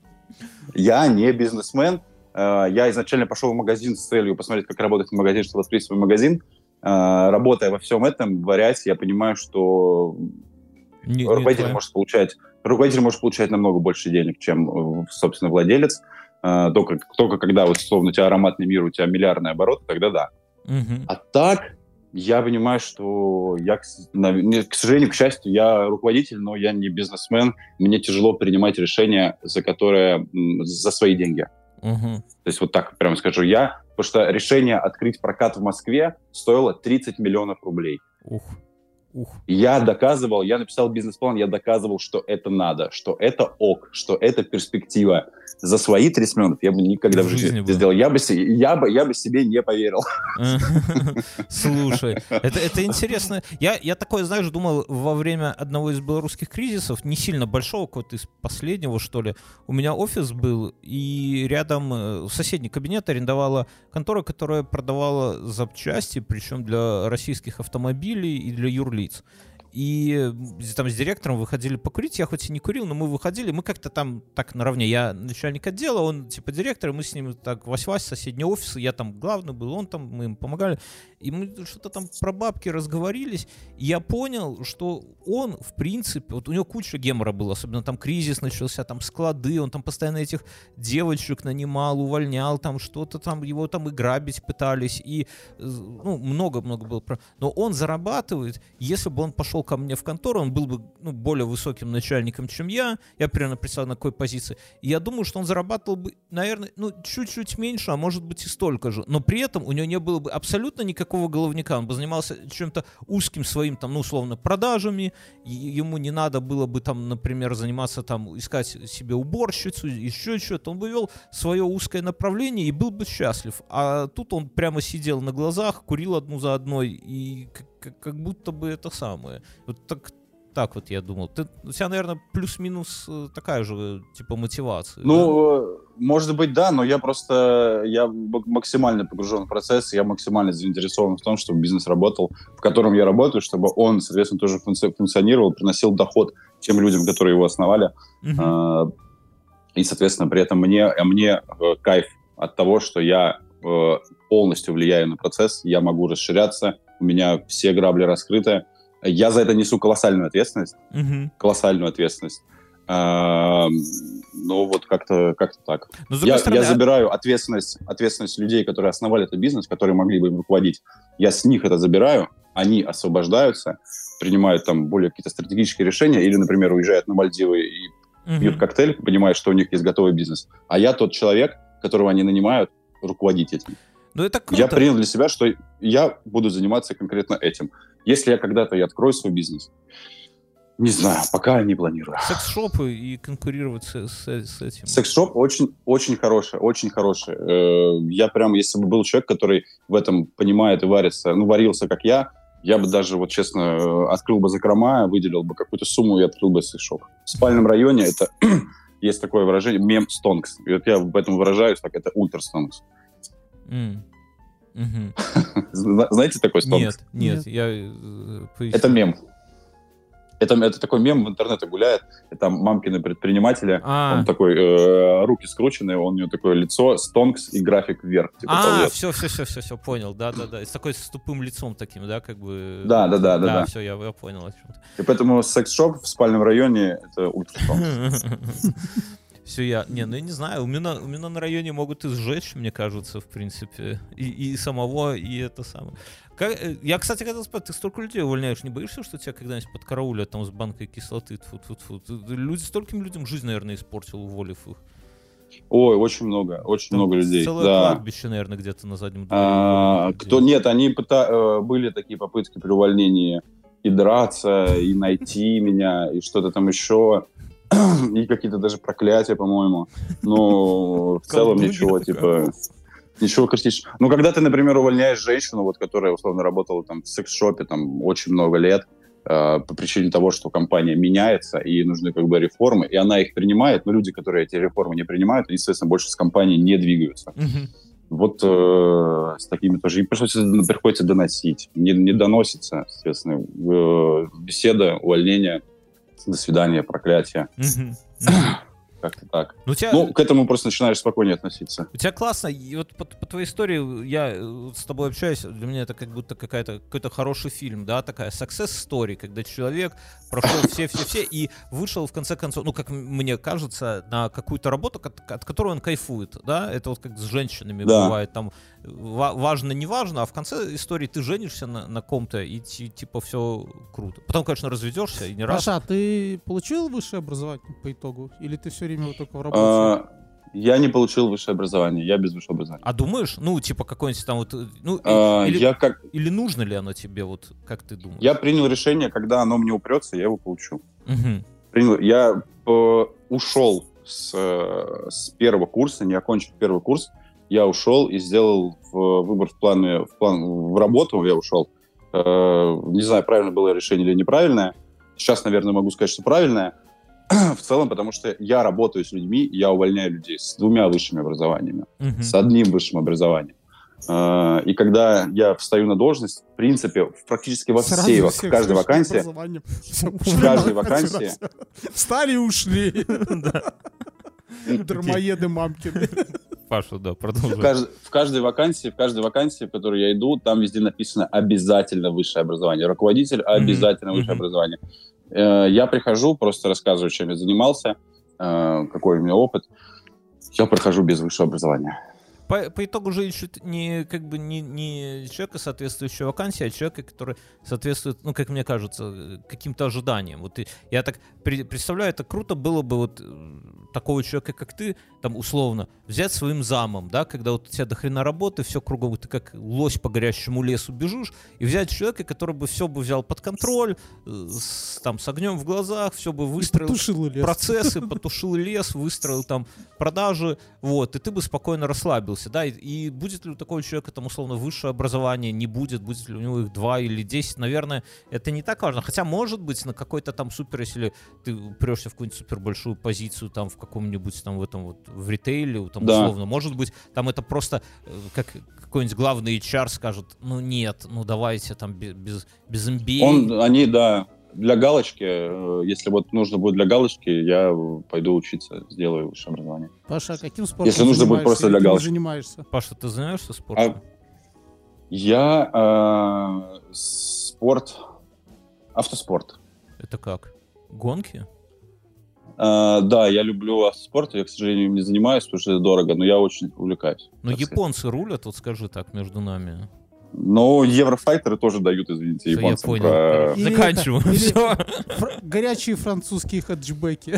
Я не бизнесмен. Э, я изначально пошел в магазин с целью посмотреть, как работает магазин, чтобы открыть свой магазин. работая во всем этом, варясь, я понимаю, что не, руководитель, не может получать, руководитель может получать намного больше денег, чем, собственно, владелец. Только, только когда, вот, условно, у тебя ароматный мир, у тебя миллиардный оборот, тогда да. Угу. А так, я понимаю, что я, к сожалению, к счастью, я руководитель, но я не бизнесмен. Мне тяжело принимать решения, за которые, за свои деньги. Угу. То есть вот так прямо скажу я, потому что решение открыть прокат в Москве стоило тридцать миллионов рублей. Ух. Ух. Я доказывал, я написал бизнес-план, я доказывал, что это надо, что это ок, что это перспектива. За свои тридцать миллионов я бы никогда в жизни не сделал. Я бы, я, бы, я бы себе не поверил. Слушай, это, это интересно. Я, я такое, знаешь, думал во время одного из белорусских кризисов, не сильно большого, какого-то из последнего, что ли. У меня офис был, и рядом соседний кабинет арендовала контора, которая продавала запчасти, причем для российских автомобилей и для юрлиц. И там с директором выходили покурить. Я хоть и не курил, но мы выходили. Мы как-то там так наравне. Я начальник отдела, он типа директор. И мы с ним так вась-вась, соседний офис. Я там главный был, он там, мы им помогали. И мы что-то там про бабки разговорились. И я понял, что он, в принципе, вот у него куча гемора было. Особенно там кризис начался, там склады. Он там постоянно этих девочек нанимал, увольнял, там что-то там, его там и грабить пытались. И ну, много-много было. Но он зарабатывает. Если бы он пошел ко мне в контору, он был бы ну, более высоким начальником, чем я. Я примерно представляю, на какой позиции. И я думаю, что он зарабатывал бы, наверное, ну, чуть-чуть меньше, а может быть и столько же. Но при этом у него не было бы абсолютно никакого головника. Он бы занимался чем-то узким своим, там, ну, условно, продажами. И ему не надо было бы, там, например, заниматься, там, искать себе уборщицу, еще что-то. Он бы вел свое узкое направление и был бы счастлив. А тут он прямо сидел на глазах, курил одну за одной и как, как будто бы это самое. Вот так, так вот я думал. Ты, у тебя, наверное, плюс-минус такая же, типа, мотивация. Ну, да? Может быть, да, но я просто, я максимально погружен в процесс, я максимально заинтересован в том, чтобы бизнес работал, в котором я работаю, чтобы он, соответственно, тоже функционировал, приносил доход тем людям, которые его основали. Uh-huh. И, соответственно, при этом мне, мне кайф от того, что я полностью влияю на процесс, я могу расширяться, у меня все грабли раскрыты. Я за это несу колоссальную ответственность. Uh-huh. Колоссальную ответственность. А, ну, вот как-то, как-то так. Я, стороны, я забираю ответственность, ответственность людей, которые основали этот бизнес, которые могли бы им руководить. Я с них это забираю, они освобождаются, принимают там более какие-то стратегические решения или, например, уезжают на Мальдивы и uh-huh. пьют коктейль, понимают, что у них есть готовый бизнес. А я тот человек, которого они нанимают руководить этим. Ну, это круто. Я принял для себя, что я буду заниматься конкретно этим. Если я когда-то и открою свой бизнес, не знаю, пока не планирую. Секс-шопы и конкурировать с, с, с этим. Секс-шоп очень, очень хороший, очень хороший. Я прям, если бы был человек, который в этом понимает и варится, ну, варился, как я, я бы даже, вот честно, открыл бы закрома, выделил бы какую-то сумму и открыл бы секс-шоп. В спальном районе это есть такое выражение, мем стонкс. И вот я в этом выражаюсь, так это ультра стонкс. Mm. Mm-hmm. Знаете такой стонкс? Нет, нет, я... Это мем. Это, это такой мем в интернете гуляет. Это мамкины предприниматели. А. Он такой, э, руки скрученные, он у него такое лицо, стонкс и график вверх. Типа, а, все, все, все, все, все, понял, да-да-да. С такой с тупым лицом таким, да, как бы... Да, да, да, да. Да, все, я, я понял о чем-то. И поэтому секс-шоп в спальном районе — это ультра стонкс. Все, я... Не, ну я не знаю, у меня, у меня на районе могут и сжечь, мне кажется, в принципе. И, и самого, и это самое. Как... Я, кстати, хотел спросить, ты столько людей увольняешь, не боишься, что тебя когда-нибудь подкараулят там с банкой кислоты? Тьфу-тьфу-тьфу. Люди, стольким людям жизнь, наверное, испортил, уволив их. Ой, очень много, очень там много людей. Целое да. кладбище, наверное, где-то на заднем дворе. А, кто... Нет, они пыта... были такие попытки при увольнении и драться, и найти меня, и что-то там еще... И какие-то даже проклятия, по-моему. Но в целом ничего, типа... Ничего критичного. Ну, когда ты, например, увольняешь женщину, вот, которая, условно, работала там в секс-шопе там очень много лет, э, по причине того, что компания меняется, и нужны как бы реформы, и она их принимает, но люди, которые эти реформы не принимают, они, соответственно, больше с компанией не двигаются. Mm-hmm. Вот э, с такими тоже. Им приходится, приходится доносить. Не, не доносится, соответственно, э, беседа, увольнение, до свидания, проклятие. Mm-hmm. Mm-hmm. как-то так. Ну, тебя... ну, к этому просто начинаешь спокойнее относиться. У тебя классно, и вот по, по твоей истории я с тобой общаюсь, для меня это как будто какая-то, какой-то хороший фильм, да, такая success story, когда человек прошел все-все-все и вышел в конце концов, ну, как мне кажется, на какую-то работу, от, от которой он кайфует, да, это вот как с женщинами да. бывает, там, важно, не важно, а в конце истории ты женишься на, на ком-то, и типа все круто. Потом, конечно, разведешься, и не раз. Паша, ты получил высшее образование по итогу? Или ты все время вот только в работе? А, я не получил высшее образование, я без высшего образования. А думаешь, ну, типа, какой-нибудь там вот... Ну, а, или, я как... или нужно ли оно тебе, вот, как ты думаешь? Я принял решение, когда оно мне упрется, я его получу. Угу. Принял... Я по... ушел с, с первого курса, не окончив первый курс, я ушел и сделал в, выбор в плане, в план, в работу я ушел. Э, не знаю, правильно было решение или неправильное. Сейчас, наверное, могу сказать, что правильное. В целом, потому что я работаю с людьми, я увольняю людей с двумя высшими образованиями, uh-huh. с одним высшим образованием. Э, и когда я встаю на должность, в принципе, практически во всей, в каждой вакансии, в каждой вакансии... Встали и ушли. Дармоеды мамкины. Паша, да, продолжай. В, кажд... в каждой вакансии, в каждой вакансии, в которую я иду, там везде написано обязательно высшее образование. Руководитель обязательно mm-hmm. высшее mm-hmm. образование. Э, я прихожу, просто рассказываю, чем я занимался, э, какой у меня опыт. Я прохожу без высшего образования. По, по итогу же ищут не, как бы, не, не человека, соответствующего вакансии, а человека, который соответствует, ну, как мне кажется, каким-то ожиданиям. Вот и, я так при, представляю, это круто было бы вот такого человека, как ты, там, условно, взять своим замом, да, когда вот у тебя до хрена работы, все кругом, ты как лось по горящему лесу бежишь, и взять человека, который бы все бы взял под контроль, с, там, с огнем в глазах, все бы выстроил процессы, потушил лес, выстроил там продажи, вот, и ты бы спокойно расслабился, да, и, и будет ли у такого человека, там, условно, высшее образование, не будет, будет ли у него их два или десять, наверное, это не так важно, хотя, может быть, на какой-то там супер, если ты прешься в какую-нибудь супер большую позицию, там, в каком-нибудь там в этом вот, в ритейле, там, да. условно, может быть, там это просто, как какой-нибудь главный эйч ар скажет, ну, нет, ну, давайте там без, без эм би эй. Он, они, да, для галочки, если вот нужно будет для галочки, я пойду учиться, сделаю высшее образование. Паша, а каким спортом если нужно будет просто для галочки. Занимаешься? Паша, ты занимаешься спортом? А, я э, спорт, автоспорт. Это как? Гонки? Uh, да, я люблю автоспорт, я, к сожалению, им не занимаюсь, потому что это дорого, но я очень увлекаюсь. Ну, японцы сказать. Рулят, вот скажи так, между нами. Но еврофайтеры тоже дают, извините, все, японцам. Я понял. Про... Заканчиваем. Это, все. Фр- горячие французские хэтчбеки.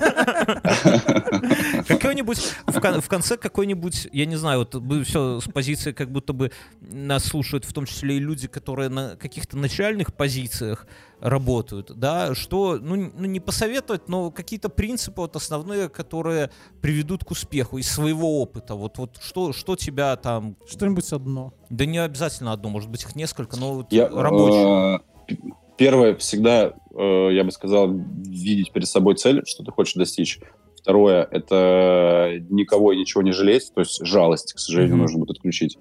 Какой-нибудь, в конце какой-нибудь, я не знаю, вот мы все с позиции, как будто бы нас слушают, в том числе и люди, которые на каких-то начальных позициях работают, да, что, ну, ну не посоветовать, но какие-то принципы вот основные, которые приведут к успеху из своего опыта, вот, вот что, что тебя там... Что-нибудь одно. Да не обязательно одно, может быть их несколько, но вот я, рабочие. Э, первое, всегда, э, я бы сказал, видеть перед собой цель, что ты хочешь достичь. Второе, это никого и ничего не жалеть, то есть жалость, к сожалению, mm-hmm. нужно будет отключить.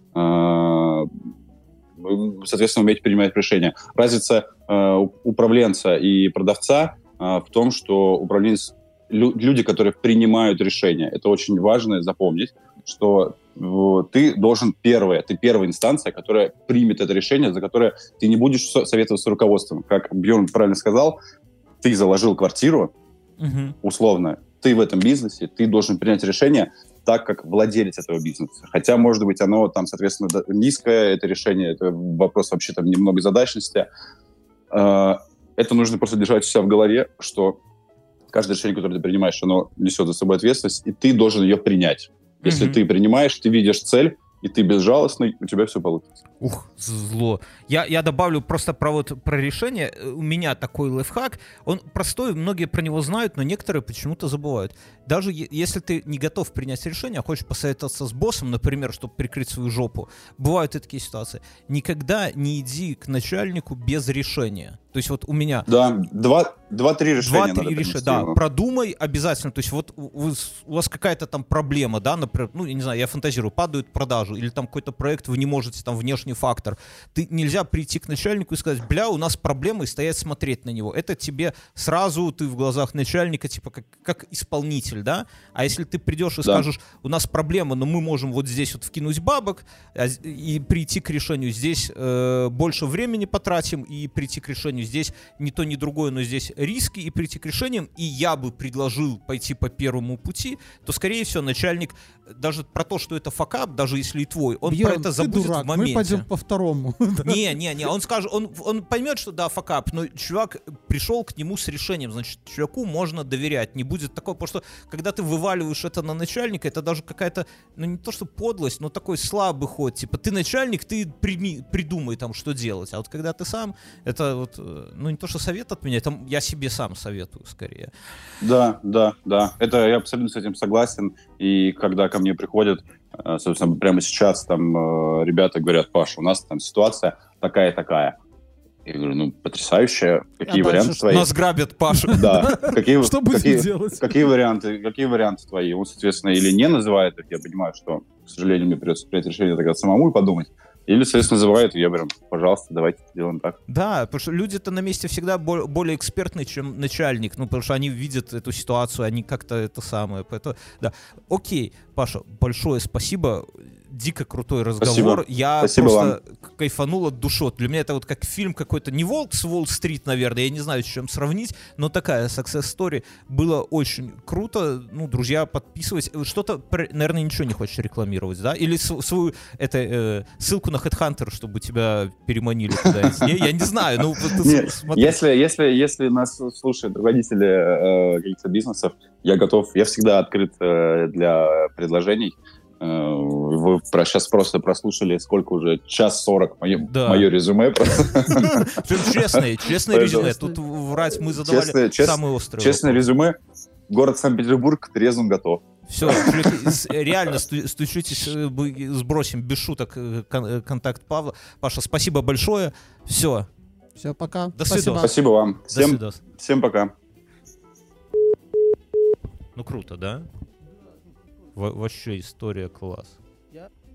Соответственно, уметь принимать решения. Разница э, управленца и продавца э, в том, что управленец, лю, люди, которые принимают решения, это очень важно запомнить, что э, ты должен первая, ты первая инстанция, которая примет это решение, за которое ты не будешь советоваться с руководством. Как Бьерн правильно сказал, ты заложил квартиру, угу. условно, ты в этом бизнесе, ты должен принять решение так, как владелец этого бизнеса. Хотя, может быть, оно там, соответственно, низкое, это решение, это вопрос вообще там немного задачности. Это нужно просто держать у себя в голове, что каждое решение, которое ты принимаешь, оно несет за собой ответственность, и ты должен ее принять. Если mm-hmm. ты принимаешь, ты видишь цель, и ты безжалостный, у тебя все получится. Ух, зло. Я, я добавлю просто про, вот, про решение. У меня такой лайфхак. Он простой, многие про него знают, но некоторые почему-то забывают. Даже е- если ты не готов принять решение, а хочешь посоветоваться с боссом, например, чтобы прикрыть свою жопу, бывают и такие ситуации. Никогда не иди к начальнику без решения. То есть вот у меня... Да, два, два-три решения Два-три решения, да. Продумай обязательно. То есть вот у, у вас какая-то там проблема, да, например, ну, я не знаю, я фантазирую, падают продажи, или там какой-то проект, вы не можете там внешне внешний фактор. Ты нельзя прийти к начальнику и сказать, бля, у нас проблемы, и стоять смотреть на него. Это тебе сразу, ты в глазах начальника, типа, как, как исполнитель, да? А если ты придешь и да. скажешь, у нас проблема, но мы можем вот здесь вот вкинуть бабок и прийти к решению, здесь э, больше времени потратим, и прийти к решению, здесь не то, ни другое, но здесь риски, и прийти к решениям, и я бы предложил пойти по первому пути, то, скорее всего, начальник, даже про то, что это факап, даже если и твой, он Бьерн, про это забудет дурак, в моменте. Мы пойдем по второму. Не, не, не, он скажет, он, он поймет, что да, факап, но чувак пришел к нему с решением, значит, чуваку можно доверять, не будет такого, потому что, когда ты вываливаешь это на начальника, это даже какая-то, ну, не то, что подлость, но такой слабый ход, типа, ты начальник, ты прими, придумай там, что делать, а вот когда ты сам, это вот, ну, не то, что совет от меня, это я себе сам советую, скорее. Да, да, да, это я абсолютно с этим согласен, и когда ко мне приходят, собственно, прямо сейчас там ребята говорят, Паша, у нас там ситуация такая-такая. Я говорю, ну, потрясающая. Какие а варианты твои? Нас грабят, Паша. Да. Какие, что будем какие, делать? Какие варианты, какие варианты твои? Он, соответственно, или не называет их, я понимаю, что, к сожалению, мне придется принять решение тогда самому и подумать. Или, соответственно, называют, и я прям, пожалуйста, давайте сделаем так. Да, потому что люди-то на месте всегда более, более экспертные, чем начальник, ну, потому что они видят эту ситуацию, они как-то это самое, поэтому, да. Окей, Паша, большое спасибо, дико крутой разговор, спасибо. Я спасибо просто вам. Кайфанул от души. Для меня это вот как фильм какой-то, не «Волк с Уолл-стрит», наверное, я не знаю, с чем сравнить, но такая success story, было очень круто, ну, друзья, подписывайтесь, что-то, наверное, ничего не хочешь рекламировать, да, или свою, это, э, ссылку на HeadHunter, чтобы тебя переманили куда-нибудь, не? Я не знаю, ну, ты смотри. Если, если, если нас слушают руководители э, каких-то бизнесов, я готов, я всегда открыт э, для предложений. Вы про, сейчас просто прослушали сколько уже, час сорок мое, да. мое резюме. Честное, честное резюме. Тут врать мы задавали честное, чест, самые острые Честное вопросы. Резюме. Город Санкт-Петербург к трезвым готов. Все, реально стучитесь, сбросим без шуток контакт Павла. Паша, спасибо большое. Все. Все, пока. До свидания. Спасибо вам. Всем, всем пока. Ну круто, да? Во- вообще история класс.